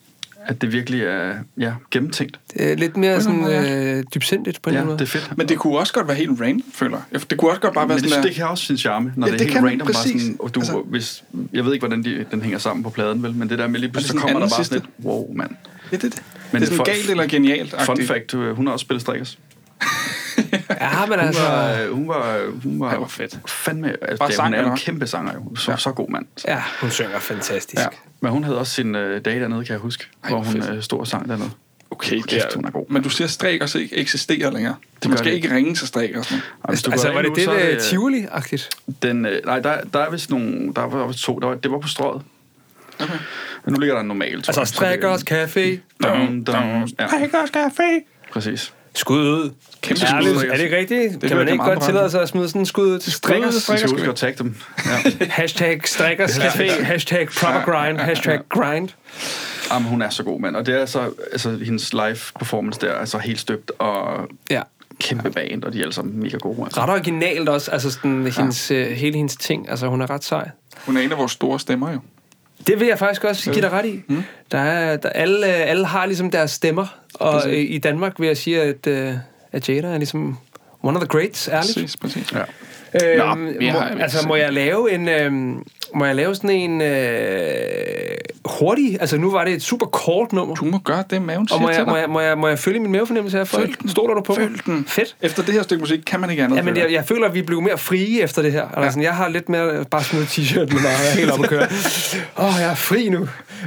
at det virkelig er gennemtænkt. Det er lidt mere sådan dybsindigt på en måde. Det er fedt. Men det kunne også godt være helt random, føler jeg. Det kunne også godt bare være sådan det kan også sin charme, når det er helt random. Sådan, og hvis, jeg ved ikke, hvordan den hænger sammen på pladen, vel? Men det der med lige pludselig, så kommer der bare sådan et, wow, mand. Ja, det. Men det er sådan galt eller genialt. Fun fact, hun har også spillet strikkers. Ja, men hun var fedt. Fandme, altså, hun er en kæmpe sanger jo. Så god mand. Så. Ja, hun synger fantastisk. Ja. Men hun havde også sin dage dernede, kan jeg huske, hvor hun stod og sang dernede. Okay, hun er god. Men du siger, at Strikkers ikke eksisterer længere. Det man skal det ikke ringe til Strikkers. Altså, var det Tivoli-agtigt? Nej, der er vist nogle... Der var to. Det var på Strøget. Okay. Men nu ligger der en normal. Altså, Strikkers Café. Strikkers Café. Præcis. Skud ud. Kæmpe skud. Er det ikke rigtigt? Kan man ikke godt tillade sig at smide sådan en skud til Strikkers? Vi skal huske at tagge dem. Hashtag Strikkers Café. Hashtag proper grind. Hashtag grind. Jamen, hun er så god, mand. Og det er altså hendes live performance der er så helt støbt og kæmpe band, og de er alle sammen mega gode. Altså. Ret originalt også, altså sådan hele hendes ting. Altså, hun er ret sej. Hun er en af vores store stemmer, jo. Det vil jeg faktisk også give dig ret i. Der alle har ligesom deres stemmer, og i Danmark vil jeg sige, at Jada er ligesom one of the greats, ærligt. Præcis. Ja. Må jeg lave sådan en hurtig, altså nu var det et super kort nummer. Du må gøre det, maven siger til dig. Må jeg følge min mavefornemmelse her? Stoler du på? Følg den. Fedt. Efter det her stykke musik kan man ikke andet. Ja, men jeg føler, at vi blev mere frie efter det her. Altså, jeg har lidt mere bare smide t-shirt med mig, jeg er helt oppe at køre. Jeg er fri nu.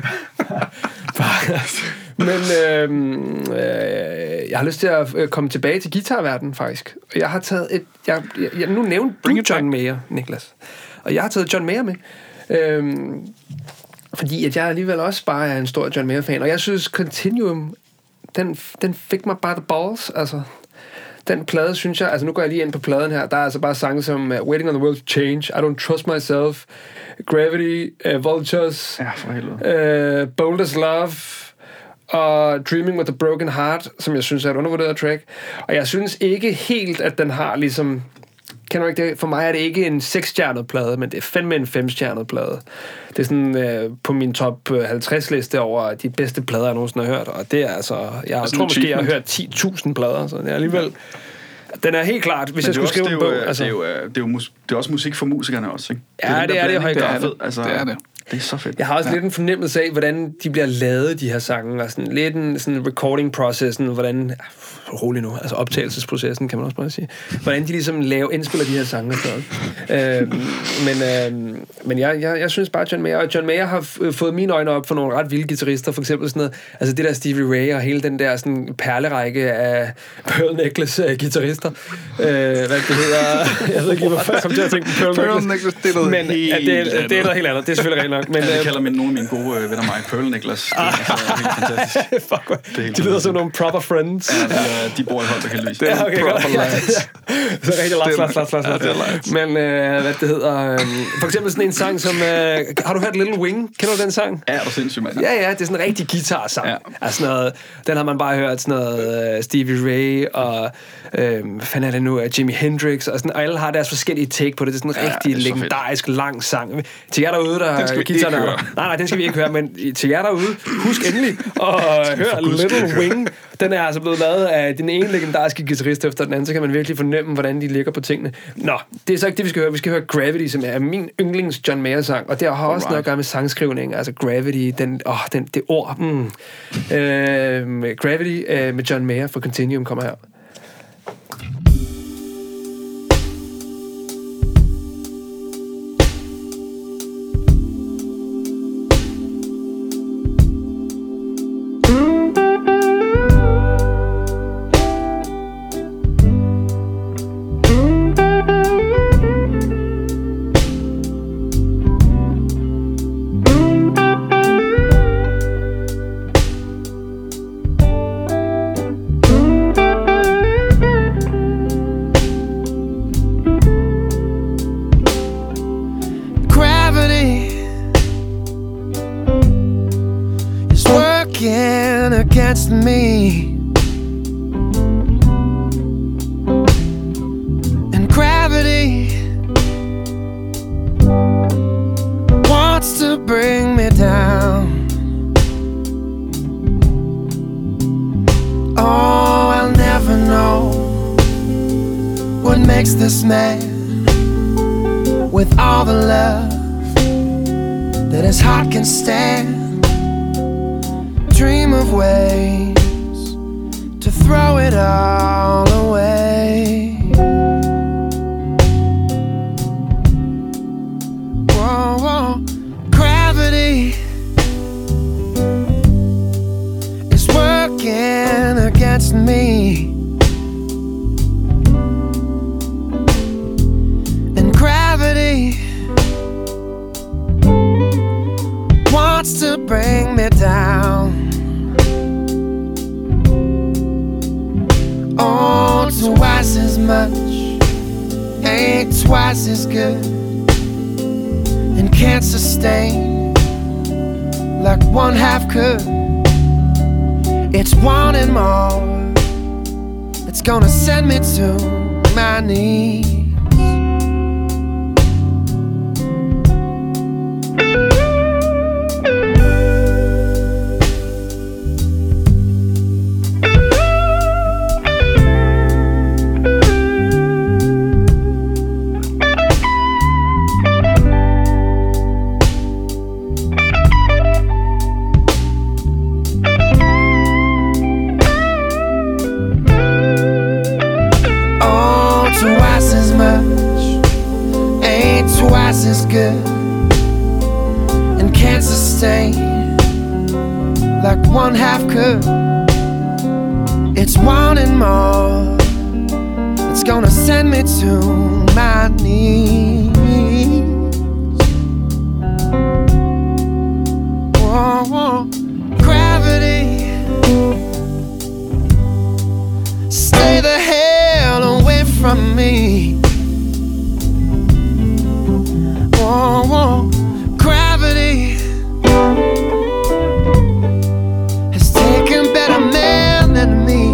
Men jeg har lyst til at komme tilbage til guitarverdenen, faktisk. Og jeg har taget nu nævnte du John Mayer, Niklas. Og jeg har taget John Mayer med. Fordi at jeg alligevel også bare er en stor John Mayer-fan. Og jeg synes, Continuum, den fik mig bare the balls. Altså, den plade, synes jeg... Altså, nu går jeg lige ind på pladen her. Der er altså bare sange som Waiting on the World to Change, I Don't Trust Myself, Gravity, Vultures, Bold as Love... og Dreaming with a Broken Heart, som jeg synes er et undervurderet track. Og jeg synes ikke helt, at den har ligesom... Kender du ikke det? For mig er det ikke en 6-stjernet plade, men det er fandme en 5-stjernet plade. Det er sådan på min top 50-liste over de bedste plader, jeg nogensinde har hørt. Og det er altså... Jeg tror måske, jeg har hørt 10.000 plader, så det er alligevel... Den er helt klart, hvis jeg skulle skrive en bog... Det er også musik for musikerne også, ikke? Ja, det er det i høj grad. Det er det. Det er så fedt. Jeg har også lidt en fornemmelse af, hvordan de bliver lavet, de her sange, og sådan lidt en sådan recording-processen, hvordan... rolig nu, altså optagelsesprocessen, kan man også bare sige. Hvordan de ligesom indspiller de her sange og sådan men jeg synes bare, John Mayer har fået mine øjne op for nogle ret vilde guitarister, for eksempel sådan noget, altså det der Stevie Ray og hele den der sådan perlerække af Pearl Necklace guitarister. Hvad det hedder... Jeg ved ikke, hvorfor jeg kom til at tænke på Pearl Necklace. Det er noget men det er noget helt andet. Det er selvfølgelig rigtig nok. Men, det kalder nogle af mine gode venner mig Pearl Necklace. Det er helt fantastisk. Fuck, de lyder som nogle proper friends. Ja, de bor i Holbæk heldigvis. Det er okay, proper lights. Så rigtig lats. Men hvad det hedder... For eksempel sådan en sang som... har du hørt Little Wing? Kender du den sang? Ja, det er sindssygt, mand. Ja, det er sådan en rigtig guitar-sang. Ja. Altså noget, den har man bare hørt, sådan noget Stevie Ray og... hvad fanden er det nu? Jimi Hendrix og sådan, og alle har deres forskellige take på det. Det er sådan en rigtig legendarisk lang sang. Til jer derude, der er guitar. Nej, den skal vi ikke høre, men til jer derude, husk endelig at høre Little Wing. Den er altså blevet lavet af den ene legendariske guitarist efter den anden, så kan man virkelig fornemme, hvordan de ligger på tingene. Nå, det er så ikke det, vi skal høre. Vi skal høre Gravity, som er min yndlings John Mayer-sang, og det har også noget at gøre med sangskrivning. Altså Gravity, det ord. Gravity med John Mayer for Continuum kommer her. against me, and gravity wants to bring me down. makes this man with all the love that his heart can stand. Dream of ways to throw it all away. Whoa, whoa. Gravity is working against me, and gravity wants to bring me down. Oh, twice as much ain't twice as good, and can't sustain like one half could. It's wanting more, it's gonna send me to my knees. As good and can't sustain like one half could. It's wanting more, it's gonna send me to my knees. Whoa, whoa. Gravity, stay the hell away from me. Whoa, whoa. Gravity has taken better men than me.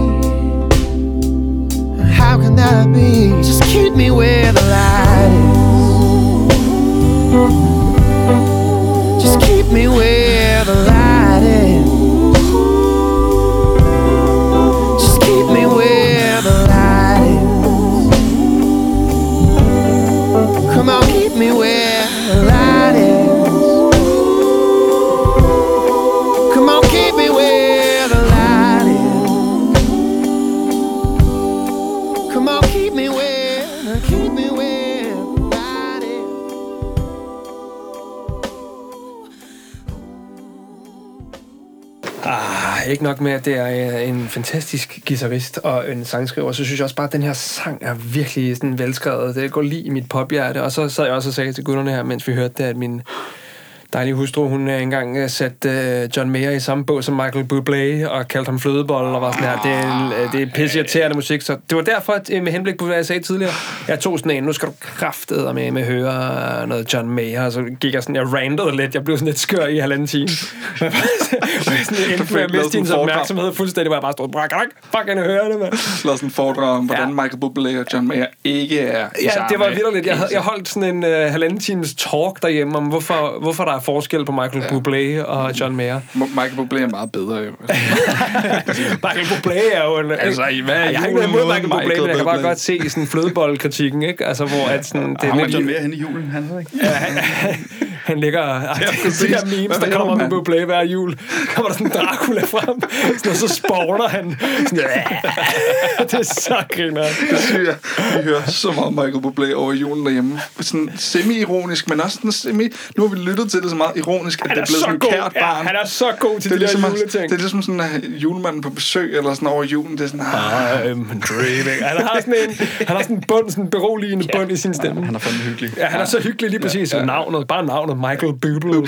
How can that be? Just keep me where the light is. Just keep me where the light is. Just keep me where the light is. Come on, keep me where the light is. Come on, keep me where the light is. Come on, keep me where the light is. Ikke nok med, at det er en fantastisk guitarist og en sangskriver, så synes jeg også bare, at den her sang er virkelig sådan velskrevet. Det går lige i mit pophjerte. Og så sad jeg også og sagde til gutterne her, mens vi hørte det, at min dejlige hustru, hun engang satte John Mayer i samme bog som Michael Bublé og kaldte ham flødebold og var sådan her. Det er pisseirriterende musik, så det var derfor, at med henblik på, hvad jeg sagde tidligere, jeg tog sådan en, nu skal du kraftedeme med høre noget John Mayer, og så gik jeg sådan, jeg randede lidt, jeg blev sådan lidt skør i 1,5 time. Jeg mistede hendes opmærksomhed fuldstændig, hvor jeg bare stod, fuck, kan jeg høre det, mand. Slå sådan en foredrag om, hvordan Michael Bublé og John Mayer ikke er i samme. Ja, det var vitterligt. Jeg holdt sådan en 1,5 times talk derhjemme om, hvorfor der er forskel på Michael Bublé og John Mayer. Michael Bublé er meget bedre, jo. Michael Bublé er jo en... Altså, jeg har ikke noget imod Michael Bublé, men jeg kan bare godt se sådan flødeboldkritikken, ikke? Altså, hvor at sådan... Det er John Mayer hen i julen, han ved ikke. Ja, han ligger... Det der memes, der kommer med Bublé hver jul. Kommer der sådan en Dracula frem, sådan, og så spawner han. Sådan, det er så griner. Det synes jeg. Vi hører så meget Michael Bublé over julen derhjemme. Sådan semi-ironisk, men også sådan semi... Nu har vi lyttet til det så meget ironisk, at det er blevet sådan en kært barn. Han er så god til de der juleting. Det er ligesom sådan julemanden på besøg, eller sådan over julen. Det er sådan... I'm dreaming. Han har sådan en bund, sådan en beroligende bund i sin stemme. Han er fandme hyggelig. Ja, han er så hyggelig lige præcis. Ja. Navnet, bare navnet, Michael Bublé.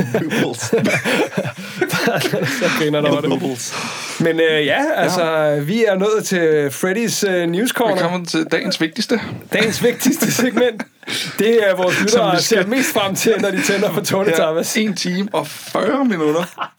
Så griner der over det. Men altså, vi er nået til Freddys News Corner. Vi kommer til dagens vigtigste. Dagens vigtigste segment. Det er vores lyttere ser mest frem til, når de tænder for Tony Tapas. 1 time og 40 minutter.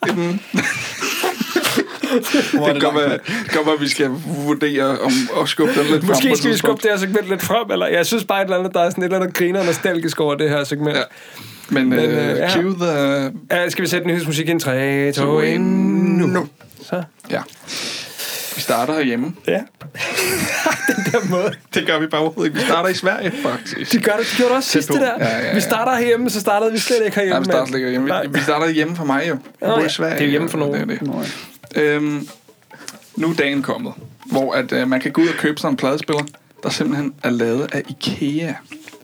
Det kan være, at vi skal vurdere om at skubbe den lidt frem. Måske skal vi skubbe det her segment lidt frem, eller jeg synes bare, der er sådan et eller andet griner nostalgisk over det her segment. Ja. Men cue the... Skal vi sætte nyhedsmusik ind? 3, 2, 1, nu. Så. Ja. Vi starter herhjemme. Ja. Den der måde. Det gør vi bare overhovedet ikke. Vi starter i Sverige, faktisk. Det gjorde det også sidste der. Ja. Vi starter herhjemme, så startede vi slet ikke herhjemme. Nej, vi starter slet ikke hjemme. Vi starter hjemme for mig jo. Jeg bor i Sverige. Det er hjemme for nogen. Det. Nu er dagen kommet, hvor at, man kan gå ud og købe sådan en pladespiller, der simpelthen er lavet af IKEA.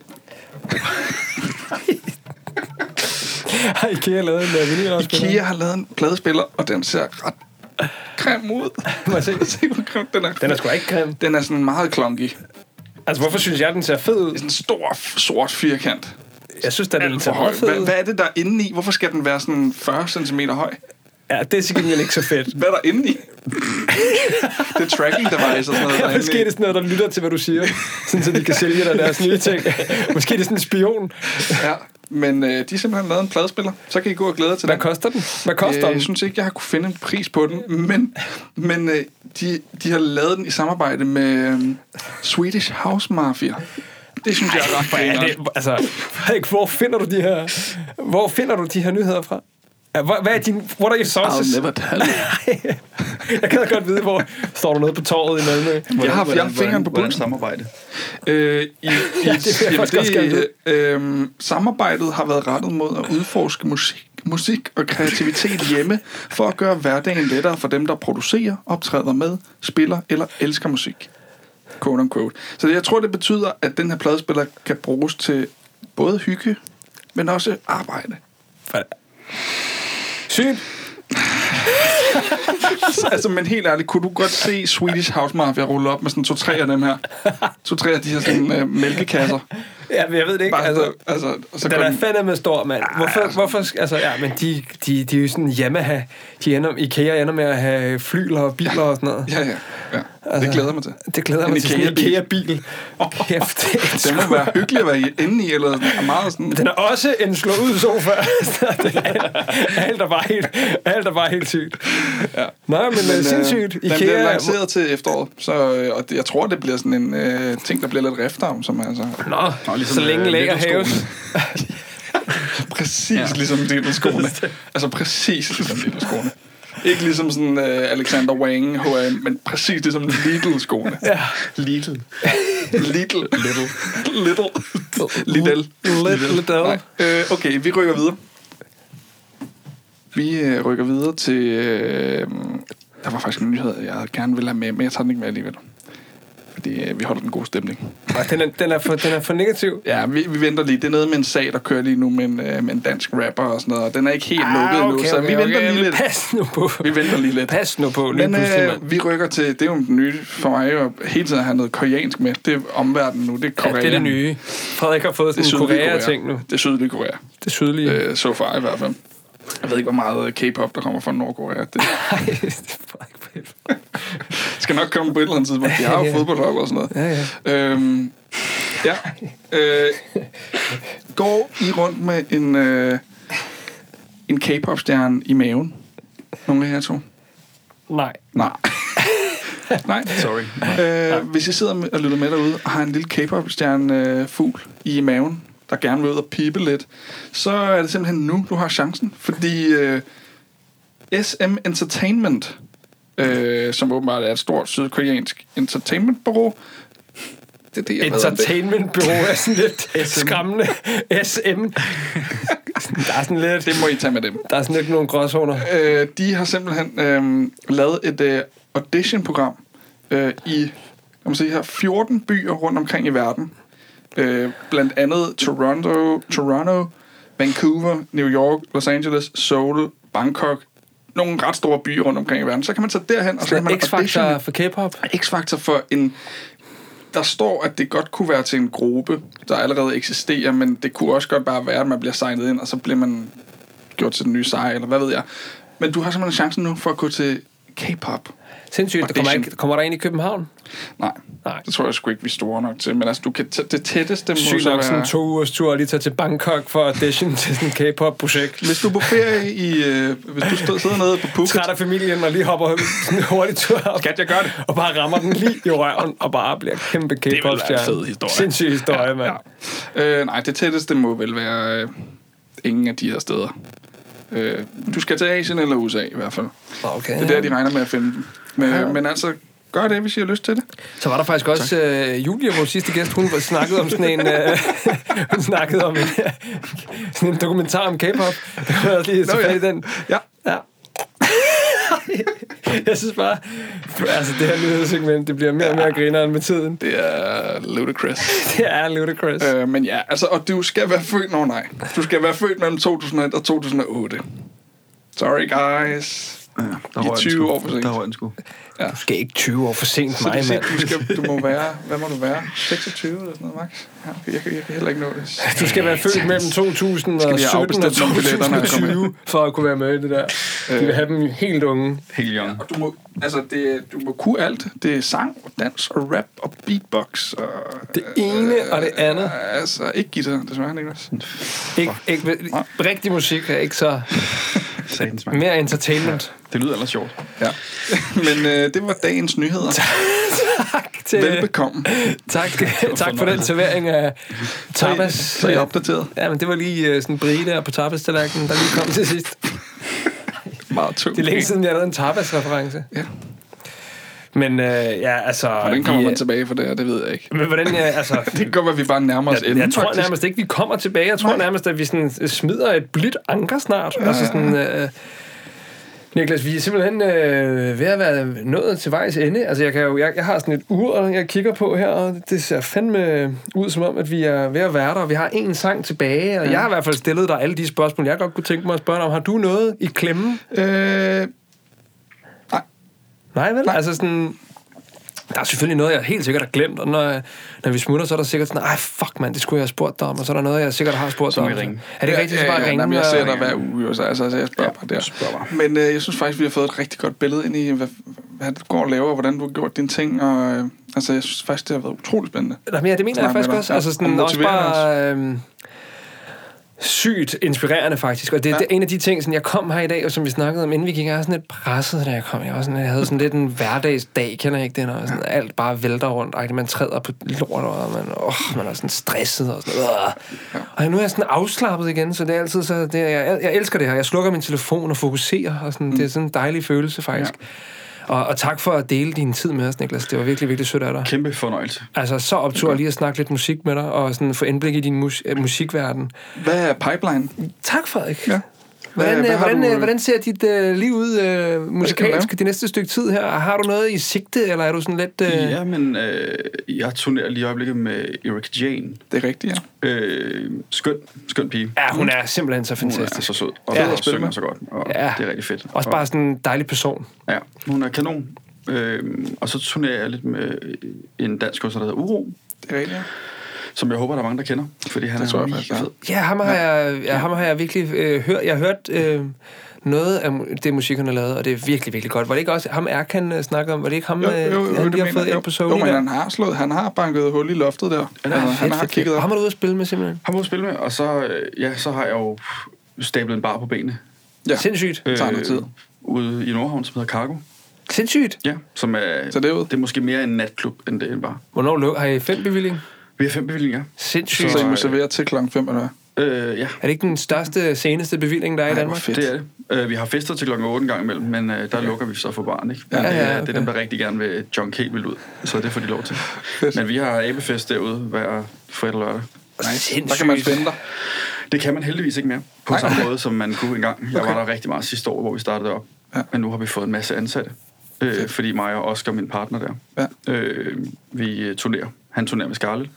Har IKEA lavet en vinylafspiller? IKEA har lavet en pladespiller, og den ser ret grim ud. Må jeg se? Den er sgu ikke grim. Den er sådan meget klonky. Altså, hvorfor synes jeg, den ser fed ud? Det er sådan en stor, sort firkant. Jeg synes, at den ser meget fed ud. Hvad er det, der er inde i? Hvorfor skal den være sådan 40 cm høj? Ja, det er sikkert ikke så fedt. Hvad er der inde i? Det er tracking device og sådan noget. Ja, måske er det sådan noget, der lytter til, hvad du siger. Sådan, så de kan sælge dig deres nye ting. Måske er det sådan en spion. Ja, men de har simpelthen lavet en pladespiller. Så kan I gå og glæde jer til Hvad koster den? Hvad koster den? Jeg synes ikke, jeg har kunne finde en pris på den. Men de har lavet den i samarbejde med Swedish House Mafia. Det synes jeg er ret fint. Altså, hvor finder du de her nyheder fra? Hvad er din... What are your sources? I'll never tell you. Jeg kan da godt vide, hvor står du nede på torvet i Malmø. Jeg har fingeren på pulsen. Samarbejde? Samarbejdet har været rettet mod at udforske musik og kreativitet hjemme, for at gøre hverdagen lettere for dem, der producerer, optræder med, spiller eller elsker musik. Quote unquote. Så jeg tror, det betyder, at den her pladespiller kan bruges til både hygge, men også arbejde. Sygt. Altså, men helt ærligt, kunne du godt se Swedish House Mafia rulle op med sådan 2-3 af dem her? 2-3 af de her sådan mælkekasser. Ja, men jeg ved det ikke. Så den er fandme stor, mand. Hvorfor? Altså, ja, men de er jo sådan Yamaha. IKEA ender med at have flyler og biler og sådan noget. Ja. Altså, det glæder mig til. Det glæder mig til sådan en IKEA-bil. Kæft, det må være hyggeligt at være inde i, eller meget sådan... Den er også en slå-ud sofa. Alt er bare helt sygt. Ja. Nej, men sindssygt. IKEA... Den bliver lanceret til efteråret, og jeg tror, det bliver sådan en ting, der bliver lidt rift om, som altså... Nå, ligesom så længe lægger haves. Præcis ligesom Lidl-skoene. Altså præcis ligesom Lidl-skoene. Ikke ligesom sådan Alexander Wang, H&M, men præcis ligesom Lidl-skoene. Ja. Lidl. Okay, vi rykker videre. Vi rykker videre til... der var faktisk en nyhed, jeg gerne ville have med, men jeg tager den ikke med alligevel. Fordi vi holder den gode stemning. Den er for negativ. Ja, vi venter lige. Det er noget med en sag, der kører lige nu med en dansk rapper og sådan noget. Og den er ikke helt lukket endnu, så vi venter lige lidt. Pas nu på. Vi venter lige lidt. Pas nu på. Men vi rykker til... Det er jo den nye for mig jo hele tiden at have noget koreansk med. Det er omverdenen nu. Det er Korea. Ja, det er det nye. Frederik har fået sådan en Korea-ting nu. Det er sydlige Korea. Det sydlige. So far i hvert fald. Jeg ved ikke, hvor meget K-pop, der kommer fra Nordkorea. Det skal nok komme på et eller andet tidspunkt. De har jo fodboldhold og sådan noget. Ja. Går I rundt med en K-pop-stjerne i maven? Nogle af jer to? Nej. Nej. Sorry. Hvis I sidder og lytter med derude og har en lille K-pop-stjerne fugl i maven, der gerne vil ud og pipe lidt, så er det simpelthen nu, du har chancen. Fordi SM Entertainment, som åbenbart er et stort sydkoreansk entertainmentbureau, det er det, jeg entertainmentbureau er sådan lidt skræmmende. SM. Der er sådan lidt... Det må I tage med dem. Der er sådan lidt nogle gråzoner. De har simpelthen lavet et audition-program i 14 byer rundt omkring i verden. Blandt andet Toronto, Vancouver, New York, Los Angeles, Seoul, Bangkok. Nogle ret store byer rundt omkring i verden. Så kan man tage derhen, og så kan man X-Factor for K-pop? X-Factor for en... Der står, at det godt kunne være til en gruppe, der allerede eksisterer, men det kunne også godt bare være, at man bliver signet ind, og så bliver man gjort til den nye seje, eller hvad ved jeg. Men du har simpelthen chancen nu for at gå til K-pop. Sindssygt. Kommer der ind i København? Nej. Det tror jeg sgu ikke, vi er store nok til. Men altså, du kan det tætteste... Sygt nok sådan en 2 ugers tur og lige tage til Bangkok for audition til sådan en K-pop-projekt. Hvis du er på ferie i... hvis du sidder nede på Phuket... Træt af familien og lige hopper sådan en hurtig tur op. Skat, jeg gør det. Og bare rammer den lige i røven og bare bliver kæmpe K-pop-stjerne. Det vil være en fed historie. Sindssyg historie, mand. Ja. Nej, det tætteste må vel være ingen af de her steder. Du skal til Asien eller USA i hvert fald. Okay. Det er der, de regner med at finde dem. Men altså, gør det, hvis I har lyst til det. Så var der faktisk også Julia, vores sidste gæst, hun snakkede om sådan en hun snakkede om sådan en dokumentar om K-pop. Det var lige tilbage i den. Ja. Jeg synes bare, altså det her nyhedssegment, det bliver mere og mere grineren med tiden. Det er ludicrous. Det er ludicrous. Men ja, altså, og du skal være født... Du skal være født mellem 2001 og 2008. Sorry, guys. Ja, I er 20 år for sent. Der var en sgu. Ja. Du skal ikke 20 år for sent, Så mig, mand. du må være... Hvad må du være? 26 eller sådan noget, max? Ja, jeg kan heller ikke nå det. Du skal være født mellem 2017 og 2020 for at kunne være med i det der. De vil have dem helt unge. Helt young. Og du må... Altså, du må kunne alt. Det er sang og dans og rap og beatbox og... Det ene og det andet. Altså, ikke guitar, desværre, Niklas. Ikke rigtig musik er ikke så... Mere entertainment. Det lyder ellers sjovt. Ja. Men det var dagens nyheder. Tak til... Velbekomme. Tak for den servering af tapas. Så er I opdateret. Ja, men det var lige sådan en brie der på tapas-tallerkenen, der lige kom til sidst. Meget tungt. Det er længe siden, jeg lavede en tapas-reference. Ja. Men ja, altså... Hvordan kommer man tilbage for det her? Det ved jeg ikke. Men hvordan, altså... det går, at vi bare nærmer os enden, jeg tror nærmest ikke, vi kommer tilbage. Jeg tror nærmest, at vi sådan smider et blidt anker snart. Ja. Altså sådan... Niklas, vi er simpelthen ved at være nået til vejs ende. Altså, jeg har sådan et ur, jeg kigger på her, og det ser fandme ud som om, at vi er ved at være der, og vi har en sang tilbage, og jeg har i hvert fald stillet dig alle de spørgsmål, jeg godt kunne tænke mig at spørge dig om. Har du noget i klemme? Nej. Nej, vel? Nej. Altså sådan... Der er selvfølgelig noget, jeg helt sikkert har glemt, og når vi smutter, så er der sikkert sådan, fuck mand, det skulle jeg have spurgt dig om, og så er der noget, jeg sikkert har spurgt dig om. Ringe. Er det rigtigt, så bare ringe? Jamen, jeg ser dig hver uge, så altså, jeg spørger bare der. Men jeg synes faktisk, vi har fået et rigtig godt billede ind i, hvad du går og laver, og hvordan du har gjort dine ting, og altså, jeg synes faktisk, det har været utroligt spændende. Jamen, ja, det mener jeg faktisk også. Altså sådan også bare... sygt inspirerende faktisk, og det er en af de ting, sådan, jeg kom her i dag, og som vi snakkede om, inden vi gik, jeg var sådan lidt presset, da jeg kom. Jeg havde sådan lidt en hverdagsdag, kender jeg ikke det, når sådan, alt bare vælter rundt, man træder på lort, og man er sådan stresset, og sådan og nu er jeg sådan afslappet igen, så det er altid så, jeg elsker det her, jeg slukker min telefon og fokuserer, og sådan, det er sådan en dejlig følelse faktisk. Ja. Og tak for at dele din tid med os, Niklas. Det var virkelig, virkelig sødt af dig. Kæmpe fornøjelse. Altså, så optur lige at snakke lidt musik med dig, og sådan få indblik i din musikverden. Hvad er pipeline? Tak, Frederik. Ja. Hvordan ser dit liv ud musikalsk de næste stykke tid her? Har du noget i sigte, eller er du sådan lidt... Ja, men jeg turnerer lige i øjeblikket med Eric Jane. Det er rigtigt, ja. Skøn pige. Ja, hun er simpelthen så fantastisk. Hun er så sød, og synger så godt, og det er rigtig fedt. Også bare sådan en dejlig person. Ja, hun er kanon. Og så turnerer jeg lidt med en dansk kunstner, der hedder Uro. Det er rigtigt, ja. Som jeg håber, der er mange, der kender, fordi han er mega fed. Ja, ham har jeg virkelig hørt. Jeg har hørt noget af det musik, han har lavet, og det er virkelig, virkelig godt. Var det ikke også ham, Erkan snakkede om? Var det ikke ham, han lige har fået ind på Sony? Jo, men han har banket hul i loftet der. Han har kigget op. Ham er du ude at spille med, simpelthen? Ham er ude at spille med, og så har jeg jo stablet en bar på benene. Ja. Sindssygt. Det tager noget tid. Ude i Nordhavn, som hedder Cargo. Sindssygt. Ja, som er... Så det er måske mere en natklub, end det er en bar. Hvornår har I 5 bevilling? Vi har 5 bevillinger. Sindssygt. Så I må servere til klokken 5, eller hvad? Ja. Er det ikke den største, seneste bevilling, der er i Danmark? Fedt. Det er det. Vi har fester til klokken 8 en gang imellem, men der lukker vi så for baren, ikke? Ja, okay. Det er dem, der rigtig gerne vil junk helt vildt ud. Så det får de lov til. Men vi har abefest derude hver fredag og lørdag. Der kan man spænde dig. Det kan man heldigvis ikke mere. På samme måde, som man kunne engang. Jeg var der rigtig meget sidste år, hvor vi startede op. Ja. Men nu har vi fået en masse ansatte. Fordi mig og Oscar, min partner der, vi turnerer. Han turnerer med Scarlett.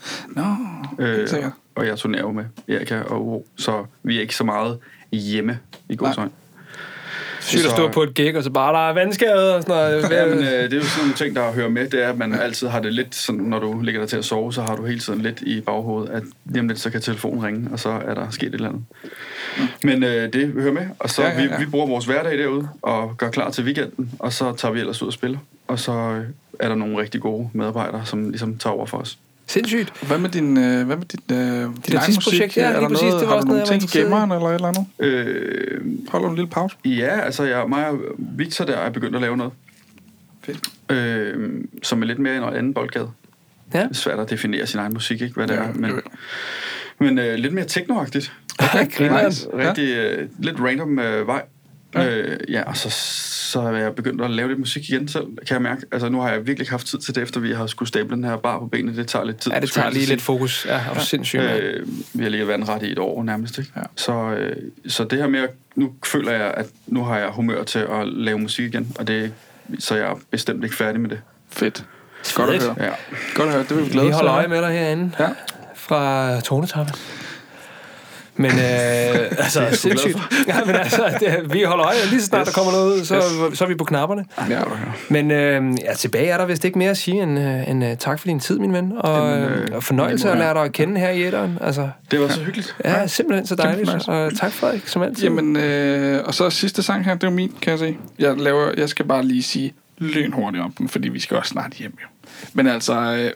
Og jeg turnerer jo med Erika og Uro. Så vi er ikke så meget hjemme i Gåsøjne. Sygt at stå på et gig, og så bare, der er vandskade og sådan noget. Ja, men det er jo sådan nogle ting, der hører med. Det er, at man altid har det lidt sådan, når du ligger der til at sove, så har du hele tiden lidt i baghovedet, at lige om lidt, så kan telefonen ringe, og så er der sket et eller andet. Men det hører med, og så vi bruger vores hverdag derude, og gør klar til weekenden, og så tager vi ellers ud og spiller. Og så er der nogle rigtig gode medarbejdere, som ligesom tager over for os. Sindssygt. Hvad med dit artistprojekt? Ja, lige præcis. Det var også noget, ting i gemmeren eller et eller andet? Holder du en lille pause? Ja, altså mig og Victor der er begyndt at lave noget. Fedt. Som er lidt mere end en anden boldgade. Ja. Det er svært at definere sin egen musik, ikke, hvad det er. Men lidt mere technoagtigt. Nice. Rigtig lidt random vej. Ja, og så er jeg begyndt at lave lidt musik igen selv, kan jeg mærke. Altså, nu har jeg virkelig ikke haft tid til det, efter vi har skulle stable den her bar på benene. Det tager lidt tid. Ja, det tager lige lidt fokus. Ja, er du sindssygt. Vi har lige været ret i et år nærmest, ikke? Ja. Så det her med, nu føler jeg, at nu har jeg humør til at lave musik igen, og så jeg er bestemt ikke færdig med det. Fedt. Godt at høre. Ja. Godt at høre. Det vil vi glæde os til. Vi holder øje med dig herinde. Ja. Fra Tonetappe. Men altså, sindssygt. Ja, men altså, vi holder øje. Lige så snart der kommer noget ud, så er vi på knapperne. Ja. Men tilbage er der vist ikke mere at sige end tak for din tid, min ven. Og fornøjelse at lære dig at kende her i etteren. Altså, det var så hyggeligt. Ja, simpelthen så dejligt. Og tak, Frederik, som altid. Jamen, og så sidste sang her, det er min, kan jeg se. Jeg skal bare lige sige lynhurtigt om den, fordi vi skal også snart hjem, jo. Men altså,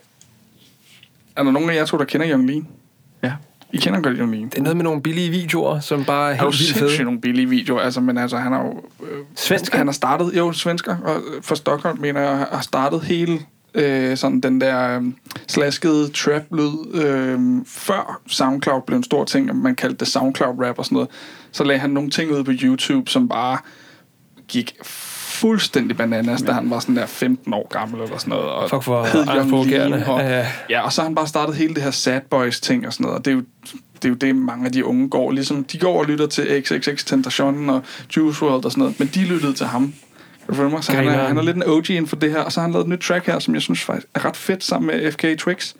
er der nogen af jer to, der kender Young Lean? Ja. I kender godt Young Lean. Det er noget med nogle billige videoer, som bare er helt vildt fede. Er jo nogle billige videoer, altså, men altså, han er jo... Svensker? Han har startet, svensker, og fra Stockholm, mener jeg, har startet hele sådan den der slaskede trap-lyd, før SoundCloud blev en stor ting, og man kaldte det SoundCloud-rap og sådan noget. Så lagde han nogle ting ud på YouTube, som bare gik fuldstændig bananas, da han var sådan der 15 år gammel eller sådan noget. Og fuck for fungerende. Ja, og så har han bare startet hele det her Sad Boys ting og sådan noget, og det er jo det, mange af de unge går. Ligesom, de går og lytter til XXXTentacion og Juice WRLD og sådan noget, men de lyttede til ham. Så han er lidt en OG inden for det her, og så har han lavet et nyt track her, som jeg synes faktisk er ret fedt, sammen med FK Twix,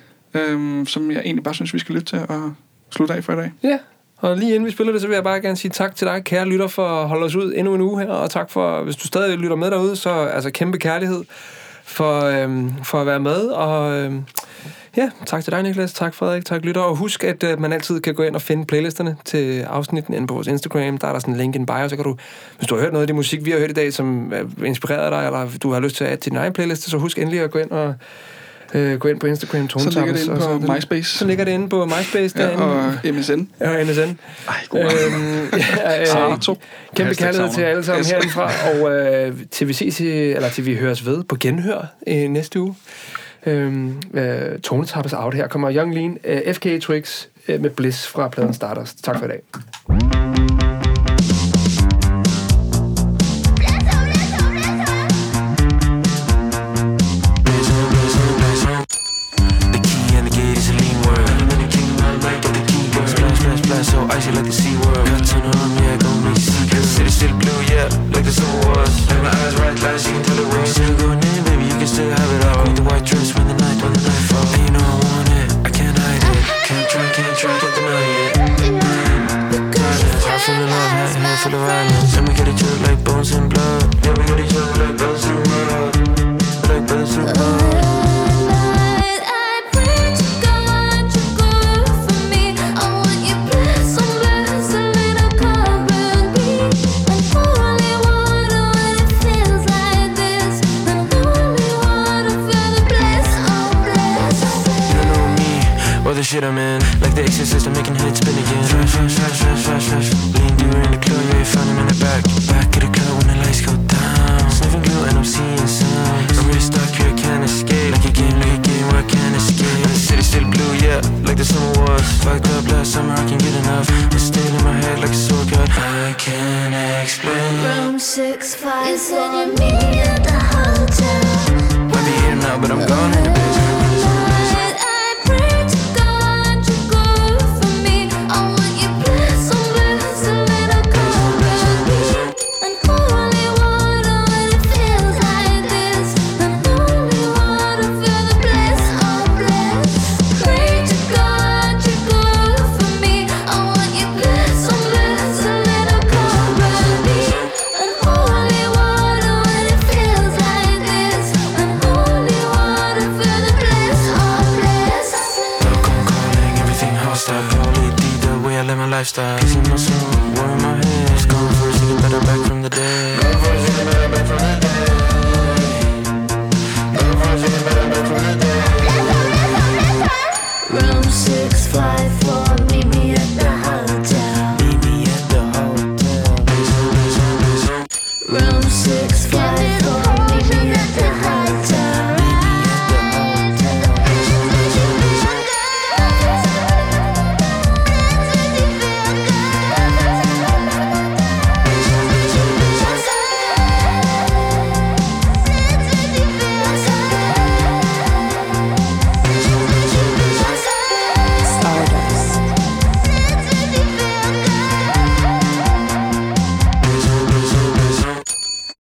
som jeg egentlig bare synes, vi skal lytte til og slutte af for i dag. Ja. Og lige inden vi spiller det, så vil jeg bare gerne sige tak til dig, kære lytter, for at holde os ud endnu en uge her, og tak for, hvis du stadig lytter med derude, så altså kæmpe kærlighed for at være med, og ja, tak til dig, Niklas, tak Frederik, tak lytter, og husk, at man altid kan gå ind og finde playlisterne til afsnitten inde på vores Instagram, der er der sådan en link in bio, så kan du, hvis du har hørt noget af det musik, vi har hørt i dag, som inspireret dig, eller du har lyst til at add til din egen playliste, så husk endelig at gå ind og gå ind på Instagram, så ligger det inde på MySpace. Så ligger det inde på MySpace derinde. Og MSN. Ja, MSN. Ej, god. Kæmpe kærlighed til alle sammen herindefra, og til vi ses, eller til vi høres ved på genhør næste uge. Tonetappes out. Her kommer Young Lean, FK Twix med Bliss fra pladen Stardust. Tak for i dag. So icy like the sea world. Got ton on, yeah, gon' make you see. City still blue, yeah, like the summer was. Like my eyes right lines, you can tell it was. Still going in, baby, you can still have it all. Queen the white dress when the night falls. And you know I want it, I can't hide it. Can't try, can't deny it. Heart full of love, hand full of violence. And we get each other like bones and blood. Yeah, we get each other like bones and blood. Like brothers and blood. The shit I'm in, like the exorcist, I'm making heads spin again. Flash. Lean deeper in the club, yeah, you find him in the back of the club when the lights go down. Sniffing glue and I'm seeing signs. I'm really stuck here, can't escape. Like a game where I can't escape. And the city's still blue, yeah, like the summer was. Fucked up last summer, I can't get enough. It's still in my head like a sword cut. I can't explain. Room 651. You said you meet me at the hotel. Might be here now, but I'm gone in the basement. Lifestyle.